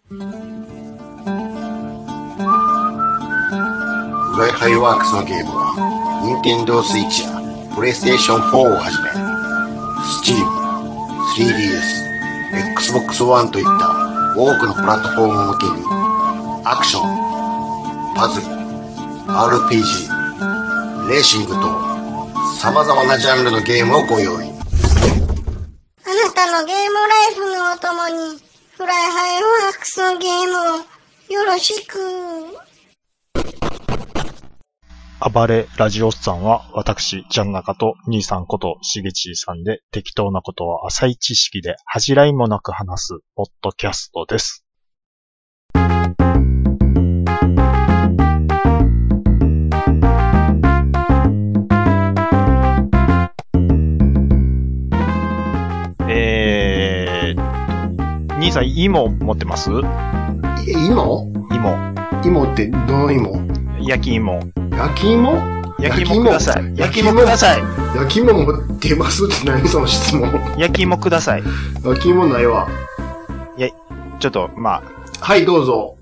フライハイワークスのゲームは、Nintendo Switch や PlayStation 4をはじめ、Steam、3DS、Xbox One といった多くのプラットフォームを向けに、アクション、パズル、RPG、レーシングと、様々なジャンルのゲームをご用意。 あなたのゲームライフのお供に、フライハイワークスのゲームをよろしく。 暴れラジオスさんは、私、ジャンナカと兄さんことしげちーさんで適当なことは浅い知識で恥じらいもなく話す、ポッドキャストです。兄さん、芋持ってます？ 芋ってどの芋？ 焼き芋。 焼き芋ください。焼き芋ください。 焼き芋持ってますって何その質問。 焼き芋ください。 焼き芋ないわ。 いや、ちょっと、まあ。 はい、どうぞ。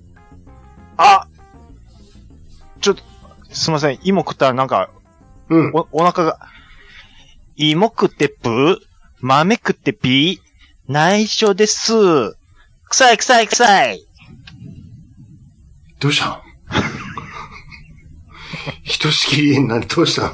ちょっと、すいません。芋食ったらなんか、 うん。 お腹が、芋食ってぷー、豆食ってぴー、内緒です。臭い。 どうしたんひとしきりどうしたん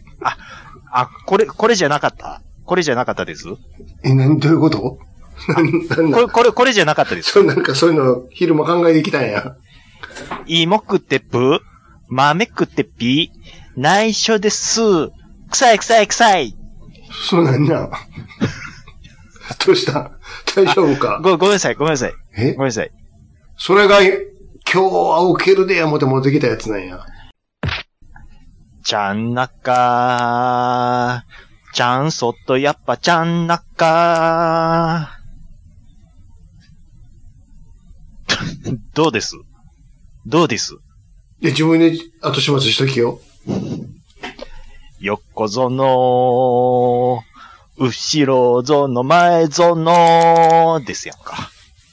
これじゃなかったです。 どういうこと？ これじゃなかったです。 そういうの昼間考えてきたんや。 芋食ってぷー、豆食ってぴー、内緒です。臭い。 そうなんや。どうした大丈夫か？ ごめんなさい。ごめんなさい。 それが、今日は受けるでやもて持ってきたやつなんや。 ちゃんなかー。ちゃんそっとやっぱちゃんなかー。どうですいや、自分で後始末しときよ。 横園、後ろ園、前園ですやんか。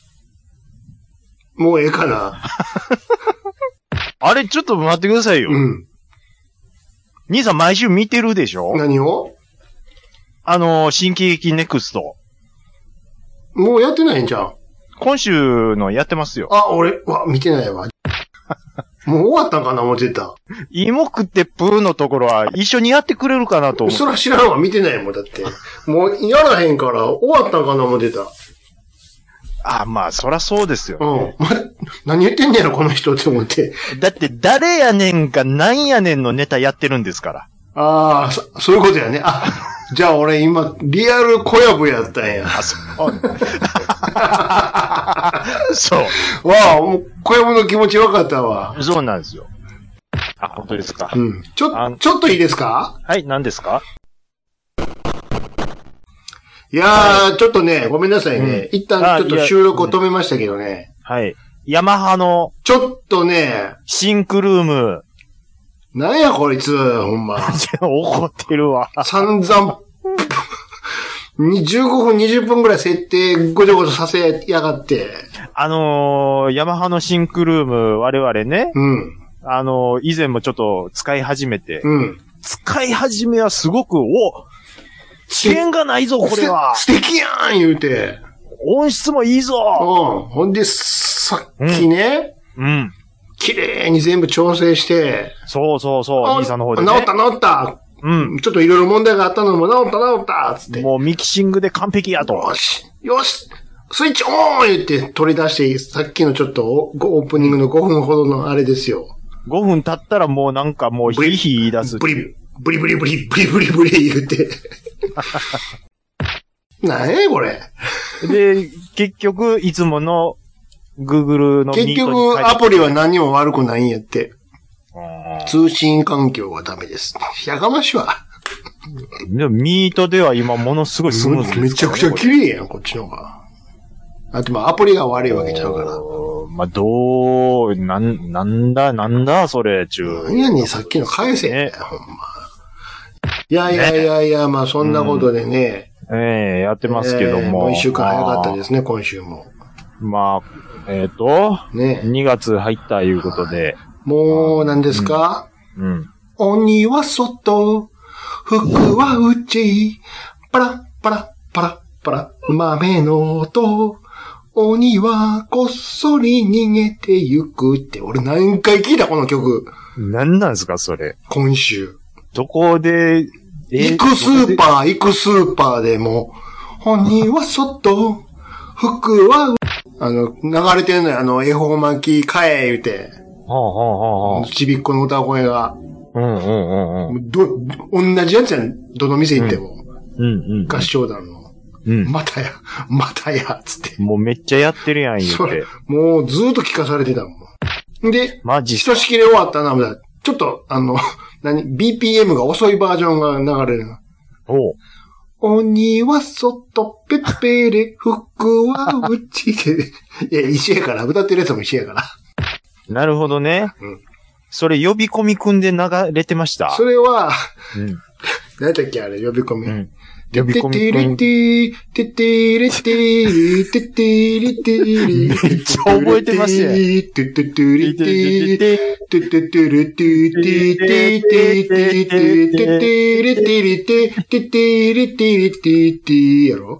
もうええかな。 あれ、ちょっと待ってくださいよ。 うん。 兄さん毎週見てるでしょ？ 何を？ 新喜劇ネクスト。 もうやってないんじゃん。 今週のやってますよ。 俺、見てないわ。もう終わったんかな思ってた。 芋食ってプーのところは一緒にやってくれるかなと思って。 そら知らんわ、見てないもん、だって。もうやらへんから終わったんかな思ってた。 まあ、そらそうですよ、ね。 何言ってんねやろ、この人って思って。 だって、誰やねんかなんやねんのネタやってるんですから。 そういうことやね。じゃあ俺今、リアル小籔やったんや。 そう。 もう小籔の気持ち分かったわ。 そうなんですよ。本当ですか。 うん。ちょっといいですか？ はい、何ですか？ いやー、ちょっとね、ごめんなさいね。一旦ちょっと収録を止めましたけどね。 はい。ヤマハの、 ちょっとね、 シンクルーム。 なんやこいつ、ほんま。 怒ってるわ。 散々、15分、20分ぐらい設定ごちょごちょさせやがって。 ヤマハのシンクルーム、我々ね。 うん。 以前もちょっと使い始めて。 うん。 使い始めはすごく、遅延がないぞ、これは。 素敵やん言うて。 音質もいいぞ。 ほんで、さっきね。 うん。 綺麗に全部調整して。 そう、兄さんの方でね。 治った。うん。ちょっといろいろ問題があったのも治ったつって。 もうミキシングで完璧やと。 よしスイッチオン言って取り出して、さっきのちょっとオープニングの5分ほどのあれですよ。 5分経ったらもうなんかもうヒーヒー言い出す。 ブリ言うて。なんやこれ。 で、結局、いつもの Google のミートに結局、アプリは何も悪くないんやって。通信環境はダメです。やかましわ。 でも、ミートでは今ものすごいスムーズです、ね。 めちゃくちゃ綺麗やん、こっちの方が。でもアプリが悪いわけちゃうから。 なんだ、それ、 何やねん、さっきの返せ、ね、ほんま。いや、まあそんなことでね。 やってますけども。 もう一週間早かったですね、今週も。 まあ、 ね。 2月入ったいうことで。 もう、何ですか？ うん。 鬼は外、服は内、パラパラパラパラ、豆の音、鬼はこっそり逃げてゆくって、俺何回聞いたこの曲。 何なんですか、それ。 今週。 どこで、 行くスーパーでも、鬼は外、服は、流れてんのよ、恵方巻き買え、言うて。ちびっこの歌声が。同じやつやん。どの店行っても。合唱団の。またや、つって。 もうめっちゃやってるやん、言うて。 もうずーっと聞かされてたもん。で、 マジひとしきり終わったな、ちょっと、BPM が遅いバージョンが流れるな。鬼は外、ペッペレ、服は内で。いや、一緒やから、歌ってるやつも一緒やから。 なるほどね。それ呼び込み組んで流れてました？ それは、何だっけあれ、呼び込み。 呼び込み組んで。めっちゃ覚えてますやん。 やろ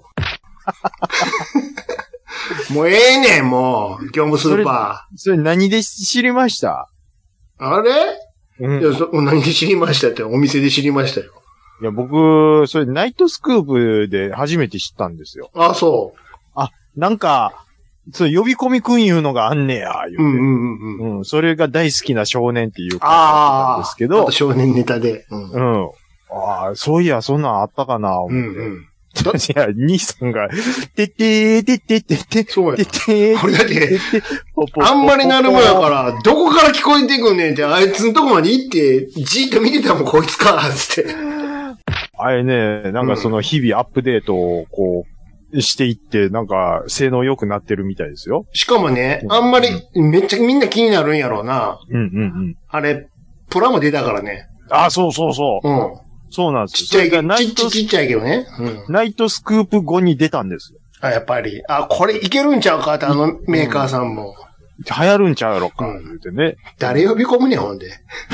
もうええねん、もう。業務スーパー。それ何で知りました？ あれ？いや、何で知りましたって、お店で知りましたよ。 いや、僕、それナイトスクープで初めて知ったんですよ。 あ、そう。 あ、なんか、そう、呼び込みくんいうのがあんねや、言うて。それが大好きな少年っていう感じなんですけど。 あと少年ネタで。 ああ、そういや、そんなんあったかな、思って。いや、兄さんが、てってーてってってって、 そうや。 てってーこれだって、あんまりなるもんやから、どこから聞こえてくんねんって、あいつのとこまで行って、じーっと見てたもん、こいつか、つって。 あれね、なんかその日々アップデートをこう、していって、なんか性能良くなってるみたいですよ。 しかもね、あんまり、めっちゃみんな気になるんやろうな。あれ、プラも出たからね。 あ、そう。そうなんですよ。 ちっちゃいけどね。 ナイトスクープ後に出たんですよ。 あ、やっぱり。あ、これいけるんちゃうかって、メーカーさんも。 流行るんちゃうやろか、言うてね。 誰呼び込むねん、ほんで。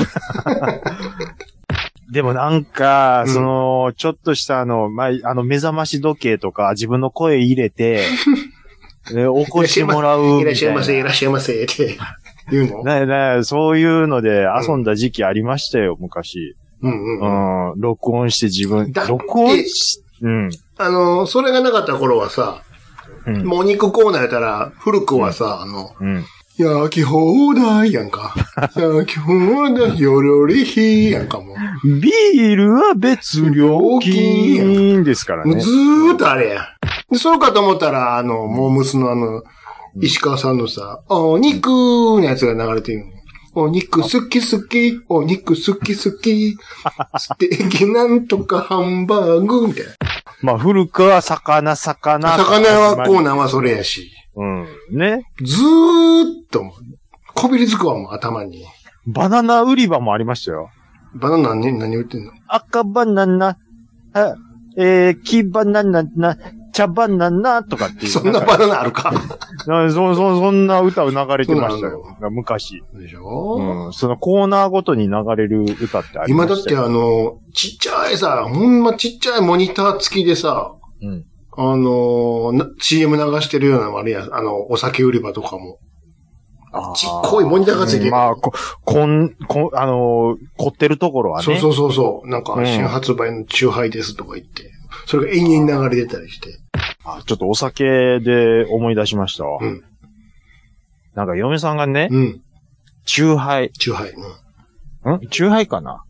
でもなんか、ちょっとした目覚まし時計とか自分の声入れて、起こしてもらう。 いらっしゃいませ、って言うの？そういうので遊んだ時期ありましたよ、昔。録音して自分、録音し、 それがなかった頃はさ、もうお肉コーナーやったら、古くはさ、焼き放題やんか。焼き放題、よろりひやんかも。 ビールは別料金ですからね。 ずーっとあれや。で、そうかと思ったら、モームスの石川さんのさ、お肉のやつが流れてるの。お肉好き、お肉好き、ステーキなんとかハンバーグ、みたいな。 まあ、古くは魚。 魚はコーナーはそれやし。 ね。 ずーっと、こびりつくわ、もう頭に。 バナナ売り場もありましたよ。 バナナ何売ってんの？ 赤バナナ、黄バナナ、茶バナナとかっていう。 そんなバナナあるかそんな歌を流れてましたよ。昔。 でしょ？ そのコーナーごとに流れる歌ってありましたよ。 今だってちっちゃいさ、ほんまちっちゃいモニター付きでさ、CM 流してるようなのもあるやん。お酒売り場とかも。ちっこいモニターがついてる。 まあ、凝ってるところはね。 そう。なんか、新発売のチューハイですとか言って。それが延々流れてたりして。 ちょっとお酒で思い出しましたわ。なんか嫁さんがね、チューハイ。 チューハイ。 チューハイかな？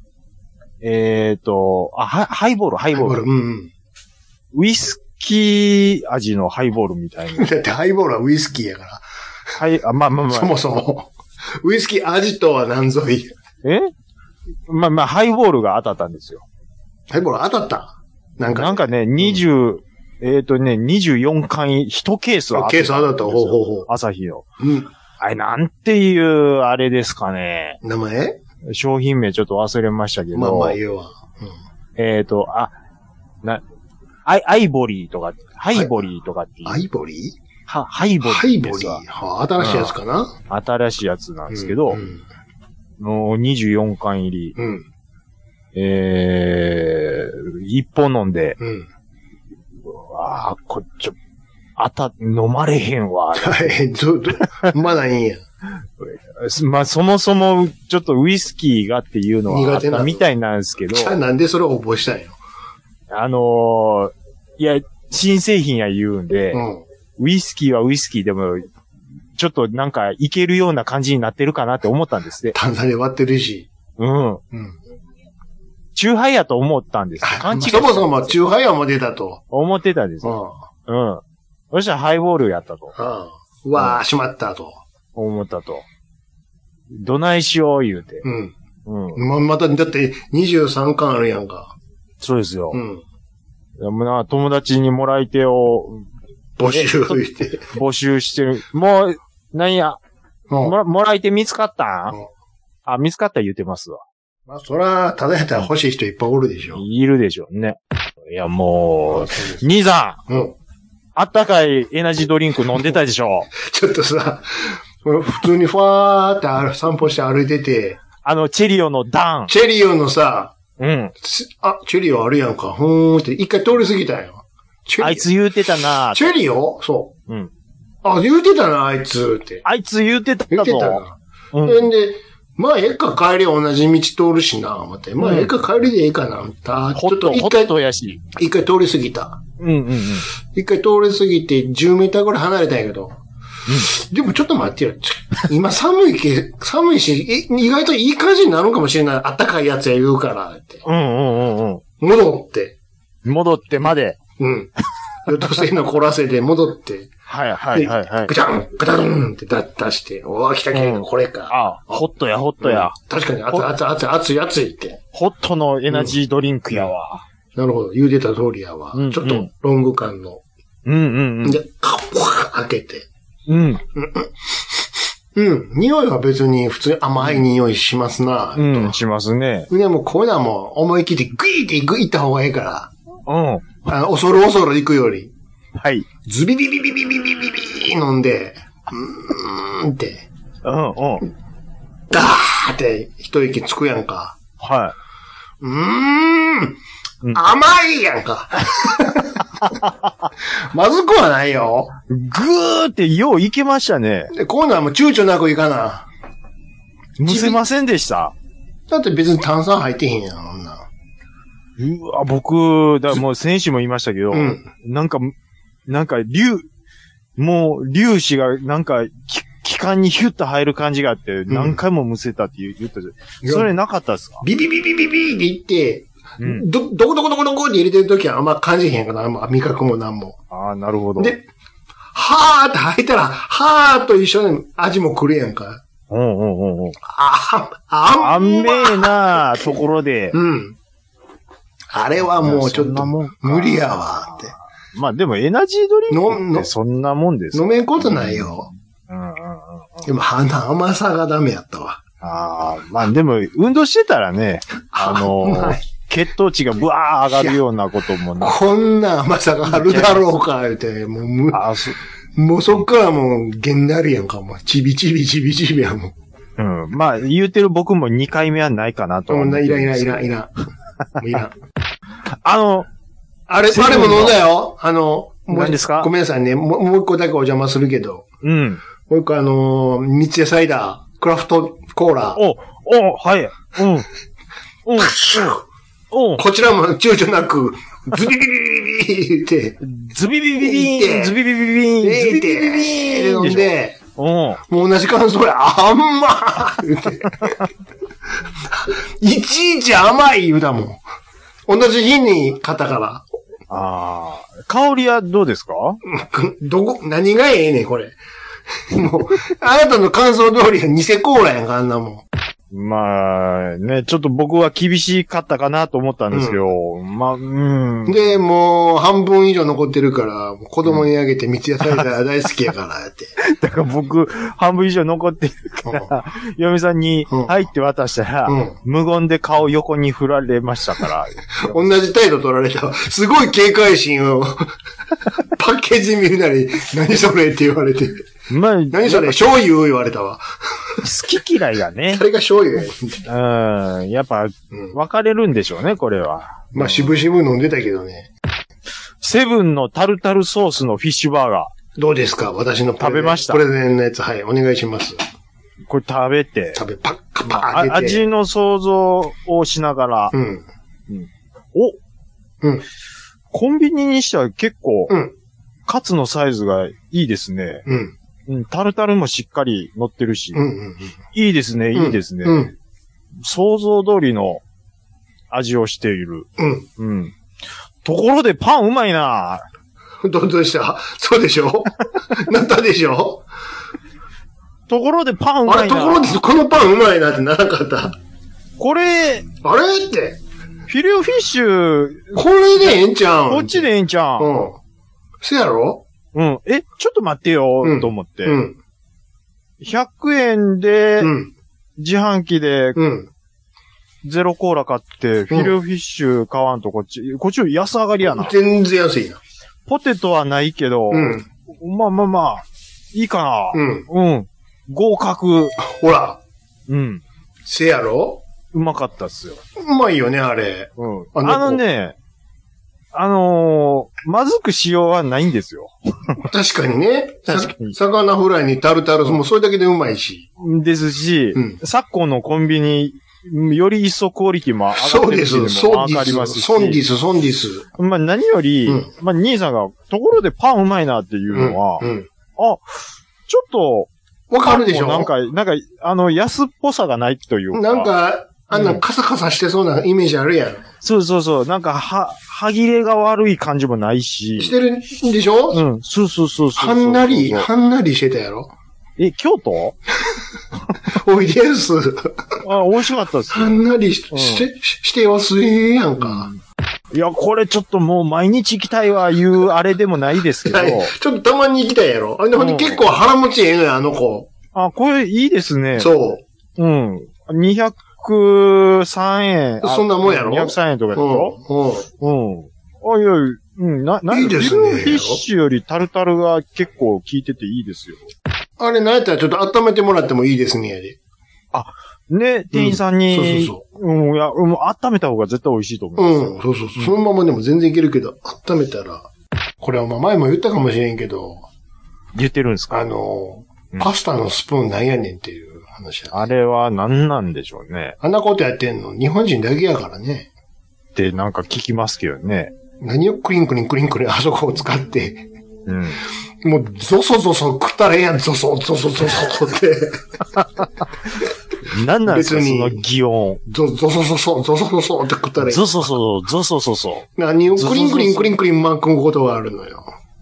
ハイボール。ウイスキー味のハイボールみたいな。 だってハイボールはウイスキーやから。 まあ。 そもそも。ウイスキー味とは何ぞい。 まあ、ハイボールが当たったんですよ。 ハイボール当たった？ なんかね、24缶、1ケース当たった。 ケース当たった。ほう。 朝日の。あれ、なんていう、あれですかね。 名前？ 商品名ちょっと忘れましたけど。 まあ言うわ。 アイボリーとか、ハイボリーとかっていう。 アイボリー？ ハイボリー。 ハイボリー。は新しいやつかな、 新しいやつなんですけど、 うんもう24巻入り。 うん。 一本飲んで、 うん。 飲まれへんわ。 はい、まだいいんや。 まあ、そもそも、ちょっとウイスキーがっていうのはあったみたいなんですけど。 じゃあなんでそれを覚えしたんよ。 いや、新製品や言うんで、 うん。 ウイスキーはウイスキーでも、ちょっとなんかいけるような感じになってるかなって思ったんですね。 炭酸で割ってるし。 うん。 うん。 チューハイやと思ったんです。勘違い。 そもそもチューハイヤーも出たと。 思ってたんですよ。うん。そしたらハイボールやったと。 うわー、しまったと。 思ったと。どないしよう言うて。 うん。また、だって23巻あるやんか。 そうですよ。 うん。 友達にもらい手を募集して。 募集してる。もう、なんや。もらい手見つかったん、見つかった言うてますわ。 まあ、そら、ただやったら欲しい人いっぱいおるでしょ。 いるでしょうね。いや、もう、兄さん。あったかいエナジードリンク飲んでたでしょ。 ちょっとさ、普通にファーって散歩して歩いてて。 チェリオのダン。 チェリオのさ、 うん。 チェリオあるやんか。って一回通り過ぎたんよ。 あいつ言うてたな。 チェリオそう。 うん。 言うてたな、あいつって。 あいつ言うてたな。 言うてたな。うん。で、まあ、ええか帰り同じ道通るしな、思って。まあ、ええか帰りでええかな、ちょっと一回やし。 一回通り過ぎた。一回通り過ぎて10メーターぐらい離れたんやけど。でもちょっと待ってよ。今寒いし、意外といい感じになるかもしれない。あったかいやつや言うから、って。戻ってまで。 うん。予土性の凝らせで戻って。 はい。 ぐちゃん、ぐたるんって出して、来たけん、これか。 ホットや。 確かに熱いって。 ホットのエナジードリンクやわ。 なるほど。言うてた通りやわ。ちょっとロング感の。で、開けて。匂いは別に普通に甘い匂いしますな。 しますね。 でもこういうのはもう思い切ってグイってグイった方がいいから。恐る行くより。 はい。 ズビビビビビビビビビ飲んで、って。ダーって一息つくやんか。 はい。 甘いやんか。まずくはないよ。 ぐーってよういけましたね。 で、こういうのはもう躊躇なくいかな。 むせませんでした。 だって別に炭酸入ってへんやん、そんな。 僕、もう先週も言いましたけど、なんか粒子がなんか、気管にヒュッと入る感じがあって、何回もむせたって言ったじゃん。それなかったですか？ ビビビビビビって言って、どこって入れてるときはあんま感じへんから、味覚もなんも。 なるほど。 で、はーって入ったら、はーと一緒に味も来るやんか。 あんめえなところで。 あれはもうちょっと無理やわって。 まあでもエナジードリンクってそんなもんですよ。飲めんことないよ。でも甘さがダメやったわ。 まあでも運動してたらね、血糖値がブワー上がるようなこともな。 こんな甘さがあるだろうか、言うて、もうそっからもうげんなりやんか、もうちびちびやもん。 まあ言うてる僕も2回目はないかなと思って。 いらん。あれも飲んだよ。 何ですか？ ごめんなさいね。もう一個だけお邪魔するけど。もう一個三ツ矢サイダー、クラフトコーラ。 はい。 こちらも躊躇なく、ズビビビビビって、 ズビビビビーン、ズビビビビビーン、 って飲んで、もう同じ感想や、甘ー言うて。いちいち甘い言うだもん。同じ日に買ったから。 香りはどうですか？ 何がええねん、これ。もう、あなたの感想通りが偽コーラやんか、あんなもん。 まあ、ね、ちょっと僕は厳しかったかなと思ったんですけど、 で、もう半分以上残ってるから、子供にあげて三ツ矢サイダー大好きやからって。 だから僕、半分以上残ってるから、嫁さんに入って渡したら、無言で顔横に振られましたから。 同じ態度取られた。すごい警戒心を、パッケージ見るなり、何それって言われて。 まあ、 何それ醤油言われたわ。 好き嫌いがね。 誰が醤油ややっぱ、分かれるんでしょうね、これは。 まあ、渋々飲んでたけどね。 セブンのタルタルソースのフィッシュバーガー。 どうですか私の食べました。 プレゼンのやつ、はい、お願いします。 これ食べて。 パッカパー開けて。 味の想像をしながら。コンビニにしては結構、カツのサイズがいいですね。タルタルもしっかり乗ってるし。いいですね、いいですね。想像通りの味をしている。ところでパンうまいな。 どうしたそうでしょなったでしょところでパンうまいな。 ところでこのパンうまいなってならなかった。 これ、 あれって。 フィレオフィッシュ。 これでええんちゃうん。 こっちでええんちゃうん。 せやろちょっと待ってよ、と思って。100円で、自販機で、ゼロコーラ買って、フィレオフィッシュ買わんとこっち安上がりやな。 全然安いな。 ポテトはないけど、まあ、いいかな。合格。 ほら。せやろうまかったっすよ。 うまいよね、あれ。 まずくしようはないんですよ。 確かにね。魚フライにタルタル、もうそれだけでうまいし。 ですし、昨今のコンビニ、より一層クオリティも上がってるっていうのもわかりますし。 ソンディス。 まあ何より、兄さんが、ところでパンうまいなっていうのは、ちょっと、 わかるでしょなんか、安っぽさがないというか。 なんか、カサカサしてそうなイメージあるやん。 そう。なんか、歯切れが悪い感じもないし。 してるんでしょそう。 はんなりしてたやろ京都おいでやす。 美味しかったっす。 はんなりしてよすやんか。 いや、これちょっともう毎日行きたいわ、いうあれでもないですけど。 ちょっとたまに行きたいやろ。ほんで結構腹持ちええのよ、あの子。 これいいですね。 そう。 203円。 そんなもんやろ ?203 円とかでしょいいですね。フィッシュよりタルタルが結構効いてていいですよ。 あれ、なんやったらちょっと温めてもらってもいいですね、やで。 店員さんに、温めた方が絶対美味しいと思います。 そう。そのままでも全然いけるけど、温めたら、これは前も言ったかもしれんけど。 言ってるんですかパスタのスプーンなんやねんっていう話や。 あれは何なんでしょうね。 あんなことやってんの、日本人だけやからね。 ってなんか聞きますけどね。 何をクリンあそこを使って。もう、ゾソ食ったらええやん、ゾソって。 何なんですか、その擬音。 ゾソって食ったらええ。 ゾソ。 何をクリン巻くことがあるのよ。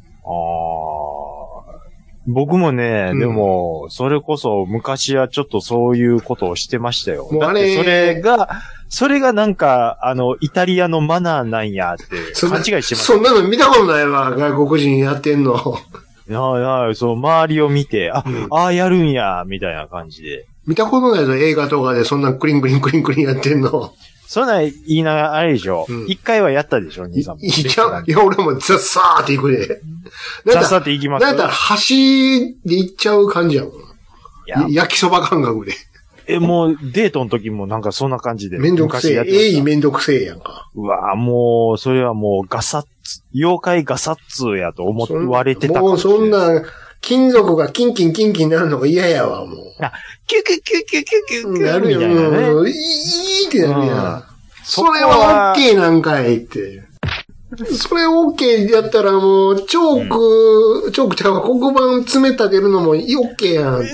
僕もね、でも、それこそ昔はちょっとそういうことをしてましたよ。だってそれがなんか、イタリアのマナーなんやって勘違いしてました。 そんなの見たことないわ、外国人やってんの。 いや、周りを見て、やるんや、みたいな感じで。 見たことないぞ、映画とかでそんなクリンやってんの。 そんな言いながら、あれでしょ。一回はやったでしょ、兄さんも。 いや、俺もザッサーって行くで。 ザッサーって行きますだったら箸で行っちゃう感じやもん。焼きそば感覚で。 もう、デートの時もなんかそんな感じで。 めんどくせえ。めんどくせえやんか。 うわもう、それはもう妖怪ガサッツやと言われてたかもしれない。 もうそんな、金属がキンキンなるのが嫌やわ、もう。 キュキュなるよ、もう。いいってなるやん。それは OK なんかいって。それ OK やったらもう、チョークちゃうわ、黒板詰め立てるのも OK やんって。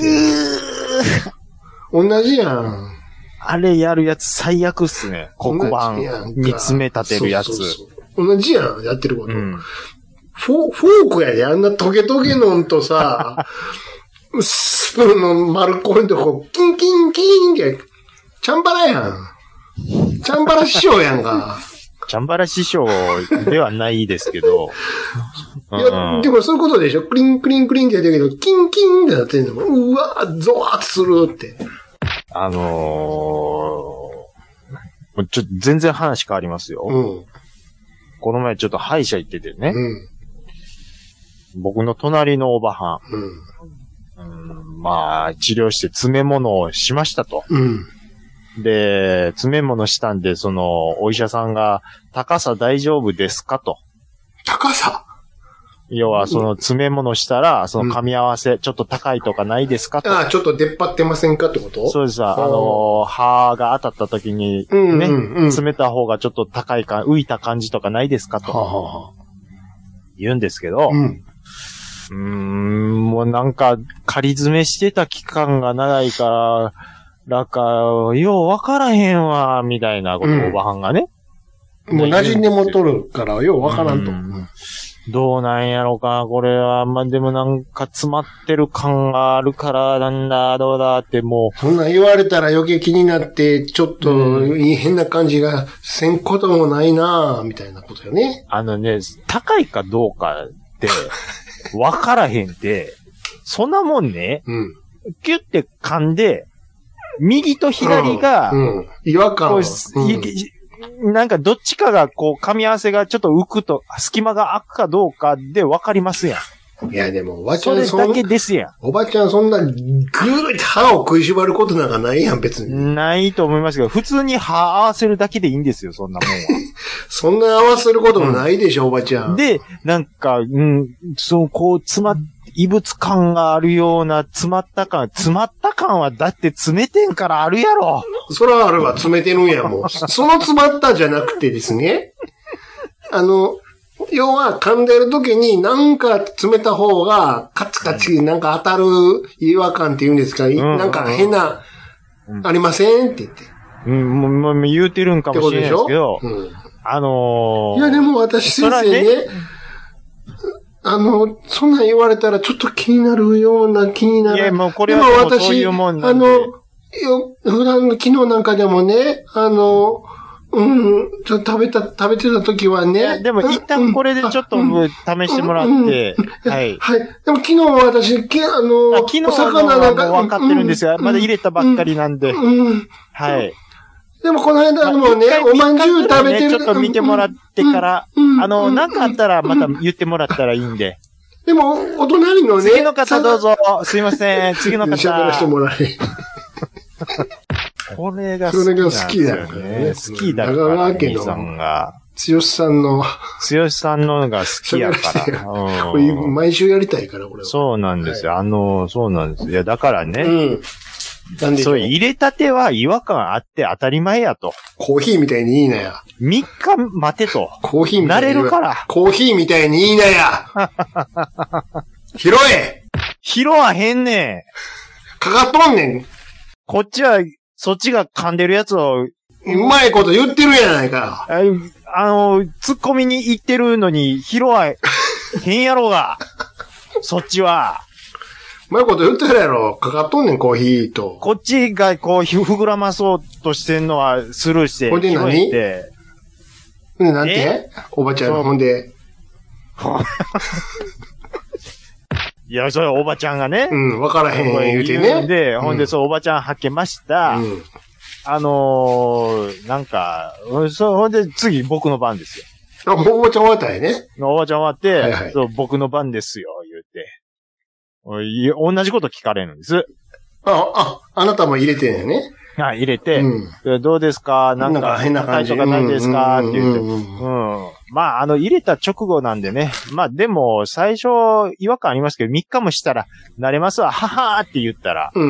同じやん。 あれやるやつ最悪っすね。黒板に詰め立てるやつ。 同じやん、やってること。フォークやで、あんなトゲトゲのんとさ、スプーンの丸っこいとこ、キンって、 チャンバラやん。チャンバラ師匠やんか。 チャンバラ師匠ではないですけど。 いや、でもそういうことでしょ。クリンクリンクリンってやってるけど、キンキンってなってんの。うわー、ゾワーッとするって。 ちょっと全然話変わりますよ。 うん。 この前ちょっと歯医者行っててね。うん。僕の隣のおばはん。まあ、治療して詰め物をしましたと。うん。で、詰め物したんで、お医者さんが、高さ大丈夫ですかと。 高さ？ 要は、詰め物したら、噛み合わせ、ちょっと高いとかないですかと。 ああ、ちょっと出っ張ってませんかってこと？ そうです。歯が当たった時に、ね、詰めた方がちょっと高いか、浮いた感じとかないですかと。言うんですけど、もうなんか、仮詰めしてた期間が長いから、ようわからへんわ、みたいなことをおばはんがね。 もう馴染んでもとるから、ようわからんと。 どうなんやろか、これは。まあ、でもなんか詰まってる感があるから、なんだ、どうだってもう。 そんなん言われたら余計気になって、ちょっと変な感じがせんこともないなぁ、みたいなことよね。 高いかどうかって、わからへんって、そんなもんね、キュッて噛んで、右と左が、 違和感。 なんかどっちかが噛み合わせがちょっと浮くと、隙間が空くかどうかで分かりますやん。いやでもおばちゃんそれだけですやん。 おばちゃんそんなぐーって歯を食いしばることなんかないやん別に。 ないと思いますけど、普通に歯合わせるだけでいいんですよ、そんなもんは。 そんな合わせることもないでしょ、おばちゃん。 で、なんか、異物感があるような詰まった感はだって詰めてんからあるやろ。 そらあるわ、詰めてるんやもん。その詰まったじゃなくてですね。要は噛んでる時になんか詰めた方がカチカチなんか当たる違和感って言うんですか、なんか変な、ありませんって言って。 もう言うてるんかもしれないですけど。 いやでも私先生ね、そんなん言われたらちょっと気になるような気になる。 いや、もうこれはもうそういうもんなんで。 普段の昨日なんかでもね、ちょっと食べてた時はね。いや、 でも一旦これでちょっと試してもらって、はい。 はい。でも昨日私、昨日お魚なんか。分かってるんですが、まだ入れたばっかりなんで。はい。 でもこの間もね、おまんじゅう食べてる。 ちょっと見てもらってから、なんかあったらまた言ってもらったらいいんで。 でも、お隣のね。 次の方どうぞ。すいません。次の方。 喋らせてもらえ。 これが好きなんですよね。 好きだからね。 好きだから。長川家の。 剛さんのが好きやから。 これ毎週やりたいから、俺は。 そうなんですよ。そうなんです。いや、だからね。 なんでそう、入れたては違和感あって当たり前やと。 コーヒーみたいにいいなや。 3日待てと。 コーヒーみたいに。 慣れるから。 コーヒーみたいにいいなや。拾え。 拾わへんねん。かかっとんねん。 こっちは、そっちが噛んでるやつを。 うまいこと言ってるやないか。 突っ込みに行ってるのに拾わへんやろが。そっちは。 うまいこと言ってるやろ。かかっとんねん、コーヒーと。 こっちが膨らまそうとしてんのはスルーして。 ほんで何？なんて？おばちゃん、ほんで。 いや、それおばちゃんがね。 わからへん言うてね。 で、ほんで、おばちゃんはけました。なんか、ほんで、次僕の番ですよ。 おばちゃん終わったんやね。 おばちゃん終わって、僕の番ですよ、言うて。同じこと聞かれるんです。 あなたも入れてんやね。 はい、入れて、どうですか？なんか変な感じとかないですか？って言って。まあ、入れた直後なんでね。まあ、でも、最初、違和感ありますけど、3日もしたら、慣れますわ、ははーって言ったら、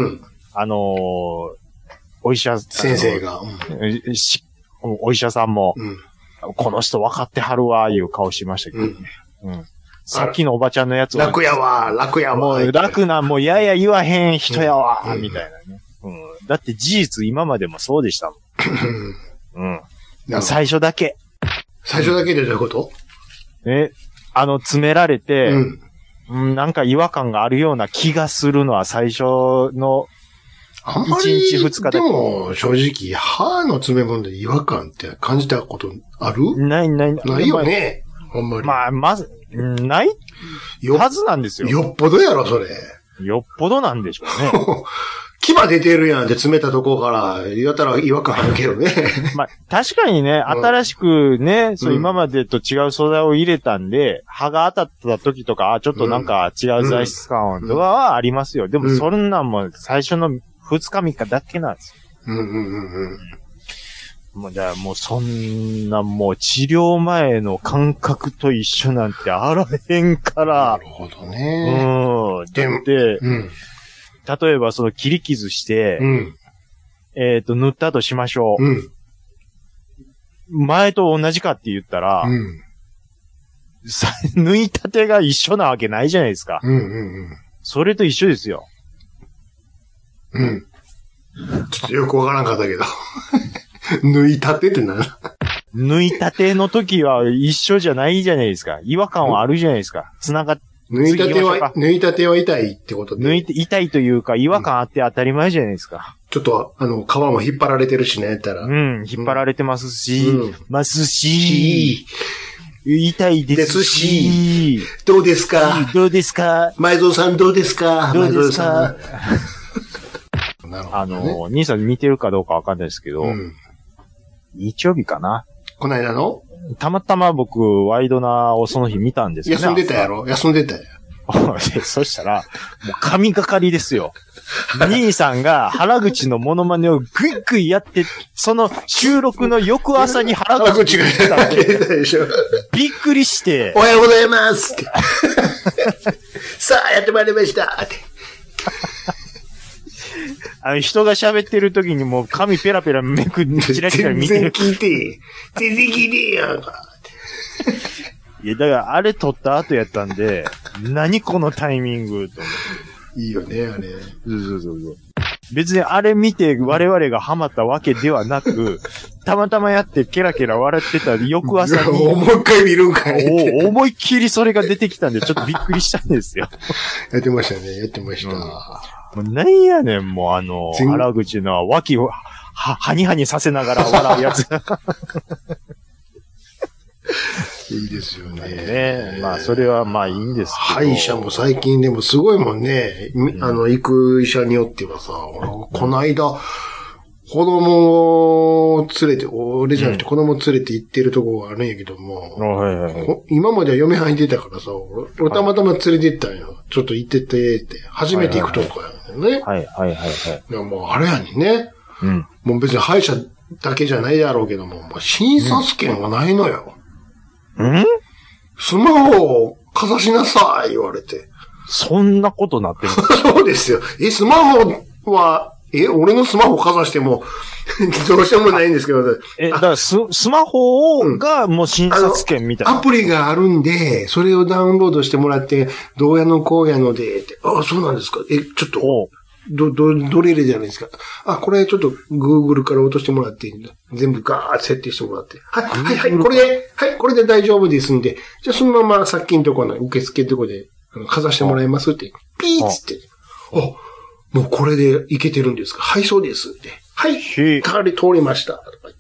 お医者先生が、 お医者さんも、この人分かってはるわ、いう顔しましたけどね。さっきのおばちゃんのやつは。楽やわ。 もう楽な、もうやや言わへん人やわ、みたいなね。だって事実今までもそうでしたもん。最初だけ。 最初だけでどういうこと？ 詰められて、なんか違和感があるような気がするのは最初の、 あんまり、 1日2日だけ。 でも、正直、歯の詰め物で違和感って感じたことある？ ないよね。あんまり。 まず、ないはずなんですよ。 よっぽどやろ、それ。 よっぽどなんでしょうね。 牙出てるやんって詰めたとこから、やったら違和感あるけどね。 確かにね、新しくね、そう今までと違う素材を入れたんで、歯が当たった時とか、ちょっとなんか違う材質感とかはありますよ。でもそんなんも最初の2日3日だけなんですよ。もうそんなもう治療前の感覚と一緒なんてあらへんから。 なるほどね。 だって、例えばその切り傷して、塗ったとしましょう。前と同じかって言ったら、縫いたてが一緒なわけないじゃないですか。それと一緒ですよ。 ちょっとよくわからんかったけど。縫いたてって何？ 縫いたての時は一緒じゃないじゃないですか。違和感はあるじゃないですか。縫いたては痛いってことで。 痛いというか違和感あって当たり前じゃないですか。 ちょっと、皮も引っ張られてるしね、やったら。 引っ張られてますし、痛いですし、 どうですか前蔵さんどうですかなるほどね。兄さん見てるかどうかわかんないですけど、日曜日かな。 この間のたまたま僕、ワイドナをその日見たんですよね。 休んでたやろ？休んでたよ。 そしたら、もう神がかりですよ。兄さんが原口のモノマネをグイグイやって、その収録の翌朝に原口がやってたでしょ。びっくりして。 おはようございますって。さあ、やってまいりましたって。 人が喋ってる時にもう髪ペラペラめくチラチラ見てる。 全然聞いてやんか。 いや、だからあれ撮った後やったんで、何このタイミングと思って。 いいよね、あれ。 そう。別にあれ見て我々がハマったわけではなく、たまたまやってケラケラ笑ってた翌朝に。 もう一回見るんかい。 思いっきりそれが出てきたんで、ちょっとびっくりしたんですよ。 やってました。 もうなんやねん、もう原口の脇を、はにはにさせながら笑うやつ。 いいですよね。 まあ、それはまあいいんですけど。 歯医者も最近でもすごいもんね。行く医者によってはさ、この間、子供を連れて、俺じゃなくて子供連れて行ってるとこがあるんやけども、今までは嫁はんいてたからさ、俺たまたま連れて行ったんよ。ちょっと行ってて、って。初めて行くとこやね。いや、もうあれやねんね。もう別に歯医者だけじゃないだろうけども、診察券がないのよ。スマホをかざしなさい、言われて。 そんなことなってるそうですよ。スマホは、俺のスマホかざしても、どうしてもないんですけど。 だからスマホがもう診察券みたいな。 アプリがあるんで、それをダウンロードしてもらって、どうやのこうやので、って。あ、そうなんですか。ちょっと、どれじゃないですか。あ、これちょっと Google から落としてもらって、全部ガーッ設定してもらって。はい、これで大丈夫ですんで。じゃあそのままさっきのところの受付のところで、かざしてもらいますって。ピーッつって。もうこれでいけてるんですか。はい、そうですって。はい、通りました。とか言って。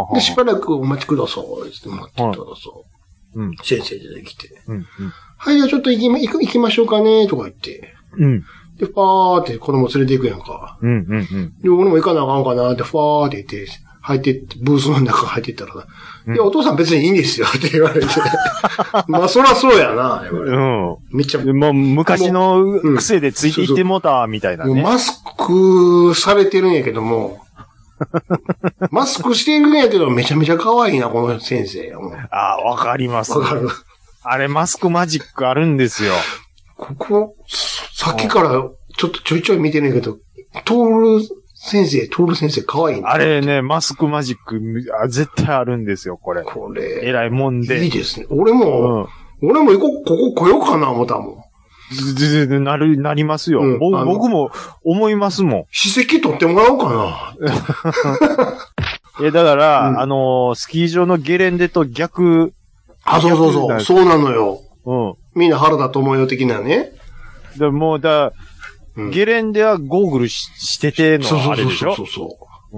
で、しばらくお待ちください。って待ってたらさ、先生出てきて。はい、じゃあちょっと行きましょうかね。とか言って。で、ファーって子供連れて行くやんか。で、俺も行かなあかんかなって、ファーって言って、ブースの中入ってったら、いや、お父さん別にいいんですよって言われて。まあ、そらそうやな、言われて。めっちゃ。 もう昔の癖でついていってもた、みたいなね。 マスクされてるんやけども、マスクしてるんやけど、めちゃめちゃ可愛いな、この先生。 あ、わかります。 わかる。 あれ、マスクマジックあるんですよ。 さっきからちょっとちょいちょい見てるんやけど、トール先生可愛いね。 あれね、マスクマジック、絶対あるんですよ、これ。えらいもんで。 いいですね。俺もここ来ようかな、思ったもん。なりますよ。僕も思いますもん。 史跡取ってもらおうかな。だから、スキー場のゲレンデと逆。 そうなのよ。みんな原田智代的なね。 ゲレンデはゴーグルしててのあれでしょ？ そうそう。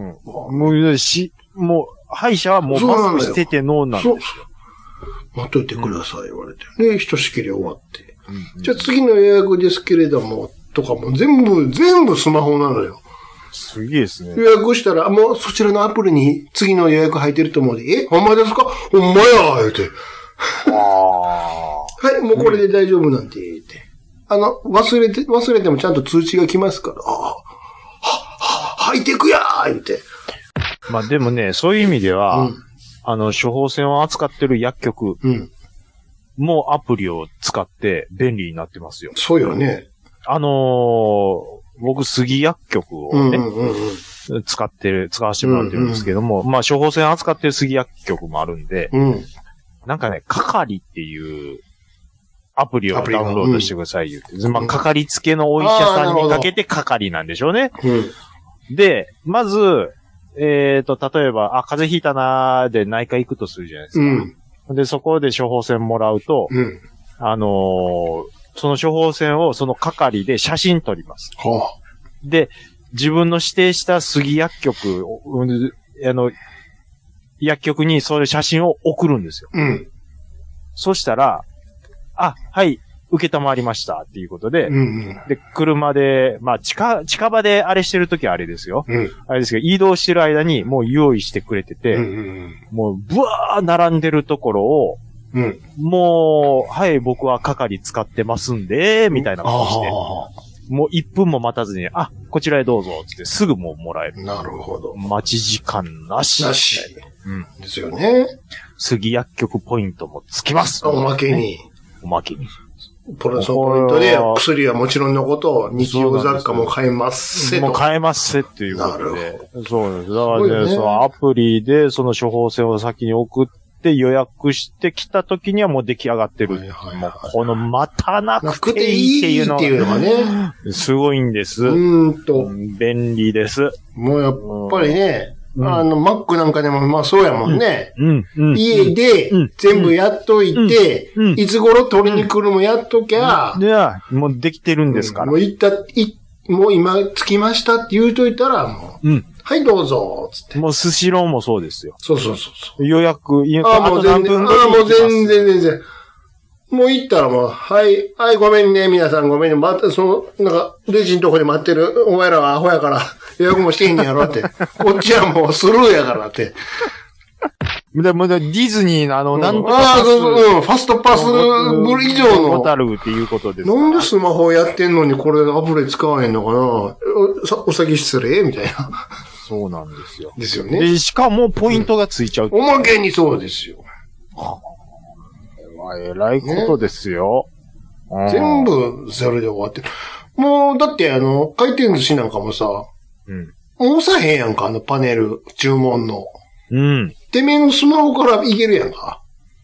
もう、歯医者はもうマスクしててのなんですよ。 待っといてください、言われて。で、ひとしきり終わって。じゃあ次の予約ですけれども、とかも全部スマホなのよ。 すげえですね。 予約したら、もうそちらのアプリに次の予約入ってると思うので、ほんまですか？ほんまや言うて。はい、もうこれで大丈夫なんて、言って。忘れてもちゃんと通知が来ますから、ハイテクやー言うて。 まあでもね、そういう意味では、処方箋を扱ってる薬局もアプリを使って便利になってますよ。 そうよね。 僕、杉薬局をね、使わせてもらってるんですけども、まあ処方箋扱ってる杉薬局もあるんで、なんかね、かかりっていうアプリをダウンロードしてください言うて。まあ、かかりつけのお医者さんにかけてかかりなんでしょうね。で、まず、例えば、風邪ひいたなーで内科行くとするじゃないですか。で、そこで処方箋もらうと、その処方箋をその係で写真撮ります。で、自分の指定した杉薬局、薬局にそれ写真を送るんですよ。そしたら、はい、受けたまわりましたっていうことで、で、車で、まあ、近場であれしてるときはあれですよ。あれですけど、移動してる間にもう用意してくれてて、もう、ブワー並んでるところを、もう、はい、僕は係使ってますんで、みたいな感じで、もう1分も待たずに、こちらへどうぞ、つってすぐもうもらえる。 なるほど。 待ち時間なし。 ですよね。 杉薬局ポイントもつきます。 おまけに。そのポイントで、薬はもちろんのこと、日用雑貨も買えますせと。 もう買えますせっていうことで。そうです。だからね、そのアプリでその処方箋を先に送って予約してきた時にはもう出来上がってる。もうこの待たなくていいっていうのがね、すごいんです。便利です。 もうやっぱりね、マックなんかでもまあそうやもんね。家で全部やっといて、いつ頃取りに来るもやっときゃ。 いや、もうできてるんですから。 もう今着きましたって言うといたらもう、はいどうぞ、つって。 もうスシローもそうですよ。 そう。 予約、 もう全然。もう行ったらもう、はい、ごめんね、皆さんごめんね。なんか、レジのとこで待ってる、お前らはアホやから、予約もしてへんやろって。こっちはもうスルーやからって。 ディズニーのなんとかファストパス以上の。 ホタルっていうことです。 なんでスマホやってんのにこれアプリ使わへんのかなお先失礼みたいな。 そうなんですよ。 ですよね。 で、しかもポイントがついちゃう。 おまけにそうですよ。 えらいことですよ。 全部ゼロで終わってる。もう、だって回転寿司なんかもさ、もう押さへんやんか、パネル、注文の。てめえのスマホからいけるやんか。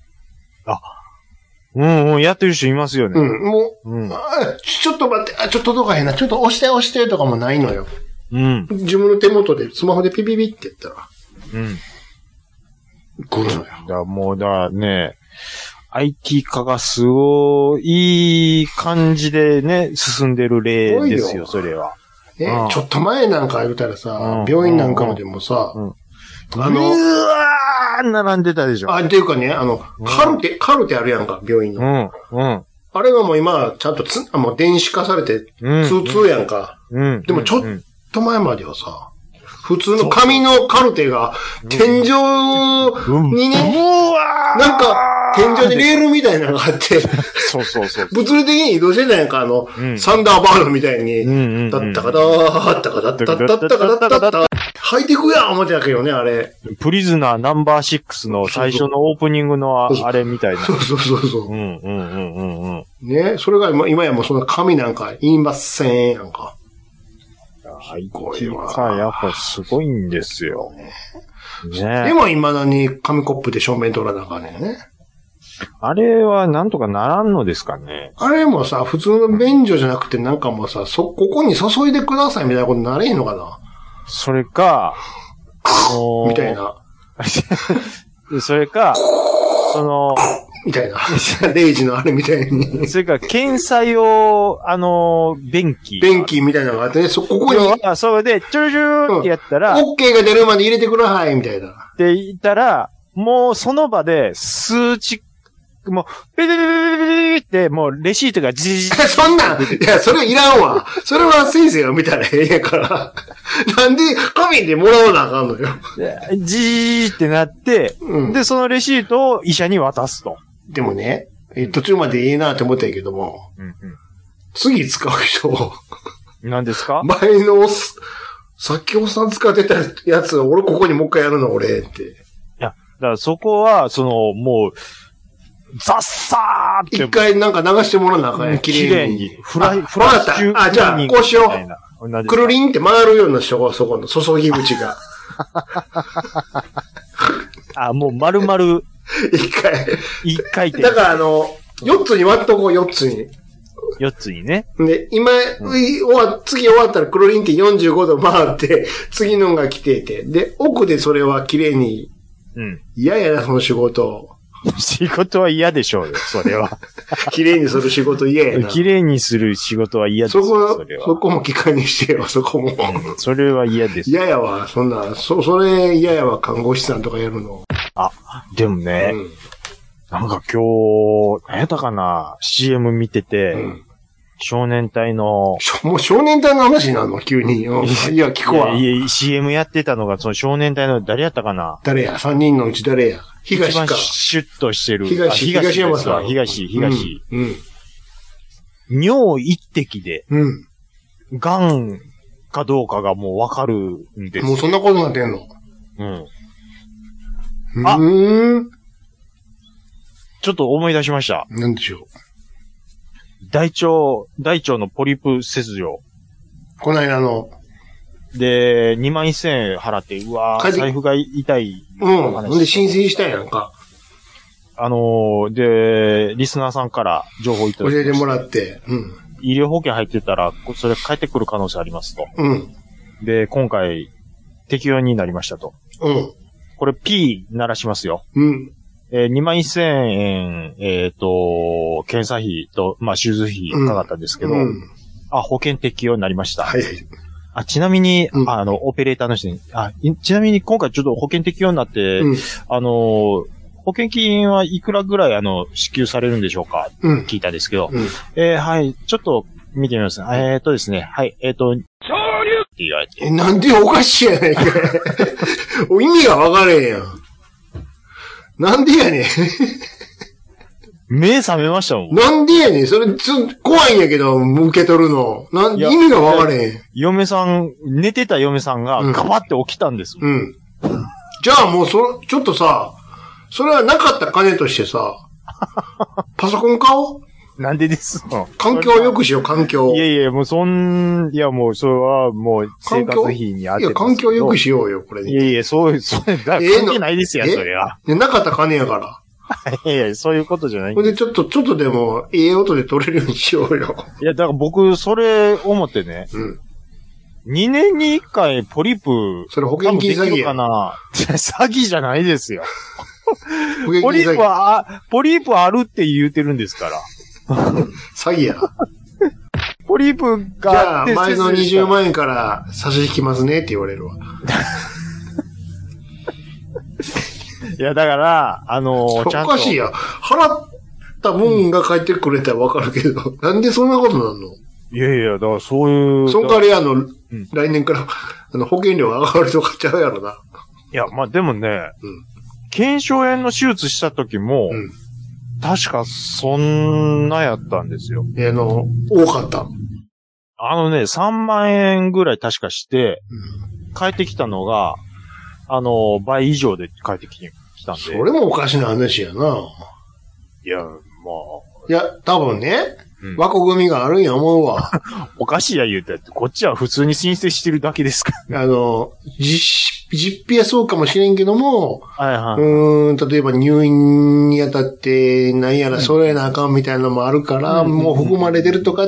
やってる人いますよね。 もう、ちょっと待って、ちょっと届かへんな、ちょっと押してとかもないのよ。自分の手元で、スマホでピピピってやったら。来るのよ。 もうね、IT 化がすごいいい感じでね、進んでる例ですよ、それは。 ちょっと前なんか言うたらさ、病院なんかでもさ、 うわー並んでたでしょ。 っていうかね、カルテあるやんか、病院の。あれがもう今、ちゃんともう電子化されて、通やんか。でもちょっと前まではさ、普通の紙のカルテが、天井にね、なんか、天井にレールみたいなのがあって、物理的に移動してたやんか、サンダーバードみたいに、だったかだーったかだったかだったかだったか、ハイテクやん思ってたけどね、あれ。 プリズナーナンバー6の最初のオープニングのあれみたいな。 そう。ね、それが今やもうそんな紙なんか言いませんやんか。 IT 化やっぱすごいんですよ。 でも未だに紙コップで正面取らなあかんねんね。 あれはなんとかならんのですかね。 あれもさ、普通の便所じゃなくてなんかもうさ、ここに注いでくださいみたいなことになれへんのかな。 それか、 みたいな。 それか、 みたいな。0時のあれみたいに。 それから、検査用、便器。 便器みたいなのがあってね、ここに。 それで、チュルチュルってやったら、 OK が出るまで入れてください、みたいな。 って言ったら、もうその場で、数値、もう、ペペペペペペって、もうレシートがジジジそんなん、いや、それいらんわ。それは先生が見たらええやから。なんで紙でもらわなあかんのよ。 ジジジってなって、で、そのレシートを医者に渡すと。 でもね、途中までいいなって思ったんやけども、次使う人。 何ですか？ 前のさっきおっさん使ってたやつを俺ここにもう一回やるの俺って。いや、だからそこは、もう、ザッサーって。 一回なんか流してもらわなあかんやん、綺麗に。 フラッシュ。 あ、じゃあ、こうしよう。くるりんって回るような人が、そこの注ぎ口が。 あ、もう丸々。一回転。 だから4つに割っとこう、4つに。 4つにね。 で、今、次終わったらくるりんって45度回って、次のが来てて。で、奥でそれは綺麗に。嫌やな、その仕事。 仕事は嫌でしょうよ、それは。 綺麗にする仕事嫌やな。 綺麗にする仕事は嫌ですよ、 そこも機械にしてよ、そこも。 それは嫌です。 嫌やわ、そんな、それ嫌やわ、看護師さんとかやるの。 あ、でもね、なんか今日、何やったかな、CM 見てて、少年隊の、 もう少年隊の話なの急に。いや、聞くわ。 いや、CM やってたのが、その少年隊の誰やったかな？ 誰や ?3 人のうち誰や？東か。 一番シュッとしてる。 東山さん。 東。尿一滴で、癌かどうかがもうわかるんです。 もうそんなことになってんの？ ちょっと思い出しました。 なんでしょう。 大腸のポリプ切除。 この間の。 で、21,000円払って、うわー、財布が痛い。 ほんで申請したんやんか。 で、リスナーさんから情報いただいて。 教えてもらって。 医療保険入ってたら、それ返ってくる可能性ありますと。で、今回、適用になりましたと。これ P 鳴らしますよ。21,000円、検査費と、手術費かかったんですけど、保険適用になりました。ちなみに、オペレーターの人に、ちなみに今回ちょっと保険適用になって、保険金はいくらぐらい支給されるんでしょうか、聞いたんですけど、はい、ちょっと見てみます。ですね、はい、って言われて。 なんでおかしいやないか。意味がわかれへんやん。なんでやねん。 目覚めましたもん。 なんでやねん。それ、怖いんやけど、受け取るの。意味がわかれへん。 寝てた嫁さんが、ガバって起きたんです。 じゃあもうちょっとさ、それはなかった金としてさ、パソコン買おう。 なんでですの？ 環境を良くしよう、環境。 いや、もうもうそれはもう生活費に当てます。 環境を良くしようよ、これに。 いや、それ、関係ないですよ、それは。 なかった金やから。 いや、そういうことじゃない。 ほんで、ちょっとでも、音で取れるようにしようよ。 いや、だから僕、それ思ってね。2年に1回ポリプ。 それ保険金詐欺や。 かな？詐欺じゃないですよ。ポリープあるって言うてるんですから。 詐欺や。 ポリープが。 じゃあ、前の20万円から差し引きますねって言われるわ。 いや、だから、ちゃんと。 おかしいや。払った分が返ってくれたらわかるけど、なんでそんなことなんの？ いや、だからそういう。 その代わり来年から保険料が上がるとかちゃうやろな。 いや、でもね、腱鞘炎の手術した時も、確かそんなやったんですよ。 多かった。 3万円ぐらい確かして、帰ってきたのが、倍以上で帰ってきたんで。 それもおかしな話やな。 いや、 いや、多分ね、枠組みがあるんや思うわ。 おかしいや言うて、こっちは普通に申請してるだけですから。 実費はそうかもしれんけども、例えば入院にあたって、何やらそれなあかんみたいなのもあるから、もう含まれてるとか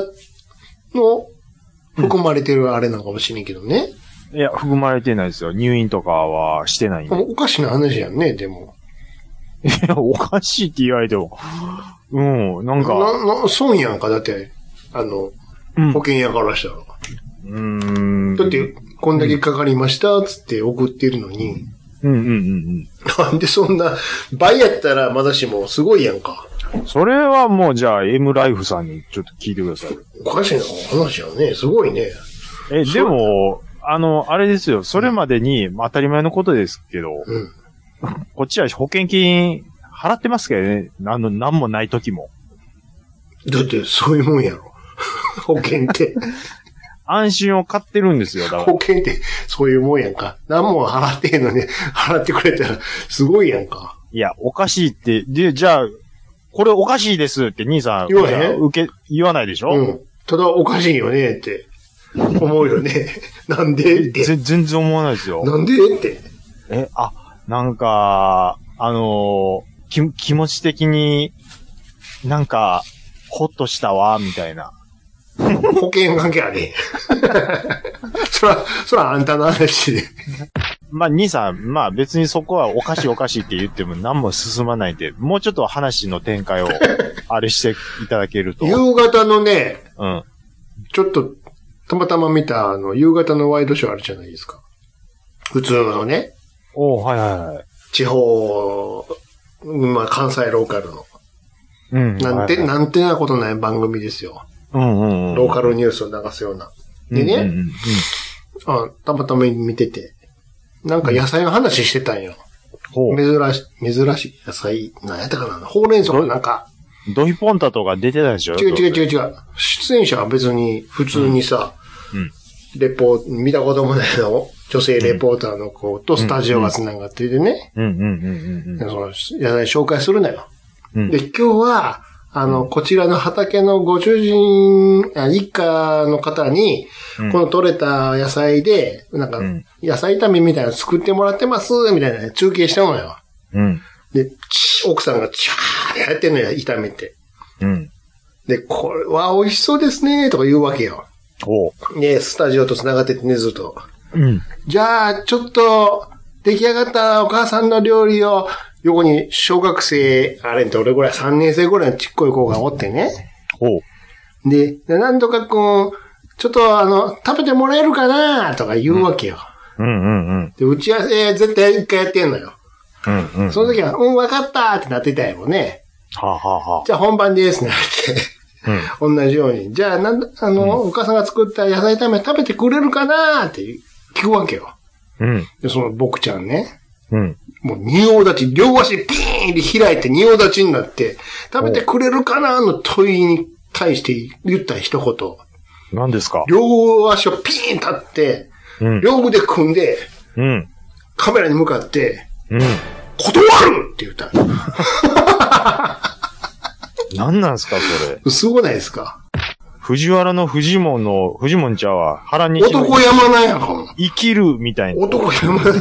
含まれてるあれなのかもしれんけどね。 いや、含まれてないですよ。入院とかはしてないんで。 おかしな話やんね、でも。 いや、おかしいって言われても。うん、なんか。 損やんか、だって、保険屋からしたら。だって、こんだけかかりました、つって送ってるのに。なんでそんな、倍やったらまだしもすごいやんか。 それはもうじゃあ、M ライフさんにちょっと聞いてください。 おかしいな話やね。すごいね。 でも、あれですよ。それまでに、当たり前のことですけど、こっちは保険金払ってますけどね。なんもない時も。 だってそういうもんやろ。保険って。 安心を買ってるんですよ。だから保険ってそういうもんやんか。何も払ってへんのに払ってくれたらすごいやんか。 いや、おかしいって、じゃあ、これおかしいですって兄さん、言わないでしょ？ ただおかしいよねって思うよね。なんでって。 全然思わないですよ。 なんでって。 なんか、気持ち的に、なんか、ほっとしたわ、みたいな。 保険関係あれ。そらあんたの話で。 兄さん、別にそこはおかしいって言っても何も進まないんで、もうちょっと話の展開を、あれしていただけると。 夕方のね、ちょっと、たまたま見た夕方のワイドショーあるじゃないですか。普通のね。地方、関西ローカルの。なんてなことない番組ですよ。ローカルニュースを流すような。でね、たまたま見てて、なんか野菜の話してたんよ。珍しい野菜、何やったかな、ほうれん草かなんか。 ドヒポンタとか出てたでしょ？ 違う。出演者は別に普通にさ、見たこともないの女性レポーターの子とスタジオが繋がっていてね。その野菜紹介するのよ。で、今日は、こちらの畑のご主人、一家の方に、この採れた野菜で、なんか、野菜炒めみたいなの作ってもらってます、みたいな中継したのよ。で、奥さんがチャーってやってんのよ、炒めて。で、これは美味しそうですね、とか言うわけよ。で、スタジオと繋がっててね、ずっと。じゃあ、ちょっと、出来上がったお母さんの料理を、横に小学生、あれって俺ぐらい3年生ぐらいのちっこい子がおってね。で、なんとか君、ちょっと食べてもらえるかなとか言うわけよ。で、打ち合わせ絶対一回やってんのよ。その時は、わかったってなってたよね。じゃあ本番ですねって。同じように。じゃあ、お母さんが作った野菜炒め食べてくれるかなって聞くわけよ。で、その僕ちゃんね。もう仁王立ち、両足ピーンって開いて仁王立ちになって、食べてくれるかなの問いに対して言った一言。 何ですか？ 両足をピーン立って、両腕組んで、カメラに向かって、断るって言った。 何なんですか、それ。 すごないですか？ 藤原のフジモンちゃんは腹に。 男山なんやか。 生きるみたいな。 男山な。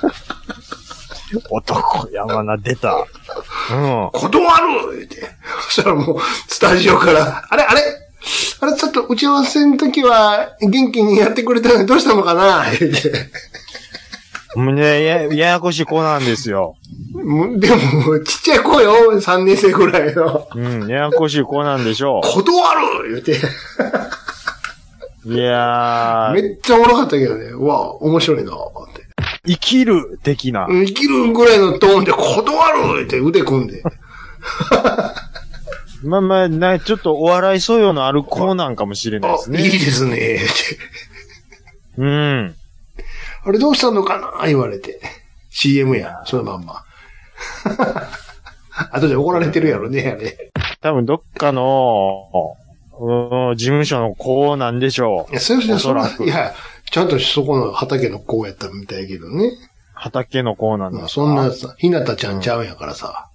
男山な、出た。 断る言って。そしたらもう、スタジオから、あれちょっと打ち合わせの時は元気にやってくれたのにどうしたのかな言って。 もうね、ややこしい子なんですよ。 でも、ちっちゃい子よ、3年生ぐらいの。 ややこしい子なんでしょう。 断る言って。 いやめっちゃおもろかったけどね。うわ、面白いなって。 生きる的な。 生きるぐらいのトーンで断るって腕組んで。 ちょっとお笑い素養のある子なんかもしれないですね。 いいですねって。あれどうしたのかな言われて。CM や、そのまんま。後で怒られてるやろね、あれ。 多分どっかの、事務所の子なんでしょう。 いや、そうですね、いや、ちゃんとそこの畑の子やったみたいけどね。 畑の子なんだ。 そんなさ、ひなたちゃんちゃうんやからさ。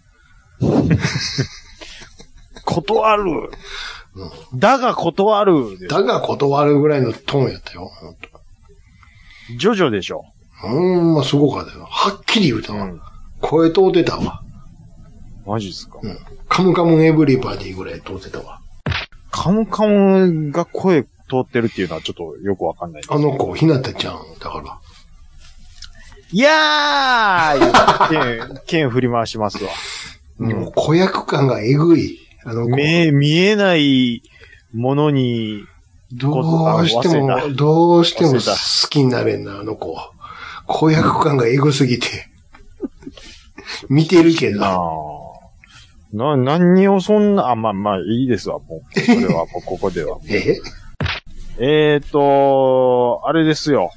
断る。だが断る。 だが断るぐらいのトーンやったよ。 ジョジョでしょ。 すごかったよ。はっきり言うたわ。声通ってたわ。 マジっすか？ カムカムエブリバディぐらい通ってたわ。 カムカムが声通ってるっていうのはちょっとよくわかんない。 あの子、ひなたちゃんだから。 いやー剣振り回しますわ。 もう子役感がえぐい。 見えないものに、 どうしても好きになれんな、あの子。子役感がエゴすぎて。見てるけど。 何をそんな、まあ、いいですわ、もう。それは、もう、ここでは。あれですよ。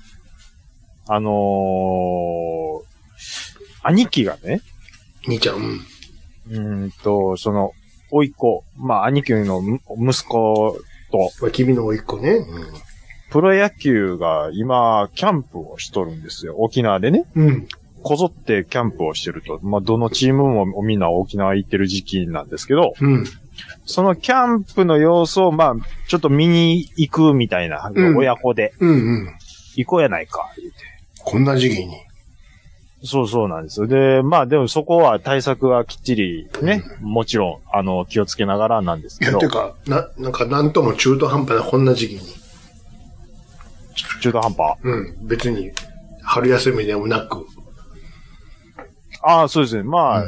兄貴がね。 兄ちゃん。 その、甥っ子。まあ、兄貴の息子と。 君の甥っ子ね。 プロ野球が今、キャンプをしとるんですよ。沖縄でね。こぞってキャンプをしてると。まあ、どのチームもみんな沖縄行ってる時期なんですけど。そのキャンプの様子を、まあ、ちょっと見に行くみたいな、親子で。行こうやないか、言うて。 こんな時期に。 そうなんですよ。で、まあでもそこは対策はきっちりね、もちろん、気をつけながらなんですけど。 いや、てか、なんとも中途半端なこんな時期に。 中途半端？ 別に、春休みでもなく。 ああ、そうですね。まあ、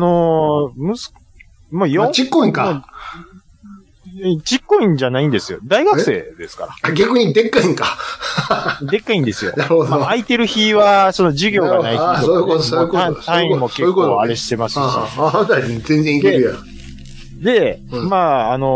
ちっこいんか。 ちっこいんじゃないんですよ。大学生ですから。 逆にでっかいんか。 でっかいんですよ。 なるほど。 まあ、空いてる日は、その授業がない日とか、ね。 そういうこと。 単位も結構あれしてますし。 全然いけるやん。で、まあ、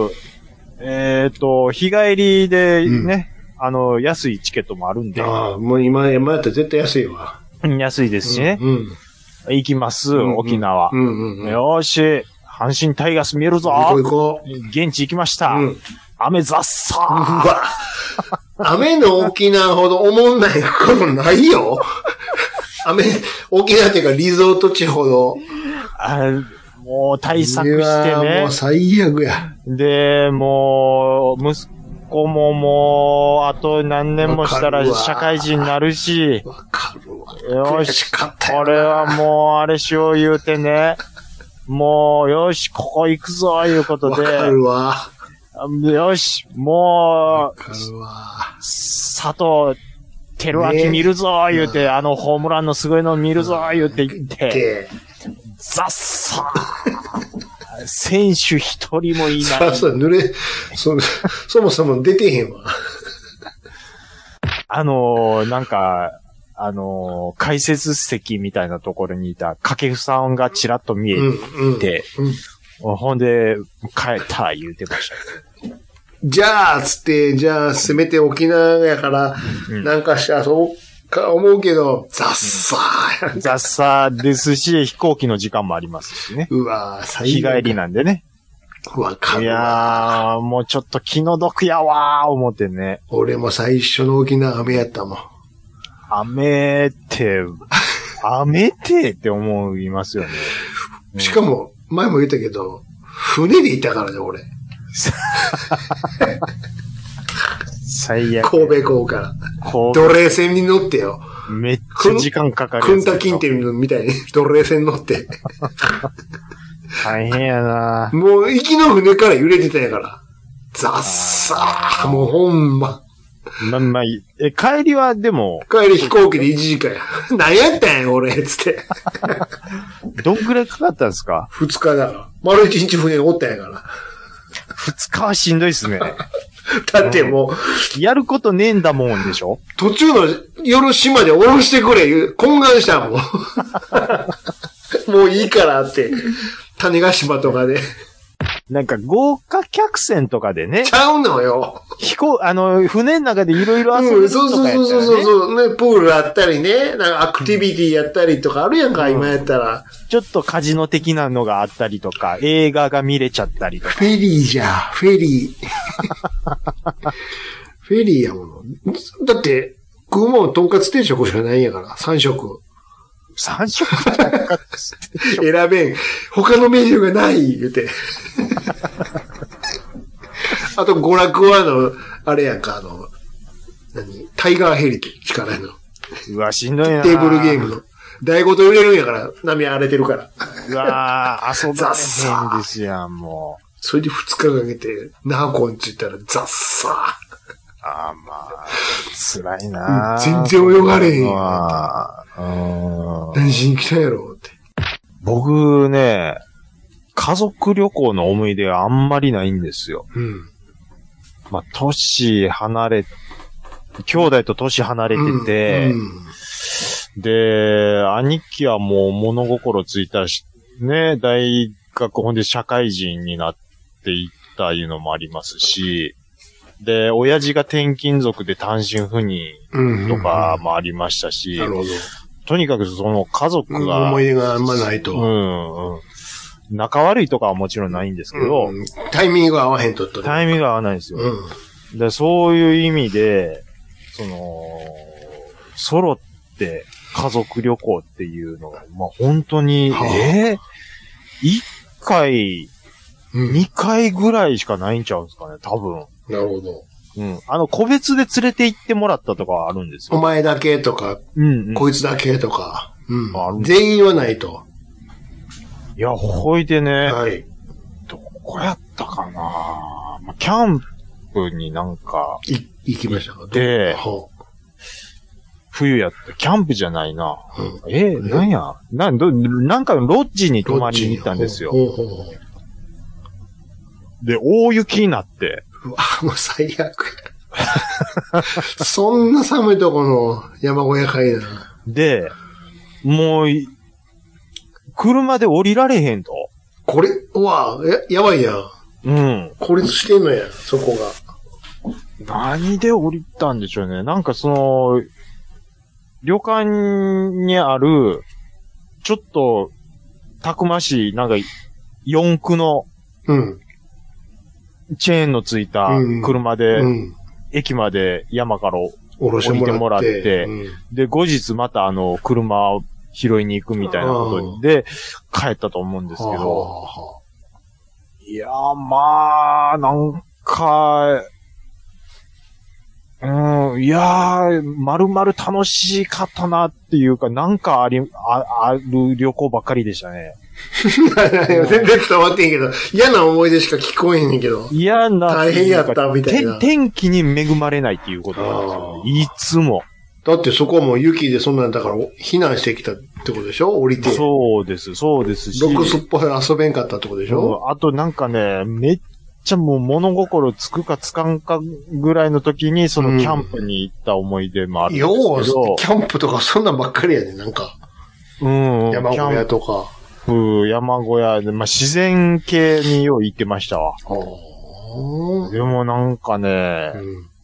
日帰りでね、安いチケットもあるんで。 もう今やったら絶対安いわ。 安いですしね。行きます、沖縄。よーし。阪神タイガース見えるぞ。 行こう。 現地行きました。雨ザッサー。雨の沖縄ほど思んないことないよ。沖縄っていうかリゾート地ほど。 もう対策してね。 もう最悪や。 で、もう、息子ももう、あと何年もしたら社会人になるし。 わかるわ。 よし、これはもう、あれしよう言うてね。もう、よし、ここ行くぞ、いうことで。 わかるわ。 よし、もう、わかるわ。 佐藤輝明見るぞ、言うて、ホームランのすごいの見るぞ、言うて言って、ザッサー選手一人もいない。 そもそも出てへんわ。 なんか、解説席みたいなところにいた掛布さんがちらっと見えて、ほんで、帰った言うてました。 じゃあ、せめて沖縄やから、なんかして遊ぼうか思うけど、ザッサー。 ザッサーですし、飛行機の時間もありますしね。 うわぁ、最悪。日帰りなんでね。 わかるわ。 いやー、もうちょっと気の毒やわー、思ってね。 俺も最初の沖縄雨やったもん。 雨って思いますよね。 しかも、前も言ったけど、船で行ったからね、俺。 最悪。 神戸港から。奴隷船に乗ってよ。 めっちゃ時間かかる。 くんた近辺みたいに奴隷船乗って。 大変やな。 もう行きの船から揺れてたんやから。ザッサー。もうほんま。 帰りはでも。 帰り飛行機で1時間や。何やったんや、俺、つって。 どんくらいかかったんですか ？2日だから。丸1日船におったんやから。 2日はしんどいっすね。 だってもう、やることねえんだもんでしょ？ 途中の夜島で降ろしてくれ、懇願したもん。もういいからって。種子島とかで。 なんか豪華客船とかでね。 ちゃうのよ。 船の中でいろいろ遊ぶとかやったら、ね。 そうね。プールあったりね。なんかアクティビティやったりとかあるやんか、今やったら。 ちょっとカジノ的なのがあったりとか、映画が見れちゃったりとか。 フェリーじゃ、フェリー。フェリーやもの。だって、食うもんとんかつ定食しかないんやから、3食。 3食選べん。他のメニューがない、言うて。あと、娯楽はあれやんか、タイガーヘリしかないの。 うわ、しんどいな。 テーブルゲームの。台ごと入れるんやから、波荒れてるから。 うわー、遊ばれへんですやん、もう。 それで2日かけて、那覇港に着いたらザッサあ、まあ、辛いな。 全然泳がれへんよ。何しに来たんやろって。 僕ね、家族旅行の思い出はあんまりないんですよ。 うん。 まあ、兄弟と年離れてて、で、兄貴はもう物心ついたし、ね、大学ほんで社会人になっていったいうのもありますし、で、親父が転勤族で単身赴任とかもありましたし、 なるほど。 とにかくその家族が、 思い出があんまないと。 仲悪いとかはもちろんないんですけど、 タイミングが合わへんとって。 タイミングが合わないんですよ。でそういう意味で、揃って家族旅行っていうのが、まあ、本当に、1回、2回ぐらいしかないんちゃうんですかね、多分。 なるほど。 個別で連れて行ってもらったとかはあるんですよ。 お前だけとか、こいつだけとか、全員はないと。 いや、ほいでね、 はい。 どこやったかな、まあ、キャンプになんか、 行きましたかで、冬やった。キャンプじゃないな。なんやなんかロッジに泊まりに行ったんですよ。で、大雪になって。 うわ、もう最悪や。そんな寒いとこの山小屋かいな。 で、もう、車で降りられへんと。 これ、やばいやん。孤立してんのや、そこが。何で降りたんでしょうね。なんか旅館にある、ちょっと、たくましい、なんか、四駆の、チェーンのついた車で、駅まで山から降りてもらって、で、後日また車を拾いに行くみたいなことで、帰ったと思うんですけど、いやー、まあ、なんか、いやー、まるまる楽しかったなっていうか、なんかある旅行ばっかりでしたね。 全然伝わってんけど、嫌な思い出しか聞こえへんねんけど。 嫌な。 大変やったみたいな。 天気に恵まれないっていうことなんですよ。いつも。 だってそこはもう雪でそんなんだから避難してきたってことでしょ降りて。 そうですし。 ロックスっぽい遊べんかったってことでしょあとなんかね、めっちゃもう物心つくかつかんかぐらいの時にそのキャンプに行った思い出もあるんですけど。 キャンプとかそんなんばっかりやねなんか。山小屋とか。 山小屋で、まあ、自然系によう行ってましたわ。でもなんかね、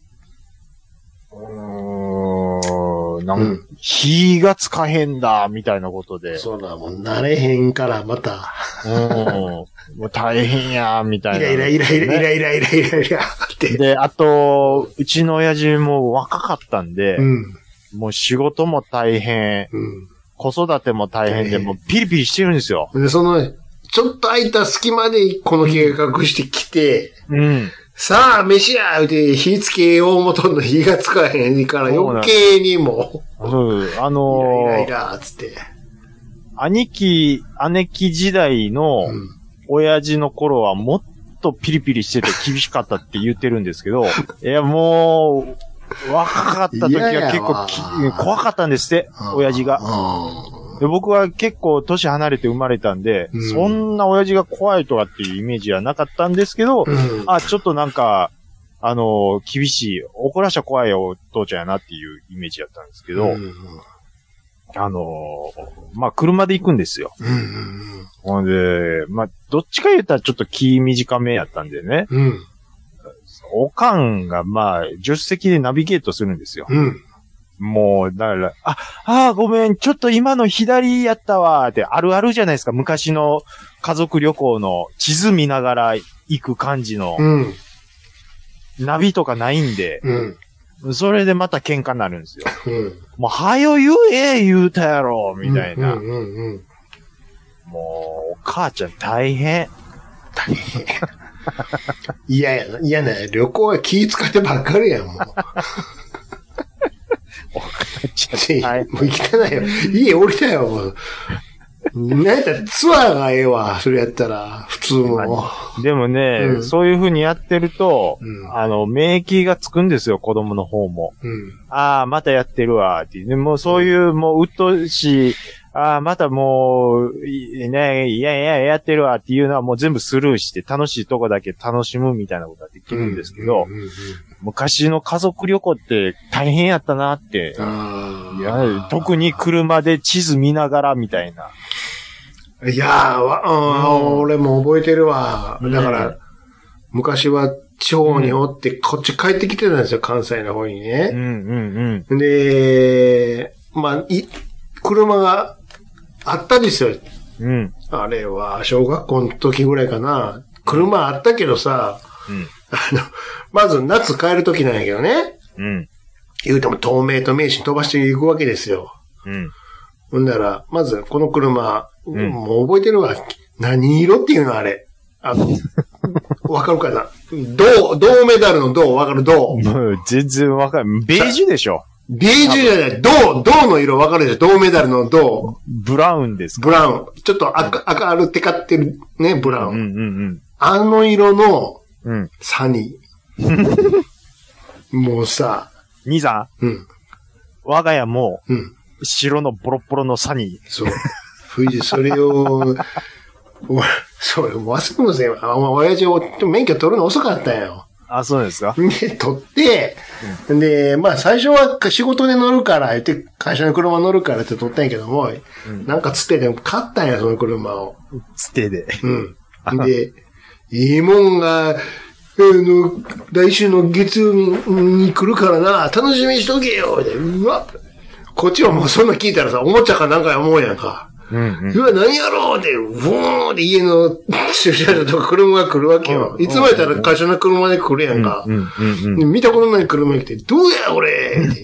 火がつかへんだ、みたいなことで。 そうだ、もう慣れへんから、また。 もう大変や、みたいな、 イライラって。 で、あと、うちの親父も若かったんで、もう仕事も大変。子育ても大変で、もうピリピリしてるんですよ。 で、ちょっと空いた隙間でこの計画してきて、さあ、飯やで火つけようもとんの火がつかへんから余計にもイライラつって。 姉貴時代の親父の頃はもっとピリピリしてて厳しかったって言ってるんですけど、いやもう、若かった時は結構怖かったんですって、親父が。で僕は結構年離れて生まれたんで、そんな親父が怖いとかっていうイメージはなかったんですけど、ちょっとなんか、厳しい、怒らしゃ怖いお父ちゃんやなっていうイメージだったんですけど、まあ、車で行くんですよ。ほんで、まあ、どっちか言ったらちょっと気短めやったんでね。おかんが、まあ、助手席でナビゲートするんですよ。もう、だから、ごめん、ちょっと今の左やったわ、ってあるあるじゃないですか。昔の家族旅行の地図見ながら行く感じの。ナビとかないんで。それでまた喧嘩になるんですよ。もう、はよ言うたやろ、みたいな。もう、お母ちゃん大変。 嫌な、旅行は気使ってばっかりやん、もう。 お母ちゃんもう行きたないよ。家降りたよ、もう。 なんやったらツアーがええわ、それやったら、普通の。 でもね、そういう風にやってると、免疫がつくんですよ、子供の方も。ああ、またやってるわ、っていう。でもうそういう、もう、うっとしい、ああ、またもう、ね、いや、やってるわ、っていうのはもう全部スルーして、楽しいとこだけ楽しむみたいなことができるんですけど、昔の家族旅行って大変やったなって。いや、特に車で地図見ながらみたいな。 いやー、俺も覚えてるわ。だから、昔は地方におって、こっち帰ってきてたんですよ、関西の方にね。で、まあ、車があったですよ。あれは、小学校の時ぐらいかな。車あったけどさ、まず夏帰る時なんやけどね。言うても東名と名神飛ばしていくわけですよ。ほんなら、まずこの車、もう覚えてるわ。何色っていうのあれ。わかるかな？銅メダルの銅、わかる銅。 全然わかる。ベージュでしょ。 ベージュじゃない、銅の色わかるでしょ、銅メダルの銅。 ブラウンですか？ ブラウン。ちょっと赤るってかってるね、ブラウン。あの色の、サニー。もうさ。 兄さん。我が家も、白のボロボロのサニー。 そう。それを、それ忘れませんわ。親父免許取るの遅かったんよ。 あ、そうですか？ で、取って、で、まあ最初は仕事で乗るから、会社の車乗るからって取ったんやけども、なんかつてで買ったんや、その車を。 つてで。 で、いいもんが、来週の月曜日に来るからな、楽しみにしとけよ。うわ、こっちはもうそんな聞いたらさ、おもちゃかなんか思うやんか。うわ、何やろうって、ブーンって家の駐車場とか車が来るわけよ。いつもやったら会社の車で来るやんか。見たことない車に来て、どうや、これって。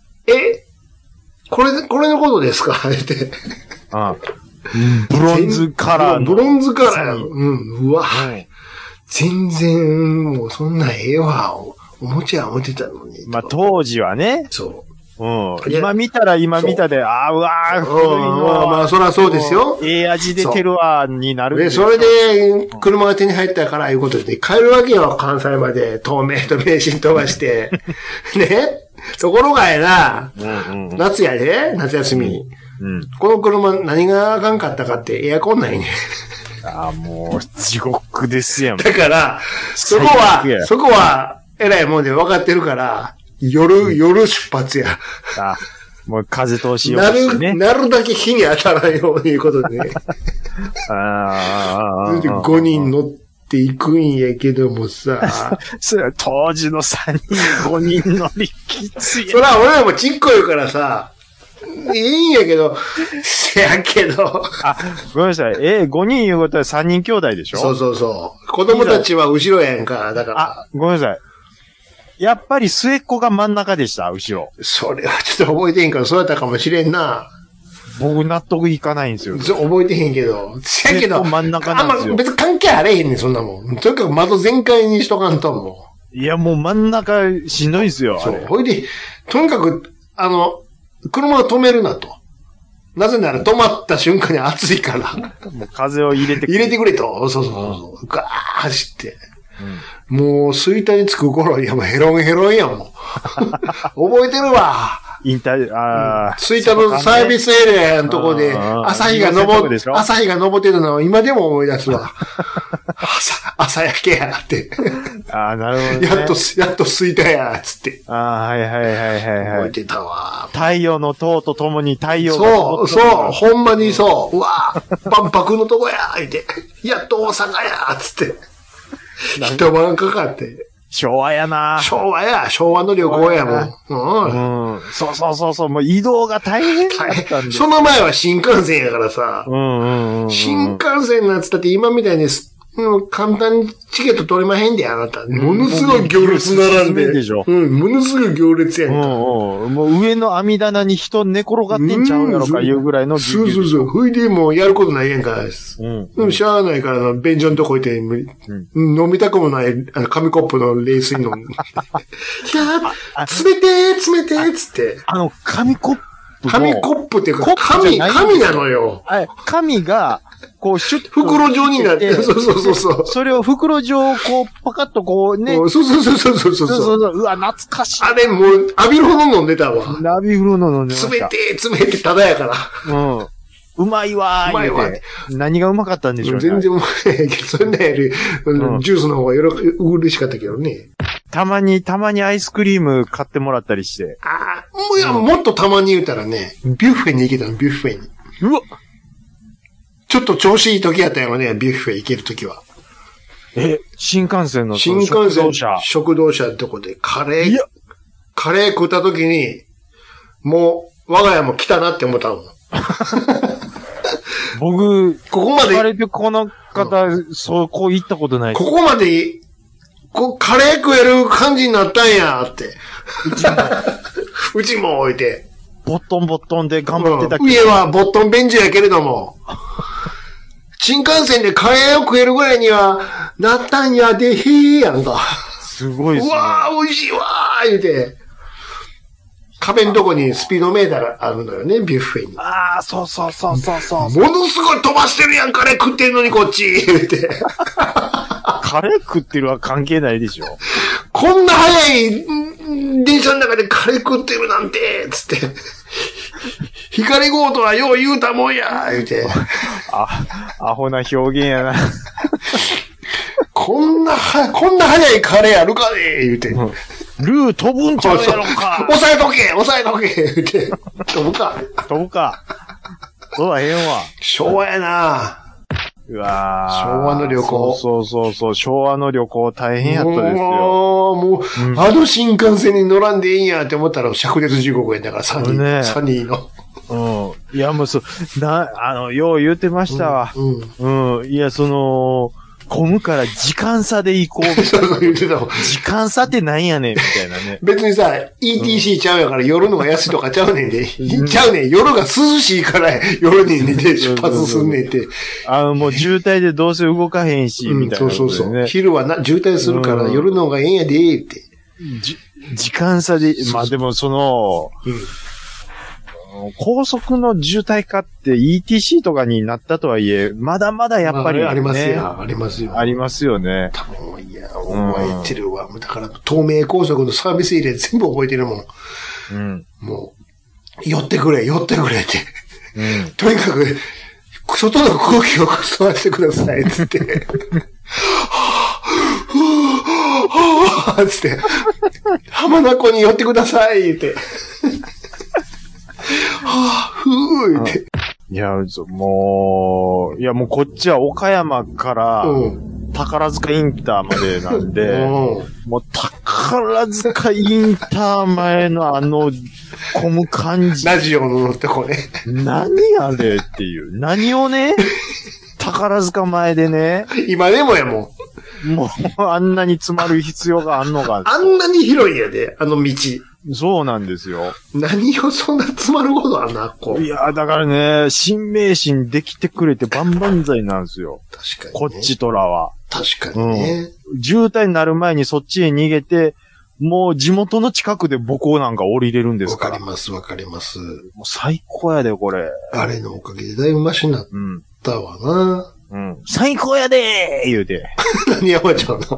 これのことですかって。 ブロンズカラーの。 ブロンズカラー。うわ。全然、もうそんなええわ。おもちゃ思ってたのに。 まあ当時はね。 そう。 今見たら今見たで、ああ、うわー、古いの。 まあ、そらそうですよ。 味出てるわ、になる。 で、それで、車が手に入ったからいうことで、帰るわけよ、関西まで、東名と名神飛ばして。ね。ところがやな、夏やで、夏休み。この車、何があかんかったかって、エアコンないね。 ああ、もう、地獄ですやん。 だから、そこは、偉いもんで分かってるから、夜出発や。 もう風通しよくしてね。 なるだけ火に当たらんようにいうことでね。5人乗っていくんやけどもさ。 それは当時の3人、5人乗りきつい。 そら俺らもちっこいからさ、いいんやけど、せやけど。 ごめんなさい。5人いうことは3人兄弟でしょ？ そう。子供たちは後ろやんか、だから。 ごめんなさい。やっぱり末っ子が真ん中でした、後ろ。 それはちょっと覚えてへんから、そうやったかもしれんな。 僕納得いかないんですよ。 覚えてへんけど。せやけど、 真ん中なんですよ。 別に関係あれへんねん、そんなもん。とにかく窓全開にしとかんともう。いや、もう真ん中しんどいんですよ。 そう。ほいで、とにかく、車を止めるなと。なぜなら止まった瞬間に暑いから。 もう風を入れてくれと。そう。ガーッ走って。もう、吹田に着く頃、いやもうヘロンヘロンやもん。覚えてるわ。吹田のサービスエリアのとこで、朝日が昇ってたのを今でも思い出すわ。朝焼けやって。 なるほど、ね。 やっと吹田や、つって。 はい。 覚えてたわ。 太陽の塔とともに太陽がそう、ほんまにそう。うわ万博のとこや、言って。やっと大阪や、つって。一晩かかって。 昭和やな。 昭和の旅行やもん。 そう。もう移動が大変だったんで。 その前は新幹線やからさ。新幹線なんつったって今みたいに簡単にチケット取れまへんで、あなた。ものすごい行列並んで。ものすごい行列やんか。 もう上の網棚に人寝転がってんちゃうやろかいうぐらいのそう。ほいでもうやることないやんか。しゃあないから便所のとこ行って、飲みたくもない紙コップの冷水飲んで。いや冷てーつって。 紙コップの。 紙コップっていうか、紙なのよ。 紙が、こう、シュッと。 袋状になって、そう。 それを袋状をこう、パカッとこうね。 そう。 うわ、懐かしい。 あれもう、浴びるほど飲んでたわ。 浴びるほど飲んでました。 詰めて、ただやから。 うん。うまいわー。うまいわー。何がうまかったんでしょうね。 全然うまいけど、そんなより、ジュースの方が嬉しかったけどね。 たまにアイスクリーム買ってもらったりして。 もっとたまに言うたらね、ビュッフェに行けたの、ビュッフェに。 うわちょっと調子いい時やったよね、ビュッフェ行ける時は。 新幹線の食堂車のとこでカレー食った時に、もう、我が家も来たなって思ったの。 僕、 ここまで。 この方、そこ行ったことない。 ここまで、カレー食える感じになったんやって。うちも置いて。 ボットンで頑張ってたけど。 上はボットンベンチやけれども。新幹線でカレーを食えるぐらいにはなったんやでへーやんか。 すごいっすね。 うわー、美味しいわー言うて。壁のとこにスピードメーターがあるのよね、ビュッフェに。 ああ、そう。ものすごい飛ばしてるやん、カレー食ってるのにこっち言うて。 カレー食ってるは関係ないでしょ。 こんな早い電車の中でカレー食ってるなんて、つって。光強盗はよう言うたもんや、言うて。 アホな表現やな。 こんな早いカレーあるかね言うて。 ルー飛ぶんちゃうやろか。 押さえとけ言うて。飛ぶか。 そうはへんわ。 昭和やな。 うわー。 昭和の旅行。 そう。昭和の旅行大変やったですよ。 もう、あの新幹線に乗らんでいいんやって思ったら、灼熱地獄やんだから、サニーの。 いや、もうよう言うてましたわ。いや、混むから時間差で行こう。 そう言ってたもん。 時間差ってなんやねん、みたいなね。 別にさ、ETC ちゃうやから夜のが安いとかちゃうねんで。ちゃうねん。夜が涼しいから夜に寝て出発すんねんって。 もう渋滞でどうせ動かへんし、みたいな、ね。そう。 昼は渋滞するから夜の方がええんやで、って。 時間差で、まあでも高速の渋滞化って ETC とかになったとはいえ、まだまだやっぱり、ね、 ありますよ。 ありますよね。 多分、いや、覚えてるわ。だから、東名高速のサービスエリア全部覚えてるもん。もう、寄ってくれって。とにかく、外の空気を吸わせてください、つって。つって、浜名湖に寄ってください、って。 いや、もうこっちは岡山から、宝塚インターまでなんで、もう宝塚インター前の混む感じ。 ラジオのとこね。 何あれっていう。何をね、宝塚前でね。 今でもやもん。もうあんなに詰まる必要があんのか。 あんなに広いんやで、あの道。 そうなんですよ。 何をそんな詰まることあんな、 いや、だからね、新名神できてくれて万々歳なんですよ。 確かに、ね。 こっちとらは。 確かにね。 渋滞になる前にそっちへ逃げて、もう地元の近くで母校なんか降りれるんですから。 わかります。 もう最高やで、これ。 あれのおかげでだいぶマシになったわな。 最高やでー言うて。 何山ちゃんの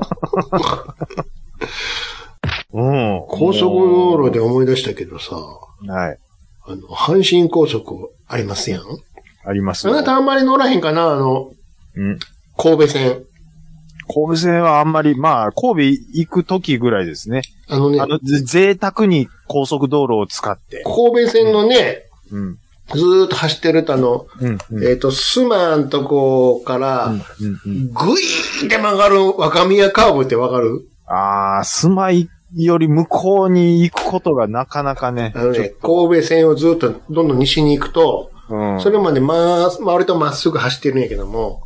高速道路で思い出したけどさ。 はい。 阪神高速ありますやん。 あります。 あなたあんまり乗らへんかな神戸線。 神戸線はあんまり、まあ、神戸行く時ぐらいですね。贅沢に高速道路を使って。 神戸線のね、ずーっと走ってるとスマンとこから、ぐいーって曲がる若宮カーブってわかる？ スマイより向こうに行くことがなかなかね。 神戸線をずっとどんどん西に行くと、それまで割とまっすぐ走ってるんやけども、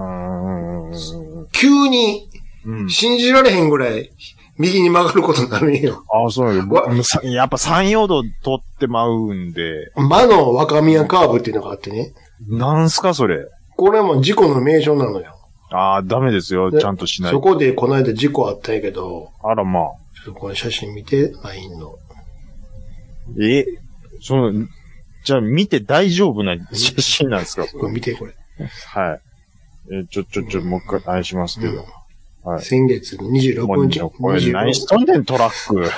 急に、信じられへんぐらい、右に曲がることになるんよ。 そうよ。やっぱ山陽道取ってまうんで。 魔の若宮カーブっていうのがあってね。 なんすか、それ。 これも事故の名所なのよ。 ダメですよ。ちゃんとしないと。 そこでこの間事故あったんやけど。 あらまあ。 この写真見て、LINE の。 じゃあ見て大丈夫な写真なんですか？ これ見て、これ。 はい。もう一回お願いしますけど。 はい。先月の26日。 これ何しとんねん、トラック。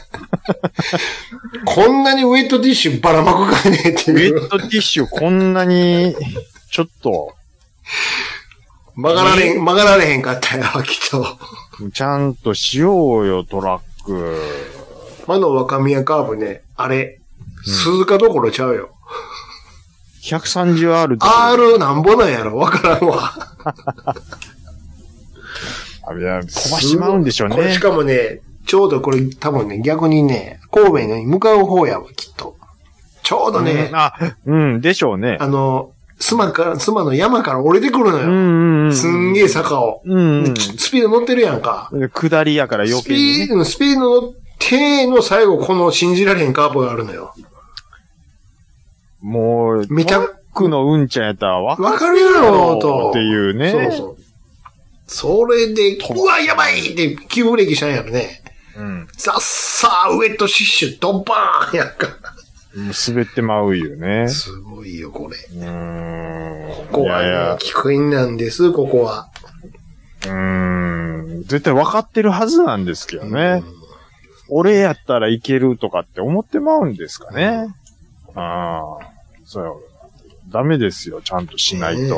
こんなにウェットティッシュばらまくかねっていう。 ウェットティッシュこんなに、ちょっと。 曲がられへんかったよ、きっと。 ちゃんとしようよ、トラック。 魔の若宮カーブね、あれ、鈴鹿どころちゃうよ。 130R。 R なんぼなんやろ、わからんわ。 いや、飛ばしまうんでしょうね。 これしかもね、ちょうどこれ多分ね、逆にね、神戸に向かう方やわ、きっと。ちょうどね。 でしょうね。 妻の山から降りてくるのよ。すんげえ坂を。スピード乗ってるやんか。 下りやから余計に、ね。 スピード乗っての最後、この信じられへんカーブがあるのよ。 もう、トラックのうんちゃんやったらわかるやろ、と。 っていうね。 そうそう。それで、うわ、やばいって急ブレーキしたんやろね。さっさー、ウェットシッシュ、ドンバーンやんか。 滑ってまうよね。 すごいよ、これ。ここはね、危険なんです、ここは。 絶対分かってるはずなんですけどね。俺やったらいけるとかって思ってまうんですかね。そう。ダメですよ、ちゃんとしないと。いや。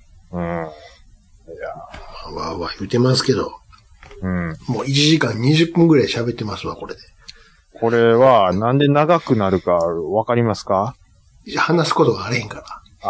わーわー言ってますけど。もう1時間20分ぐらい喋ってますわ、これで。 これは、なんで長くなるかわかりますか？ 話すことがあれへんから。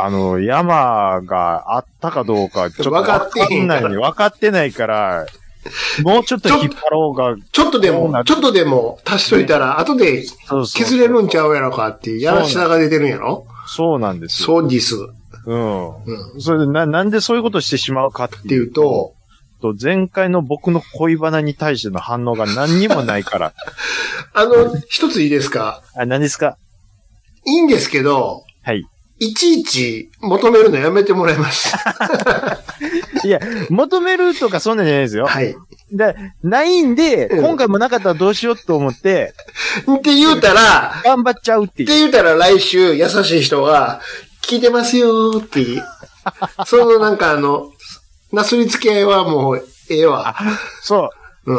山があったかどうか、ちょっと分かってないから、もうちょっと引っ張ろうが。 ちょっとでも足しといたら、後で削れるんちゃうやろかっていうやらしさが出てるんやろ？ そうなんですよ。 そうです。 それでなんでそういうことしてしまうかっていうと、前回の僕の恋バナに対しての反応が何にもないから。 一ついいですか？ 何ですか？ いいんですけど、 はい。 いちいち求めるのやめてもらいます。 いや、求めるとかそんなんじゃないですよ。 はい。 ないんで、今回もなかったらどうしようと思って、 って言うたら、 頑張っちゃうっていう。 って言うたら来週優しい人が、聞いてますよーっていう。なんかなすりつけはもう、ええわ。 そう。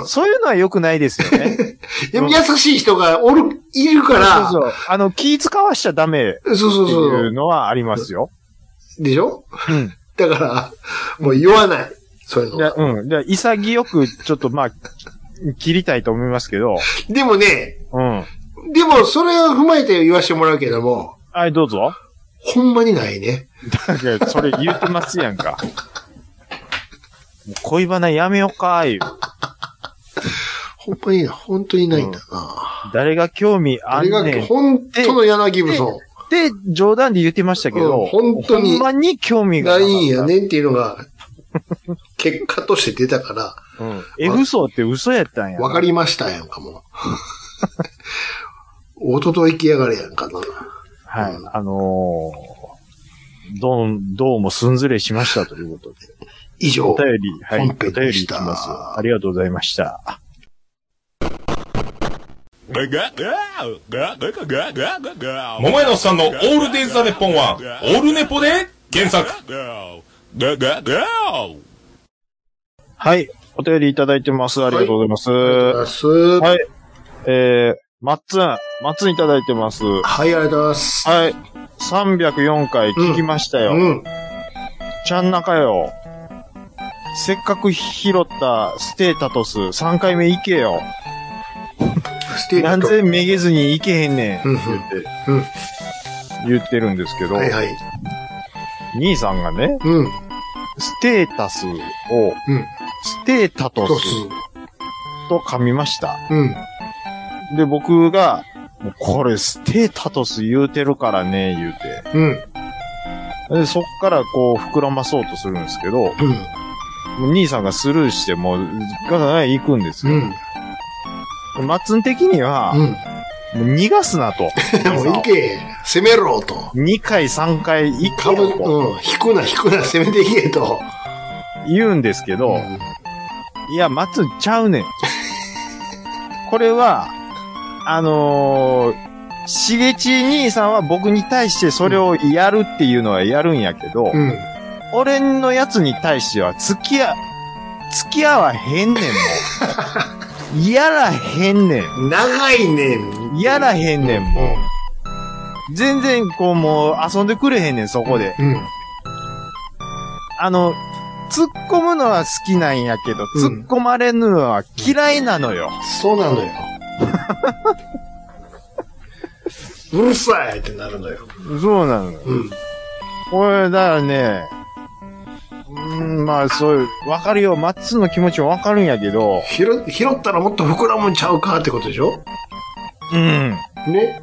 そういうのは良くないですよね。 でも優しい人がいるから。 そう。気使わしちゃダメ。っていうのはありますよ。 でしょ？だから、もう言わない。そういうの。 潔く、ちょっと切りたいと思いますけど。 でもね。でも、それを踏まえて言わせてもらうけども。 はい、どうぞ。 ほんまにないね。 だから、それ言ってますやんか。恋バナやめようかーいう。 本当にないんだな。 誰が興味あんねん。誰が本当の柳ブソン。 で、冗談で言ってましたけど、 本当に。 ほんまに興味がないんやねっていうのが、結果として出たから。 F 層って嘘やったんや。 わかりましたやんかも。おととい来やがれやんかな。 はい。どうもすんずれしましたということで。 以上。 お便り、はい。お便りいきます。ありがとうございました。 桃屋のおっさんのオールデイズ・ザ・ネッポンは、オールネポで原作。 はい。お便りいただいてます。ありがとうございます。はい。マッツンいただいてます。 はい、ありがとうございます。 はい。304回聞きましたよ。ちゃんなかよ。せっかく拾ったステータトス3回目行けよ。なんでめげずに行けへんねん。言ってるんですけど。 はいはい。 兄さんがね、ステータスを、ステータトスと噛みました。で、僕が、もうこれステータトス言うてるからね、言うて。で、そっからこう膨らまそうとするんですけど、兄さんがスルーしてもう、ガガガ行くんですよ。マッツン的には、もう逃がすなと。 もう行け、攻めろと。 2回3回行けよと。 引くな、攻めていけと。 言うんですけど、いや、マッツンちゃうねん。これは、 しげち兄さんは僕に対してそれをやるっていうのはやるんやけど、俺のやつに対しては付き合わへんねんもん。やらへんねん。 長いねん。 やらへんねんもん。全然こうもう遊んでくれへんねん、そこで。突っ込むのは好きなんやけど、突っ込まれるのは嫌いなのよ。 そうなのよ。うるさいってなるのよ。 そうなのよ。これ、だからね、まあそういう、わかるよ。マッツンの気持ちもわかるんやけど。 拾ったらもっと膨らむんちゃうかってことでしょ？ね？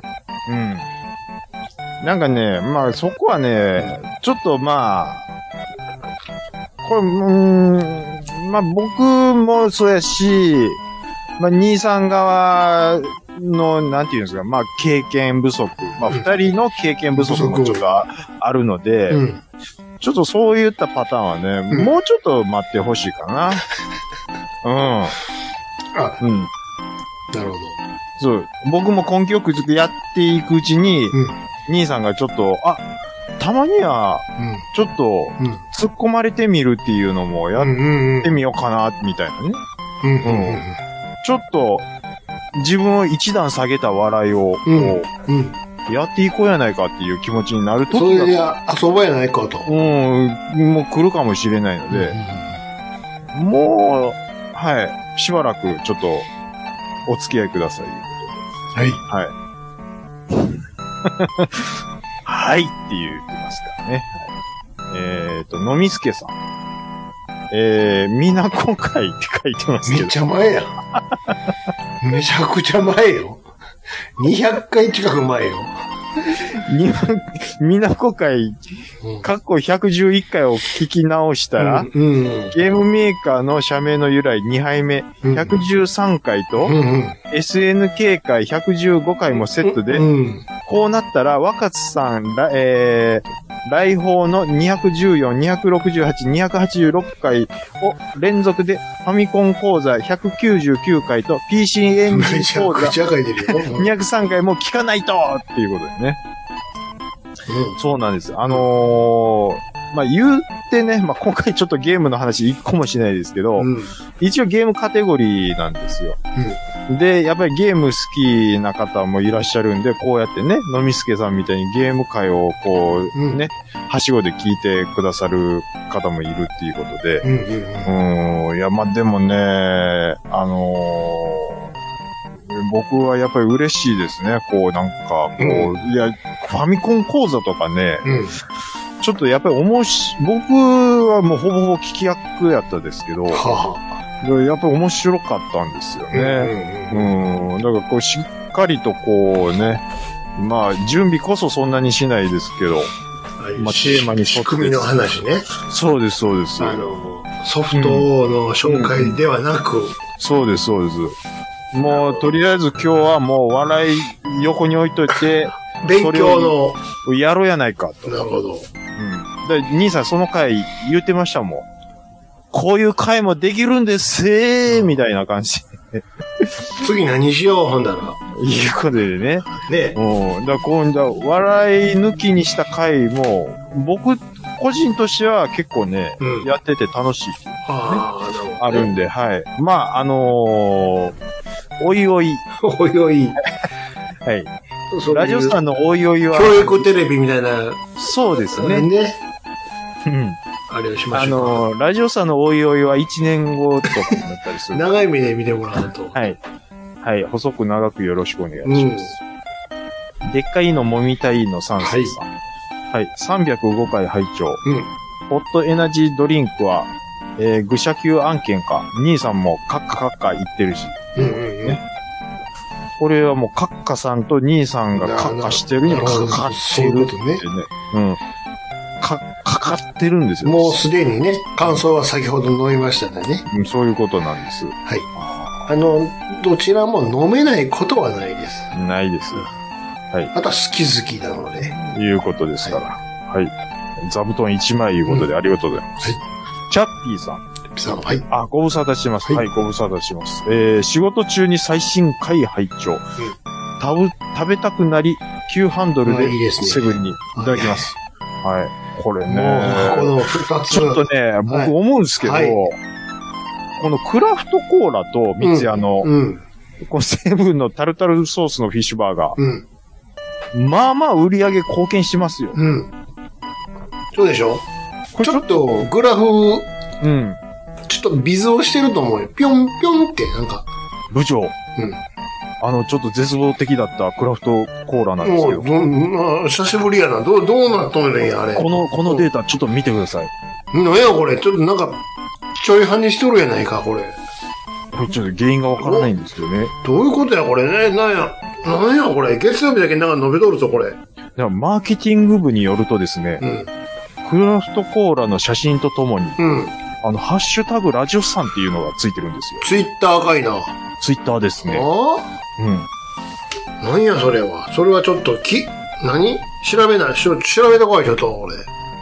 なんかね、まあそこはね、ちょっとまあ、これ、まあ僕もそうやし、まあ兄さん側の、なんていうんですか、まあ経験不足。まあ二人の経験不足もちょっとあるので、ちょっとそういったパターンはね、もうちょっと待ってほしいかな。 なるほど。 そう。僕も根気よくやっていくうちに、兄さんがちょっと、たまには、ちょっと、突っ込まれてみるっていうのもやってみようかな、みたいなね。ちょっと、自分を一段下げた笑いを、やっていこうやないかっていう気持ちになるときが。 それで遊ぼうやないかと。 もう来るかもしれないので、もう、はい、しばらくちょっと、お付き合いください。 はい。 はいって言ってますからね。のみすけさん。みなこ会って書いてますけど。 めっちゃ前や。めちゃくちゃ前よ。200回近く前よ。 みなこ会、過去111回を聞き直したら、ゲームメーカーの社名の由来2杯目、113回と、SNK 回115回もセットで、こうなったら、若津さん、来訪の214、268、286回を連続で、ファミコン講座199回と PC エンジン講座203回も聞かないとっていうことでね。そうなんです。まあ、言ってね、まあ、今回ちょっとゲームの話一個もしないですけど、一応ゲームカテゴリーなんですよ。で、やっぱりゲーム好きな方もいらっしゃるんで、こうやってね、のみすけさんみたいにゲーム会をこう、ね、はしごで聞いてくださる方もいるっていうことで、いや、まあ、でもね、僕はやっぱり嬉しいですね。こう、なんか、こう、いや、ファミコン講座とかね、ちょっとやっぱり僕はもうほぼほぼ聞き役やったですけど、やっぱり面白かったんですよね。だからこう、しっかりとこうね、まあ、準備こそそんなにしないですけど、まあ、テーマに沿って。 仕組みの話ね。 そうです、そうです。 ソフトの紹介ではなく。 そうです、そうです。もう、とりあえず今日はもう笑い横に置いといて、 勉強の。 やろうやないかと。 なるほど。 で、兄さんその回言ってましたもん。こういう回もできるんですみたいな感じ。 次何しよう、ほんだら。 いうことでね。 ね。 だ今度は笑い抜きにした回も、僕、個人としては結構ね、やってて楽しいっていう、ね。あるんで、はい。まあ、おいおい。 おいおい。 はい。ラジオさんのおいおいは。 教育テレビみたいな。 そうですね。 ね。あれをしましょう。 ラジオさんのおいおいは1年後とかになったりする。 長い目で見てもらうと。 はい。はい。細く長くよろしくお願いします。でっかいのもみたいの3歳さん。はい。305回拝聴。ホットエナジードリンクは、愚者級案件か。兄さんもカッカカッカ言ってるし。これはもうカッカさんと兄さんがカッカしてるにかかってるってね。かかってるんですよ。 もうすでにね、感想は先ほど飲みましたね。 そういうことなんです。 はい。どちらも飲めないことはないです。 ないです。はい。 あとは好き好きなので。 いうことですから。はい。座布団1枚いうことでありがとうございます。チャッピーさん。 はい。 ご無沙汰してます。はい、ご無沙汰してます。仕事中に最新回拝聴。 食べたくなり、急ハンドルでセブンにいただきます。はい。これね、 この2つ。 ちょっとね、僕思うんですけど、このクラフトコーラと三ツ矢の、このセブンのタルタルソースのフィッシュバーガー、まあまあ売り上げ貢献してますよ。 そうでしょ？ちょっとグラフ、ちょっとビズをしてると思うよ。ぴょんぴょんってなんか。 部長。ちょっと絶望的だったクラフトコーラなんですよ。 久しぶりやな。どうなっとんねんや、あれ。 このデータちょっと見てください。 なんやこれ。ちょっとなんか、ちょいはにしとるやないか、これ。 ちょっと原因がわからないんですよね。 どういうことや、これね。なんやこれ。月曜日だけなんか伸びとるぞ、これ。 マーケティング部によるとですね、クラフトコーラの写真とともに、ハッシュタグラジオスさんっていうのがついてるんですよ。 ツイッターかいな。 ツイッターですね。 なんやそれは。それはちょっと何調べてこい、ちょっと、俺。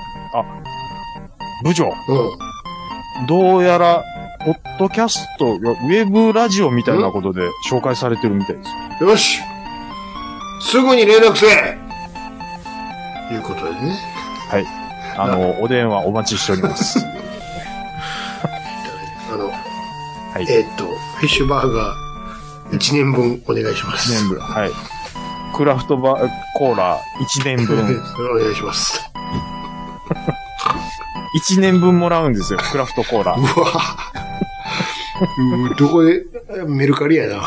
部長。どうやら、ポッドキャスト、ウェブラジオみたいなことで紹介されてるみたいですよ。よし。すぐに連絡せえということでね。 はい。お電話お待ちしております。 フィッシュバーガー1年分お願いします。 1年分。はい。クラフトコーラ1年分。 お願いします。 1年分もらうんですよ、クラフトコーラ。 うわどこで、メルカリやな。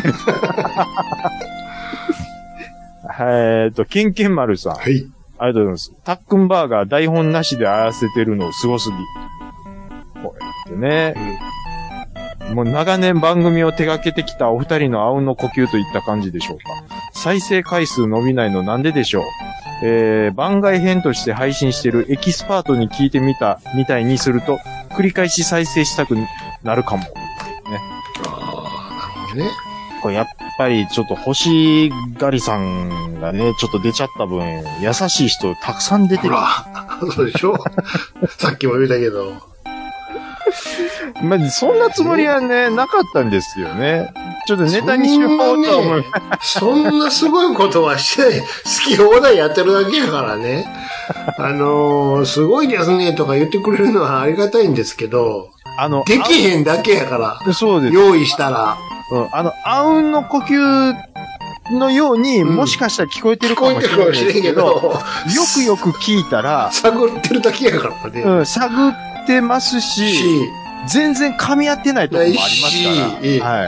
ケンケン丸さん。 はい。 ありがとうございます。タックンバーガー台本なしで合わせてるのすごすぎ。こうやってね。もう長年番組を手掛けてきたお二人のあうんの呼吸といった感じでしょうか。再生回数伸びないのなんででしょう。番外編として配信してるエキスパートに聞いてみたみたいにすると、繰り返し再生したくなるかも。ね。 なるほどね。 これやっぱりちょっと欲しがりさんがね、ちょっと出ちゃった分、優しい人たくさん出てる。 そうでしょさっきも言ったけど。 まあ、そんなつもりはね、なかったんですよね。ちょっとネタにしようと思う。 そんなすごいことはしてない。好き放題やってるだけやからね。すごいですねとか言ってくれるのはありがたいんですけど、できへんだけやから。 そうです。 用意したら。 あうんの呼吸のように、もしかしたら聞こえてるかもしれないですけど、よくよく聞いたら、 探ってるだけやからね。 探ってますし、全然噛み合ってないところもありますから。はい。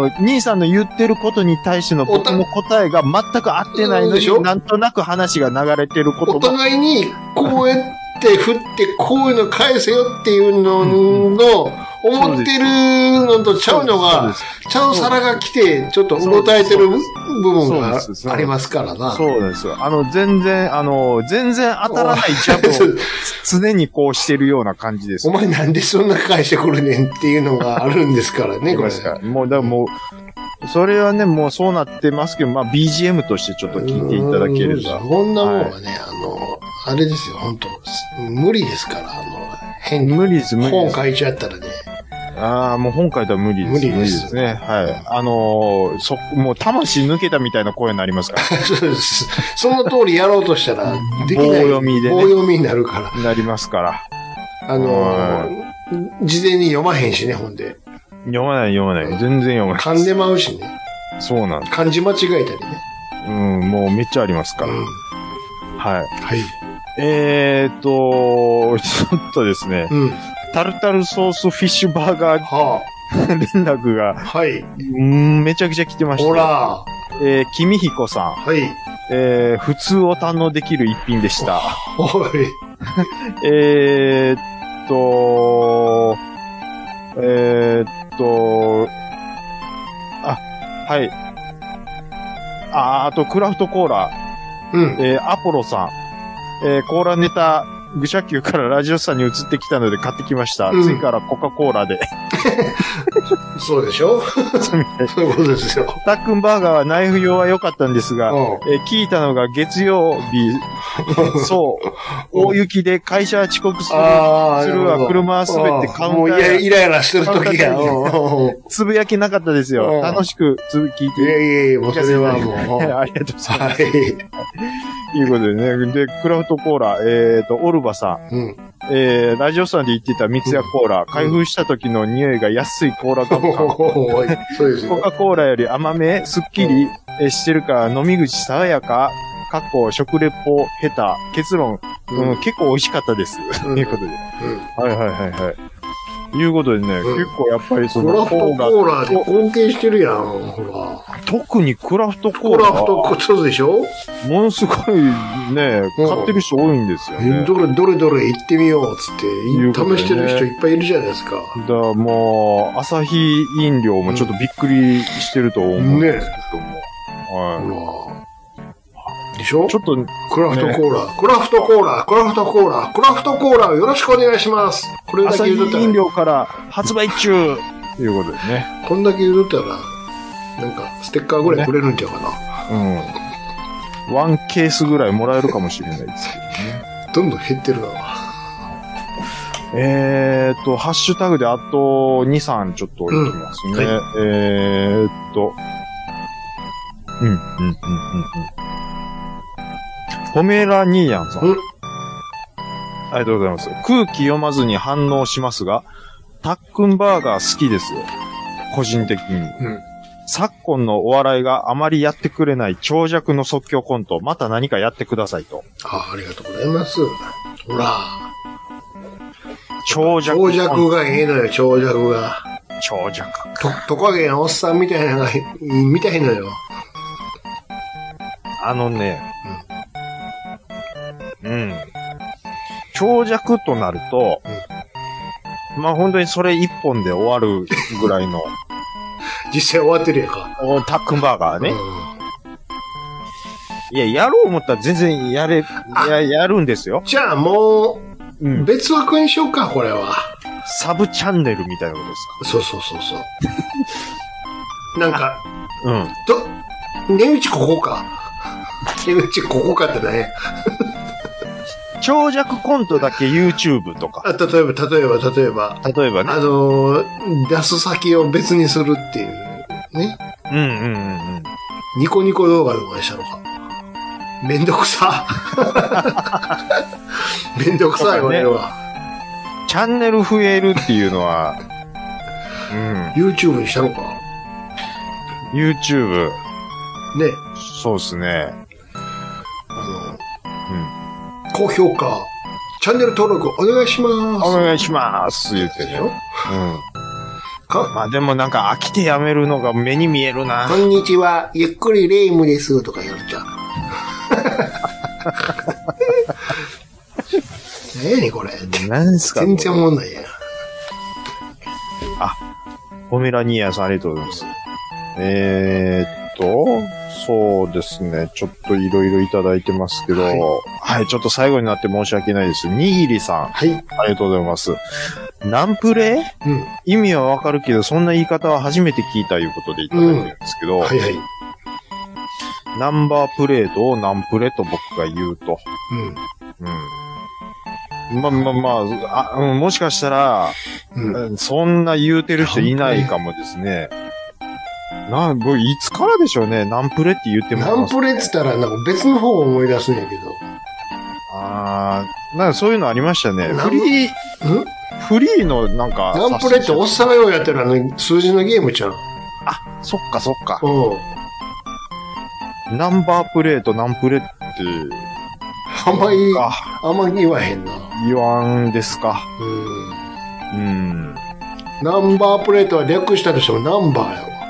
兄さんの言ってることに対しての僕の答えが全く合ってないのに、なんとなく話が流れてることも。 お互いに、こうやって振って、こういうの返せよっていうのの、思ってるのとちゃうのが、ちゃう皿が来て、ちょっとうろたえてる部分がありますからな。 そうですよ。全然当たらないジャブを常にこうしてるような感じです。 お前なんでそんな返してくるねんっていうのがあるんですからね、これ。 それはね、もうそうなってますけど、まあ BGM としてちょっと聞いていただければ。 こんなもんはね、あれですよ、本当無理ですから、 無理です。 本書いちゃったらね。 もう本書いたら無理です。無理ですね。はい。もう魂抜けたみたいな声になりますから。 そうです。その通りやろうとしたら、できない。 棒読みでね。 棒読みになるから。 なりますから。 事前に読まへんしね、ほんで。 読まない。全然読まない。 噛んでまうしね。 そうなんです。 漢字間違えたりね。 もうめっちゃありますから。はい。 はい。 ちょっとですね。タルタルソースフィッシュバーガー、連絡が、 はい。 めちゃくちゃ来てました。 ほら。 きみひこさん。 はい。 普通を堪能できる一品でした。 はい。 はい。あと、クラフトコーラ。アポロさん。コーラネタ、愚者級からラジオスさんに移ってきたので買ってきました。次からコカ・コーラで。 そうでしょそういうことですよ。 タックンバーガーはナイフ用は良かったんですが、聞いたのが月曜日、そう、大雪で会社遅刻するわ、車は滑ってカウンター。 もうイライラしてる時が。 つぶやきなかったですよ。楽しく聞いて。 いや、もうそれはもう。 ありがとうございます。はい。いうことでね。で、クラフトコーラ、オルバさん。ラジオさんで言ってた三ツ矢コーラ、開封した時の匂いが安いコーラガム感。 そうですよ。 コカ・コーラより甘め、すっきりしてるか、飲み口爽やか、食レポ、下手、結論、結構美味しかったです。ということで。はい。いうことでね、結構やっぱりそのクラフトコーラで貢献してるやん、ほら。 特にクラフトコーラ。 クラフトコーラ、そうでしょ？ ものすごいね、買ってる人多いんですよね。 どれ行ってみよう、つって、試してる人いっぱいいるじゃないですか。 だからもう、アサヒ飲料もちょっとびっくりしてると思うんですけども。はい。 でしょ？ ちょっと、 クラフトコーラ、クラフトコーラをよろしくお願いします。これだけ言うとったら。 アサヒ飲料から発売中ということでね。 こんだけ言うとったら、なんか、ステッカーぐらいくれるんちゃうかな。ワンケースぐらいもらえるかもしれないですけどね。 どんどん減ってるな。 ハッシュタグであと2、3ちょっと置いてますね。ポメラニーヤンさん。ありがとうございます。空気読まずに反応しますが、タックンバーガー好きですよ。個人的に。昨今のお笑いがあまりやってくれない長尺の即興コント、また何かやってくださいと。 ありがとうございます。ほら。 長尺がええのよ、長尺が。 長尺。 トカゲのおっさんみたいなのが見たいのよ。 長尺となると、まあ本当にそれ一本で終わるぐらいの。 実際終わってるやんか。 タックンバーガーね。いや、やろう思ったら全然やるんですよ。 じゃあもう、別枠にしようか、これは。 サブチャンネルみたいなことですか？そう。なんか、値打ちここか。値打ちここかってね。 長尺コントだけ YouTube とか。 例えばね。出す先を別にするっていうね。ニコニコ動画でお会いしたのか。めんどくさ。めんどくさい、俺は。 チャンネル増えるっていうのは、 YouTube にしたのか。 YouTube。 ね。 そうですね。 高評価、チャンネル登録お願いします。 お願いします。言ってるよ。まあでもなんか飽きてやめるのが目に見えるな。 こんにちは、ゆっくりレイムです。とかやるじゃん。何やねんこれ。 何すか全然思んないやん。 ポメラニーヤさんありがとうございます。そうですね。ちょっといろいろいただいてますけど、はい、ちょっと最後になって申し訳ないです。にぎりさん。はい。ありがとうございます。ナンプレ意味はわかるけど、そんな言い方は初めて聞いたいうことでいただいてるんですけど、ナンバープレートをナンプレと僕が言うと。もしかしたら、そんな言うてる人いないかもですね。いつからでしょうね、ナンプレって言ってます。 ナンプレって言ったら、なんか別の方を思い出すんやけど。 なんかそういうのありましたね。フリーのなんか。 ナンプレっておっさんがようやってる数字のゲームちゃう。 そっか。ナンバープレート、ナンプレって。 あんまり言わへんな。 言わんですか。 ナンバープレートは略したとしてもナンバーやわ。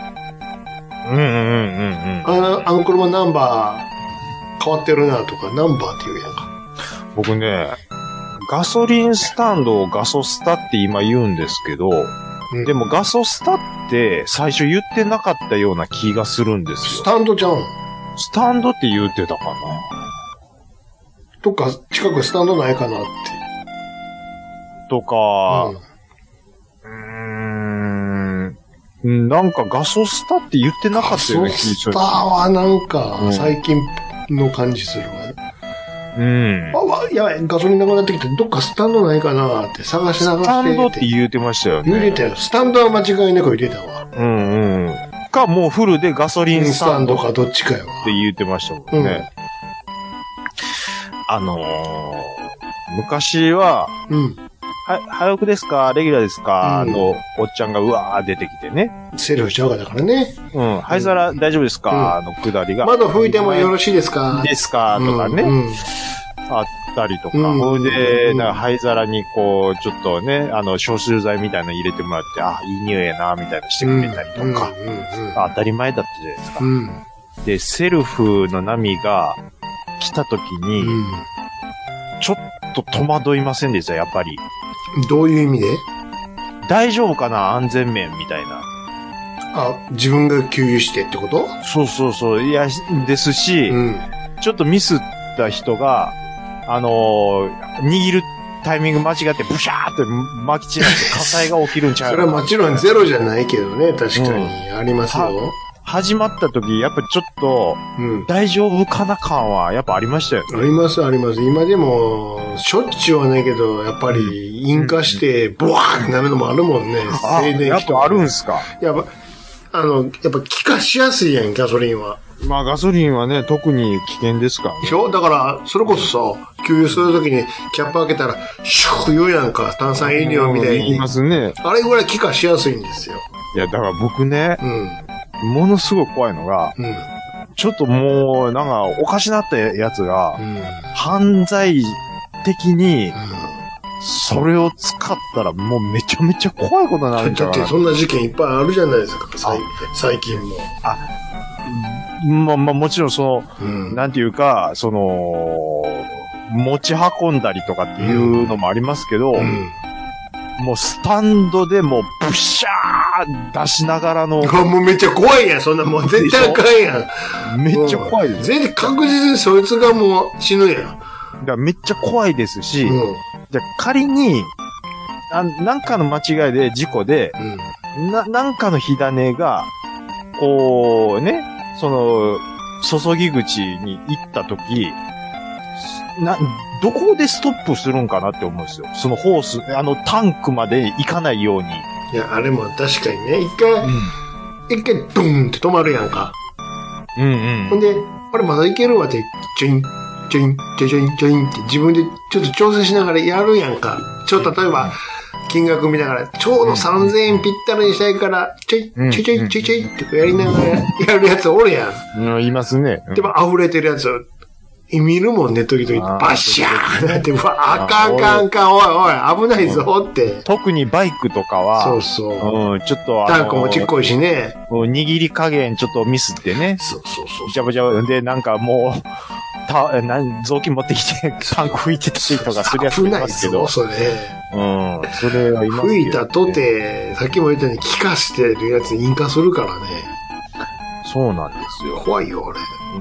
あの車ナンバー変わってるなとか、ナンバーって言うやんか。 僕ね、ガソリンスタンドをガソスタって今言うんですけど、でもガソスタって最初言ってなかったような気がするんですよ。 スタンドじゃん。 スタンドって言ってたかな。 どっか近くスタンドないかなって。 なんかガソスタって言ってなかったよね、 ガソスタはなんか、最近の感じするわ。やばい、ガソリンなくなってきて、どっかスタンドないかなって探しながら。 スタンドって言うてましたよね。 言うてたよ。スタンドは間違いなく入れたわ。 か、もうフルでガソリンスタンドかどっちかやわ。 って言うてましたもんね。昔は、早くですかレギュラーですかおっちゃんがうわー出てきてね。 セルフしちゃうからだからね。 灰皿大丈夫ですか下りが。 窓拭いてもよろしいですかですかとかね。あったりとか。ほいで、灰皿にこう、ちょっとね、消臭剤みたいなの入れてもらって、あ、いい匂いやな、みたいなしてくれたりとか。当たり前だったじゃないですか。で、セルフの波が来た時に、ちょっと戸惑いませんでした、やっぱり。 どういう意味で？ 大丈夫かな安全面みたいな。 自分が給油してってこと？ そう。いや、ですし、ちょっとミスった人が、握るタイミング間違ってブシャーって撒き散らして火災が起きるんちゃうそれはもちろんゼロじゃないけどね、確かに。ありますよ。 始まった時、やっぱちょっと、大丈夫かな感はやっぱありましたよね。 あります。今でも、しょっちゅうはないけど、やっぱり引火して、ボワーってなるのもあるもんね。 やっぱあるんすか？ やっぱ気化しやすいやん、ガソリンは。 まあガソリンはね、特に危険ですから、ね。 でしょ？だから、それこそさ、給油するときにキャップ開けたら、シュー言うやんか、炭酸飲料みたいに。 言いますね。 あれぐらい気化しやすいんですよ。 いや、だから僕ね、ものすごい怖いのが、ちょっともう、なんか、おかしなったやつが、犯罪的に、それを使ったらもうめちゃめちゃ怖いことになるんじゃないかな。 だってそんな事件いっぱいあるじゃないですか、最近も。 もちろんなんていうか、持ち運んだりとかっていうのもありますけど、もうスタンドでもうブシャー出しながらの。 もうめっちゃ怖いやん、そんなもう絶対あかんやん。めっちゃ怖いです。 全然確実にそいつがもう死ぬやん。だからめっちゃ怖いですし、じゃ仮に、なんかの間違いで事故で、なんかの火種が、こうね、注ぎ口に行ったとき、どこでストップするんかなって思うんですよ。そのホース、タンクまで行かないように。 いや、あれも確かにね、一回ドーンって止まるやんか。ほんで、あれまだいけるわって、チョインって自分でちょっと調整しながらやるやんか。例えば、金額見ながら、ちょうど3000円ぴったりにしたいから、ちょいってやりながらやるやつおるやん。 いますね。 でも溢れてるやつ、見るもんね、時々。バッシャーなって、うわ、あかん、おい、危ないぞって。 特にバイクとかは、 そう。 ちょっとタンクもちっこいしね。 握り加減ちょっとミスってね。 そう。 ジャバで、なんかもう、雑巾持ってきて、タンク拭いてたりとかするやついますけど。 危ないぞ、それ。 それはいますけど、 ね。拭いたとて、さっきも言ったように、気化してるやつに引火するからね。 そうなんですよ。 怖いよ、俺。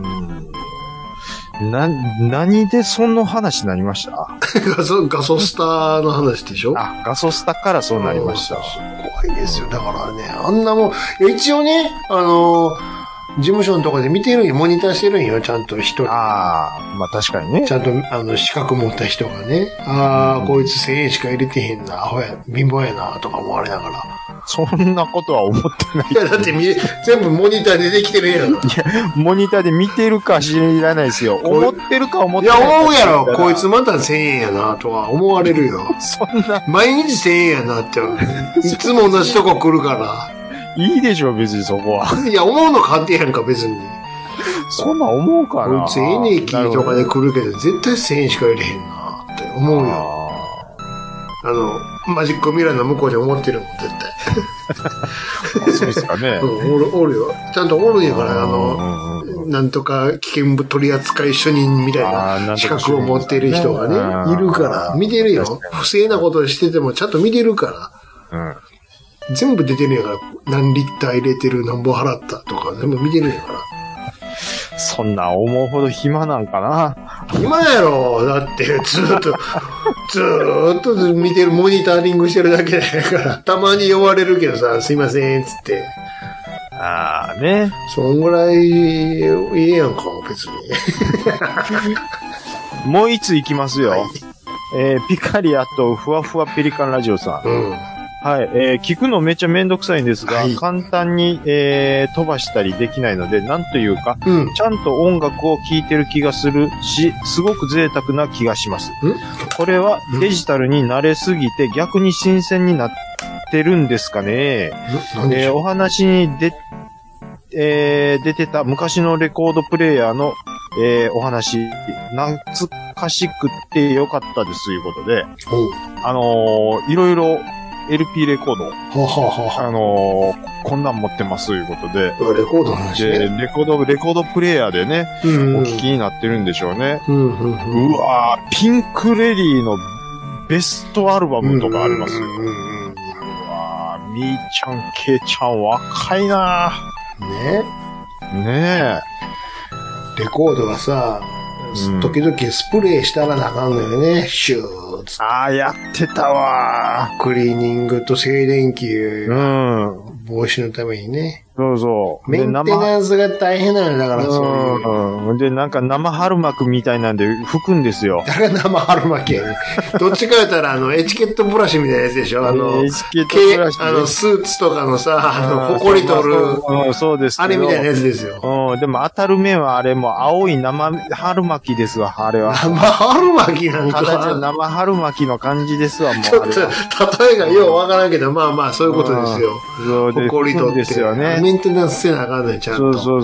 何でその話になりました？ ガソスタの話でしょ？ ガソスタからそうなりました。 怖いですよ。だからね、あんなもん、一応ね、事務所のとこで見てるんよ、モニターしてるんよ、ちゃんと一人。 まあ確かにね。 ちゃんと、資格持った人がね、こいつ1000円しか入れてへんな、アホや、貧乏やな、とかもあれだから。 そんなことは思ってない。 いや、だって全部モニターでできてるやん。いや、モニターで見てるか知らないですよ。思ってるか思ってないか。 いや、思うやろ。こいつまた1000円やな、とは思われるよ。 そんな。 毎日1000円やなって。いつも同じとこ来るから。 いいでしょ、別にそこは。 いや、思うの勝手やんか、別に。 そんな思うかな。 こいつエネキとかで来るけど、絶対1000円しか入れへんな、って思うよ。マジックミラーの向こうで思ってるもん、絶対。そうですかね。 おるよ。ちゃんとおるんやから、なんとか危険取扱主任みたいな資格を持っている人がね、いるから、見てるよ。不正なことしててもちゃんと見てるから。全部出てるんやから、何リッター入れてる、何本払ったとか、全部見てるんやから。 そんな思うほど暇なんかな。 今やろ。だって、ずーっと見てる、モニターリングしてるだけだから、たまに呼ばれるけどさ、すいません、つって。 ああ、ね。 そんぐらい、いいやんか、別に。 もう一つ行きますよ。 はい、 ピカリアとふわふわペリカンラジオさん。 うん。 はい。聞くのめっちゃめんどくさいんですが、 はい、 簡単に、飛ばしたりできないので、なんというか、ちゃんと音楽を聴いてる気がするし、すごく贅沢な気がします。これはデジタルに慣れすぎて逆に新鮮になってるんですかね。お話に出てた昔のレコードプレイヤーの、お話、懐かしくってよかったですということで、いろいろ LP レコード、こんなん持ってますということで、 レコードの話ね。 レコードプレイヤーでね、お聞きになってるんでしょうね。うわぁ、ピンクレディーのベストアルバムとかありますよ。うわぁ、みーちゃん、けいちゃん若いなぁ。 ねえ。レコードはさ、時々スプレーしたらなあかんのよね。シューッつって。 ああ、やってたわクリーニングと静電気防止のためにね。 そうそう。 メンテナンスが大変なのだから、そういう。 で、なんか生春巻みたいなんで拭くんですよ。 誰が生春巻やね。どっちか言ったら、エチケットブラシみたいなやつでしょエチケットブラシ、 スーツとかのさ、ほこり取る。 そうです。 あれみたいなやつですよ。 でも当たる面はあれも青い生春巻きですわ、あれは。 生春巻きなんか。 形は生春巻きの感じですわ、もう。 ちょっと、例えがようわからんけど、まあまあ、そういうことですよ。ほこり取って。 ですよね。 メンテナンスせなあかんねん、ちゃんと。 そう。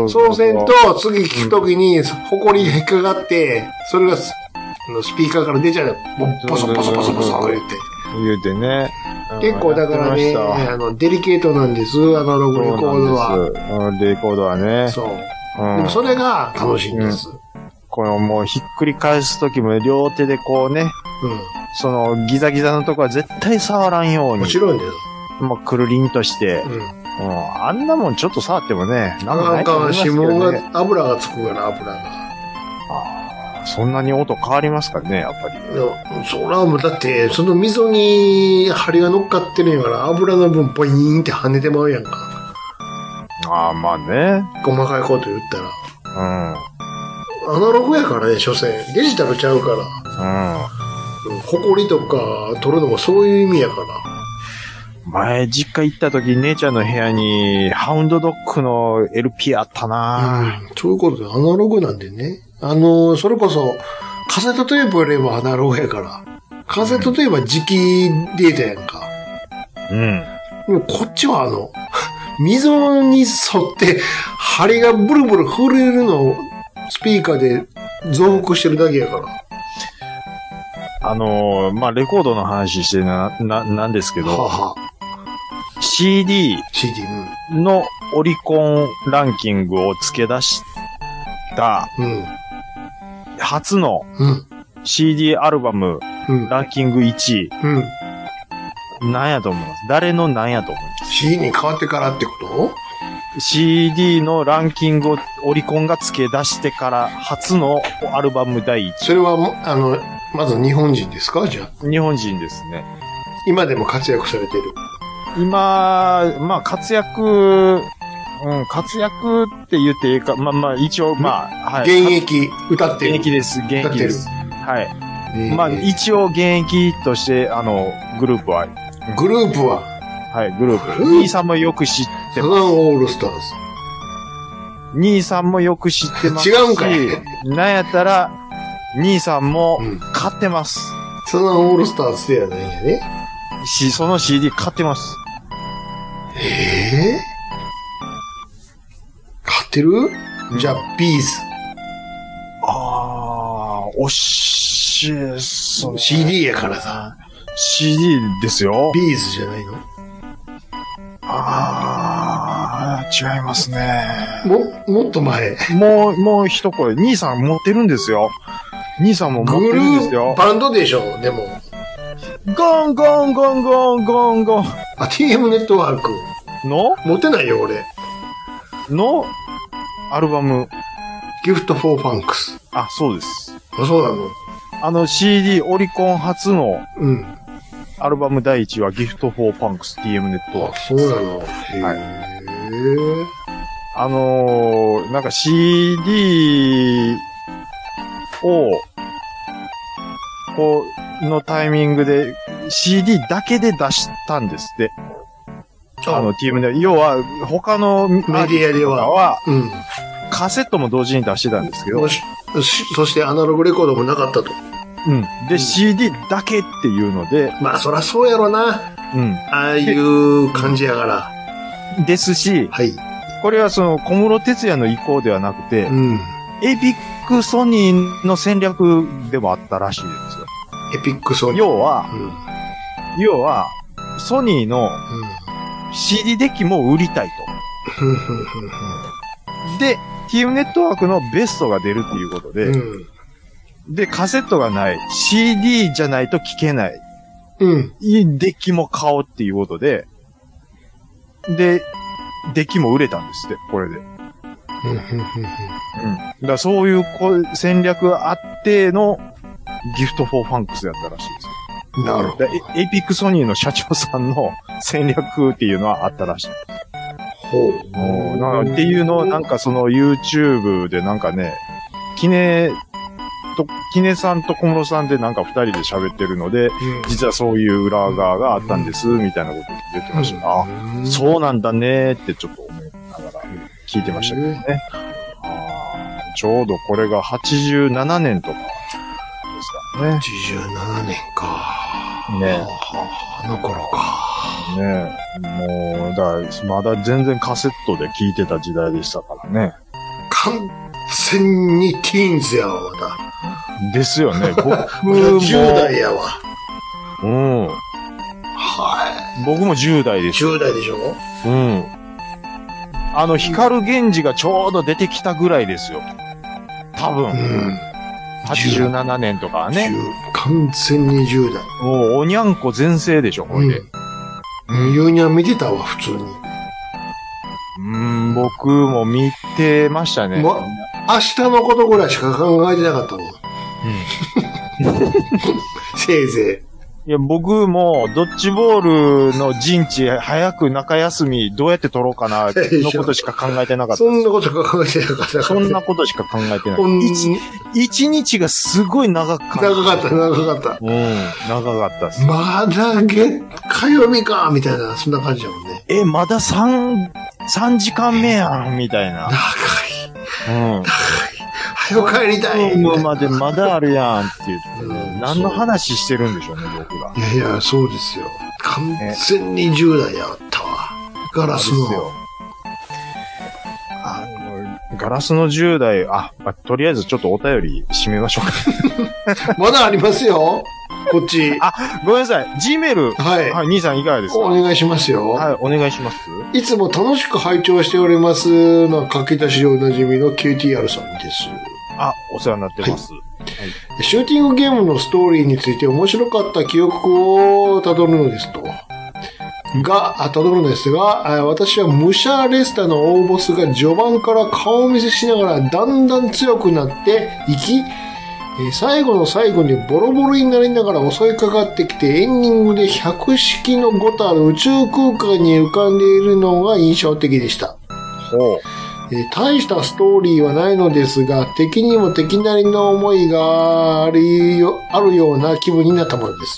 そうせんと、次聞くときに、ほこりが引っかかって、それがスピーカーから出ちゃう。ポソポソ言ってね。 結構だからね、デリケートなんです、アナログレコードは。 レコードはね。 そう。でもそれが楽しいんです。 このもうひっくり返すときも両手でこうね、そのギザギザのとこは絶対触らんように。 もちろんです。 もうくるりんとして、あんなもんちょっと触ってもね、 なんか指紋が、油がつくから、油が。 そんなに音変わりますかね、やっぱり。 そらもうだって、その溝に針が乗っかってるんやから、油の分ポイーンって跳ねてまうやんか。 まあね。 細かいこと言ったら。アナログやからね、所詮。デジタルちゃうから。ほこりとか取るのもそういう意味やから。 前、実家行った時、姉ちゃんの部屋に、ハウンドドッグの LP あったなそういうことで、アナログなんでね。それこそ、カセットテープよりもアナログやから。カセットテープは磁気データやんか。でもこっちは溝に沿って、針がブルブル震えるのを、スピーカーで増幅してるだけやから。 まあ、レコードの話してなんですけど、CD のオリコンランキングを付け出した、初の CD アルバムランキング1位、何やと思います？誰の何やと思います？ CD に変わってからってこと？ CD のランキングをオリコンが付け出してから初のアルバム第1位。 それはまず日本人ですか？じゃあ。 日本人ですね。 今でも活躍されてる。 今、まあ活躍って言っていいか、まあ一応、 はい。現役、歌ってる。 現役です。はい。まあ一応現役として、グループは。はい、グループ。兄さんもよく知ってます。 サザンオールスターズ。 兄さんもよく知ってますし。 違うんかい。 なんやったら、兄さんも買ってます。 サザンオールスターズでやないんやね。 その CD 買ってます。 買ってる？じゃあ、ビーズ。 惜しい。 CD やからさ。 CD ですよ。 ビーズじゃないの？ 違いますね。 もっと前。 もう一声。兄さん持ってるんですよ。兄さんも持ってるんですよ。 バンドでしょ、でも。 ゴンゴンゴンゴンゴンゴン。 TM ネットワーク。 の？ 持ってないよ、俺。 のアルバム。 ギフトフォーファンクス。 そうです。 あ、そうなの CD オリコン初の、 うん。 アルバム第1話、ギフトフォーパンクス TM ネットワーク。 あ、そうなの。へー。なんか CD を、のタイミングで CD だけで出したんですって。TM で。要は、他のメディアでは、うん。 カセットも同時に出してたんですけど。 そしてアナログレコードもなかったと。 うん。で、CD だけっていうので。 まあ、そらそうやろな。うん。ああいう感じやから。 ですし、はい。これはその、小室哲哉の意向ではなくて、うん。エピックソニーの戦略でもあったらしいですよ。 エピックソニー。 要は、ソニーの CD デッキも売りたいと。で、TM ネットワークのベストが出るっていうことで、で、カセットがない、CD じゃないと聴けない、いいデッキも買おうっていうことで、で、デッキも売れたんですって、これで。だからそういう戦略あってのギフトフォーファンクスやったらしいですよ。 なるほど。 エピックソニーの社長さんの戦略っていうのはあったらしい。ほう。っていうのをなんかその YouTube でなんかね、キネさんと小室さんでなんか二人で喋ってるので、実はそういう裏側があったんです、みたいなこと言ってました。あ、そうなんだねってちょっと思いながら聞いてましたけどね。ちょうどこれが87年とかですかね。 87年か。 ね。 あの頃か。 ね。もう、まだ全然カセットで聴いてた時代でしたからね。 完全にティーンズやわ、まだ。 ですよね。僕も。 10代やわ。 うん。はい。僕も10代です。 10代でしょ？ うん。光源氏がちょうど出てきたぐらいですよ。多分。うん。87年とかはね。 完全に10代。 おにゃんこ全盛でしょ、これで。 ユーニャン見てたわ、普通に。 僕も見てましたね。 明日のことぐらいしか考えてなかったもん。せいぜい。 いや、僕も、ドッジボールの陣地、早く中休み、どうやって取ろうかな、のことしか考えてなかった。 そんなことしか考えてなかった。 そんなことしか考えてない。一日がすごい長かった。 長かった。 長かったです。 まだ火曜日か、みたいな、そんな感じだもんね。 まだ3時間目やん、みたいな。 長い。早く帰りたい。 までまだあるやんって言って、何の話してるんでしょうね、僕が。 いや、そうですよ。完全に10代やったわ。ガラスの。 ガラスの10代、とりあえずちょっとお便り締めましょうか。まだありますよ。こっち。 ごめんなさい。Gmail。はい。兄さんいかがですか？ お願いしますよ。 はい、お願いします。 いつも楽しく拝聴しておりますの書き出しでおなじみの KTR さんです。 お世話になってます。はい。 シューティングゲームのストーリーについて面白かった記憶を辿るのですが、私はムシャレスタの大ボスが序盤から顔見せしながらだんだん強くなっていき、最後の最後にボロボロになりながら襲いかかってきてエンディングで百式のごたる宇宙空間に浮かんでいるのが印象的でした。大したストーリーはないのですが、敵にも敵なりの思いがあるような気分になったものです。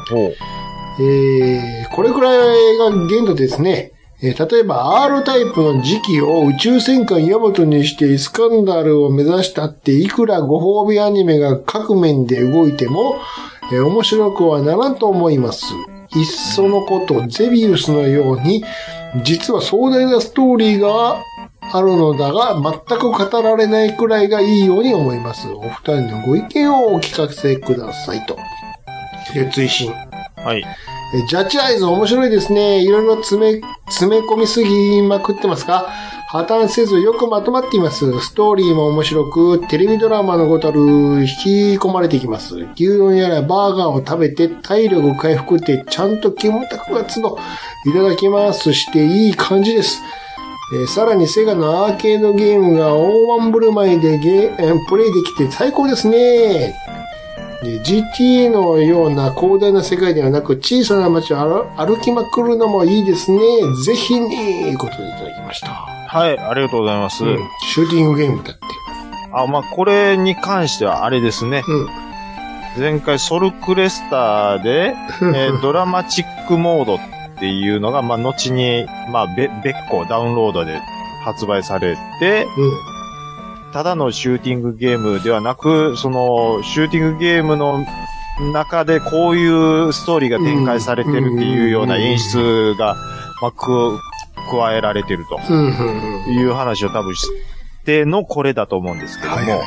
これくらいが限度ですね。例えば R タイプの時期を宇宙戦艦ヤマトにしてイスカンダルを目指したっていくらご褒美アニメが各面で動いても、面白くはならんと思います。いっそのことゼビウスのように実は壮大なストーリーがあるのだが全く語られないくらいがいいように思います。お二人のご意見をお聞かせくださいと。追伸。 はい。 ジャッジアイズ面白いですね。いろいろ詰め込みすぎまくってますが、破綻せずよくまとまっています。ストーリーも面白く、テレビドラマのごとる引き込まれていきます。牛丼やらバーガーを食べて体力回復ってちゃんとキムタクがつのいただきますしていい感じです。 さらにセガのアーケードゲームが大盤振る舞いでプレイできて最高ですね。GTA のような広大な世界ではなく小さな街を歩きまくるのもいいですね。ぜひに、ということでいただきました。 はい、ありがとうございます。 シューティングゲームだって。 まあ、これに関してはあれですね。前回ソルクレスターで、ドラマチックモードっていうのが、まあ、後に、まあ、別個ダウンロードで発売されて、ただのシューティングゲームではなく、その、シューティングゲームの中でこういうストーリーが展開されてるっていうような演出が、まあ、加えられてるという話を多分してのこれだと思うんですけども、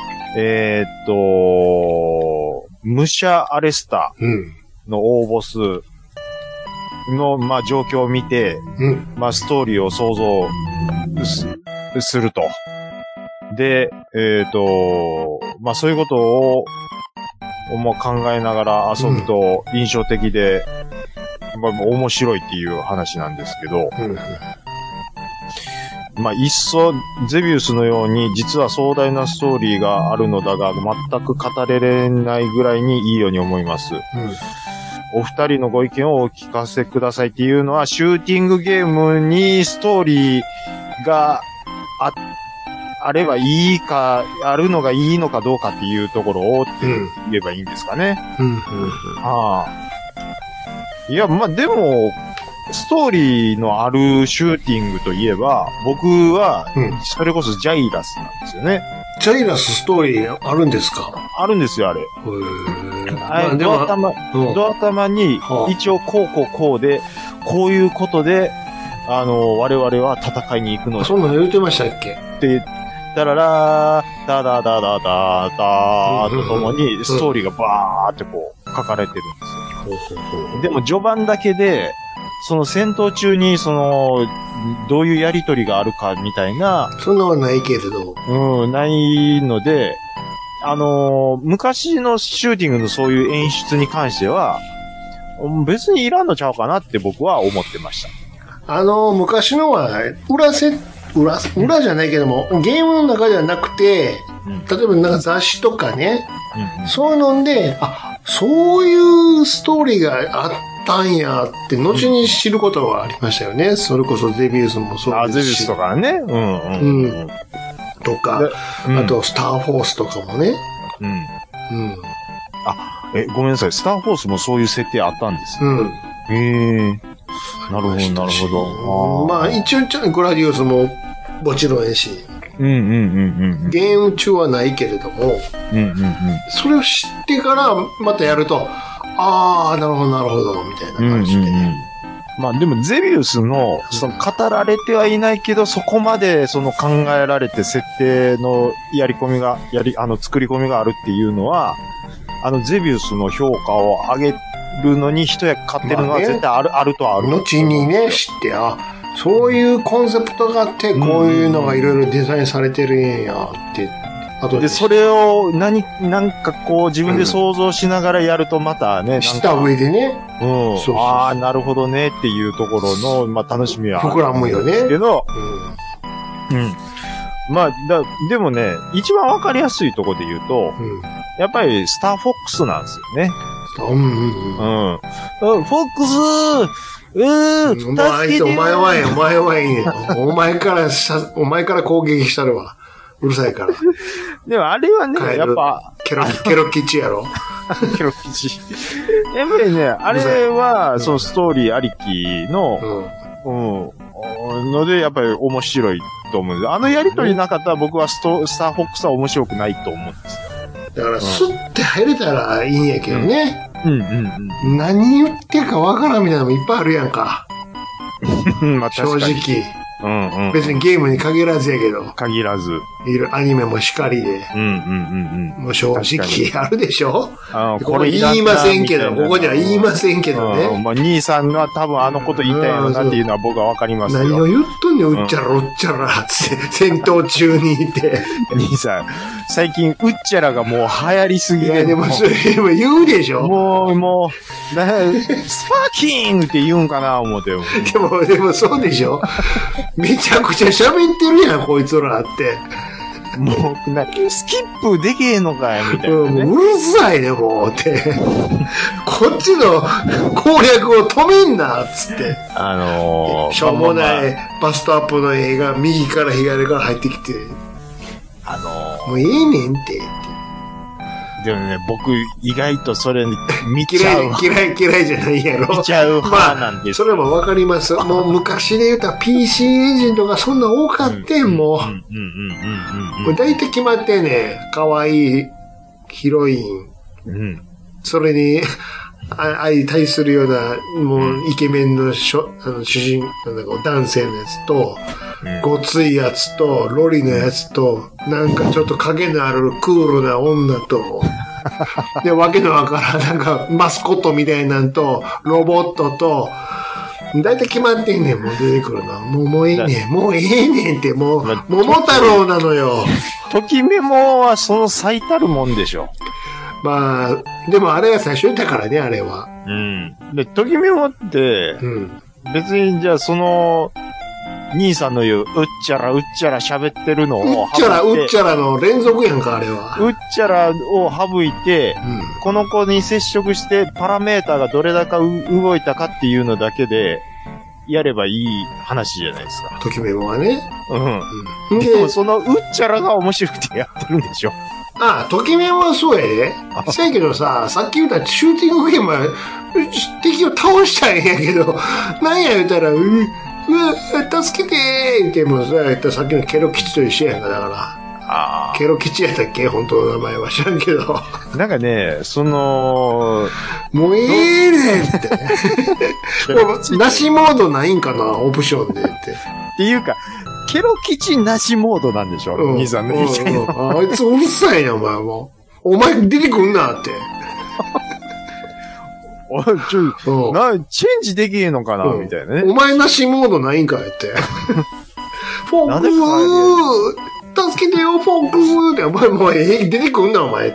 ムシャ・アレスタの大ボスの、まあ、状況を見て、まあ、ストーリーを想像すると。で、まあ、そういうことを、まあ、考えながら遊ぶと印象的で、まあ、面白いっていう話なんですけど、まあ、いっそ、ゼビウスのように、実は壮大なストーリーがあるのだが、全く語れないぐらいにいいように思います。お二人のご意見をお聞かせくださいっていうのは、シューティングゲームにストーリーがあればいいか、あるのがいいのかどうかっていうところをって言えばいいんですかね。いや、まあ、でも、ストーリーのあるシューティングといえば、僕は、それこそジャイラスなんですよね。 ジャイラスストーリーあるんですか？ あるんですよ、あれ。ドア玉に、一応こうで、こういうことで、我々は戦いに行くの。 そんなの言ってましたっけ？ で、ダララー、ダダダダダダーとともに、ストーリーがバーってこう、書かれてるんですよ。でも序盤だけで、その戦闘中に、どういうやりとりがあるかみたいな。 そんなのはないけれど。 ないので、昔のシューティングのそういう演出に関しては、別にいらんのちゃうかなって僕は思ってました。 昔のは、裏じゃないけども、ゲームの中ではなくて、例えばなんか雑誌とかね、そういうので、そういうストーリーがあったんやって、後に知ることはありましたよね。それこそゼビウスもそうですし。 ゼビウスとかね。 とか、あとスターフォースとかもね。 ごめんなさい。スターフォースもそういう設定あったんですよ。なるほど、なるほど。 まあ、一応、グラディウスももちろんやし。ゲーム中はないけれども、それを知ってからまたやると、なるほど、なるほど、みたいな感じで。 まあでもゼビウスの、語られてはいないけど、そこまで考えられて設定の作り込みがあるっていうのは、ゼビウスの評価を上げるのに一役買ってるのは絶対あるとはある。 後にね、知って、そういうコンセプトがあって、こういうのがいろいろデザインされてるんやって。 で、それをなんかこう自分で想像しながらやるとまたね、 知った上でね。 なるほどねっていうところの、まあ楽しみは膨らむよね。 けど、まあ、でもね、一番わかりやすいところで言うと、やっぱりスターフォックスなんですよね。フォックスお前から攻撃したるわ。うるさいから。 でもあれはね、やっぱ。 ケロ吉やろケロ吉。やっぱりね、あれは、そのストーリーありきの、ので、やっぱり面白いと思うんです。やりとりなかったら僕はスターフォックスは面白くないと思うんです。 だから、スッて入れたらいいんやけどね。何言ってるかわからんみたいなのもいっぱいあるやんか。正直。別にゲームに限らずやけど。 限らず。 アニメもしかりで。もう正直あるでしょ？これ言いませんけど、ここでは言いませんけどね。 兄さんは多分こと言いたいのなっていうのは僕はわかりますよ。 何を言っとんんねん、うっちゃらうっちゃら、つって、戦闘中にいて。 兄さん、最近、うっちゃらがもう流行りすぎて。 いや、でもそれ、言うでしょもう、スパーキングって言うんかな、思って。 でもそうでしょめちゃくちゃ喋ってるやん、こいつらって。 もう、スキップできへんのかいみたいな、ね。 うるさいね、もう、って。こっちの攻略を止めんな、つって。しょうもないバストアップの映画、右から左から入ってきて。もうええねんって。 でもね、僕、意外とそれ見ちゃう。 嫌いじゃないやろ。 見ちゃう派なんです。 それもわかります。もう昔で言うたら PC エージェントがそんな多かってん、もう。もう大体決まってね、可愛いヒロイン。それに、相対するような、もう、イケメンの主人、男性のやつと、ごついやつと、ロリのやつと、なんかちょっと影のあるクールな女と、で、わけのわからん、なんか、マスコットみたいなんと、ロボットと、だいたい決まってんねん、もう出てくるの。もうええねん、もうええねんって、もう、桃太郎なのよ。 ときメモはその最たるもんでしょ。 まあ、でもあれが最初だからね、あれは。 で、ときメモって、別にじゃあ兄さんの言う、うっちゃら喋ってるのをうっちゃらの連続やんか、あれは。 うっちゃらを省いて、この子に接触してパラメーターがどれだけ動いたかっていうのだけで、やればいい話じゃないですか。 ときメモはね。 でもそのうっちゃらが面白くてやってるんでしょ。 ときメモはそうやで。せやけどさっき言ったシューティングゲームは、敵を倒したんやけど、なんや言うたら、助けてーってもうさっきのケロ吉と一緒やんか、だから。ケロ吉やったっけ本当の名前は知らんけど。 なんかね、 もうええねんって。なしモードないんかなオプションでって。 っていうか、ケロ吉なしモードなんでしょ兄さんの言いたいの。 あいつうるさいな、お前も。お前出てくんなって。 チェンジできへんのかなみたいなね。 お前なしモードないんかいって。フォーク助けてよ、フォークって。お前もう出てくんな、お前って。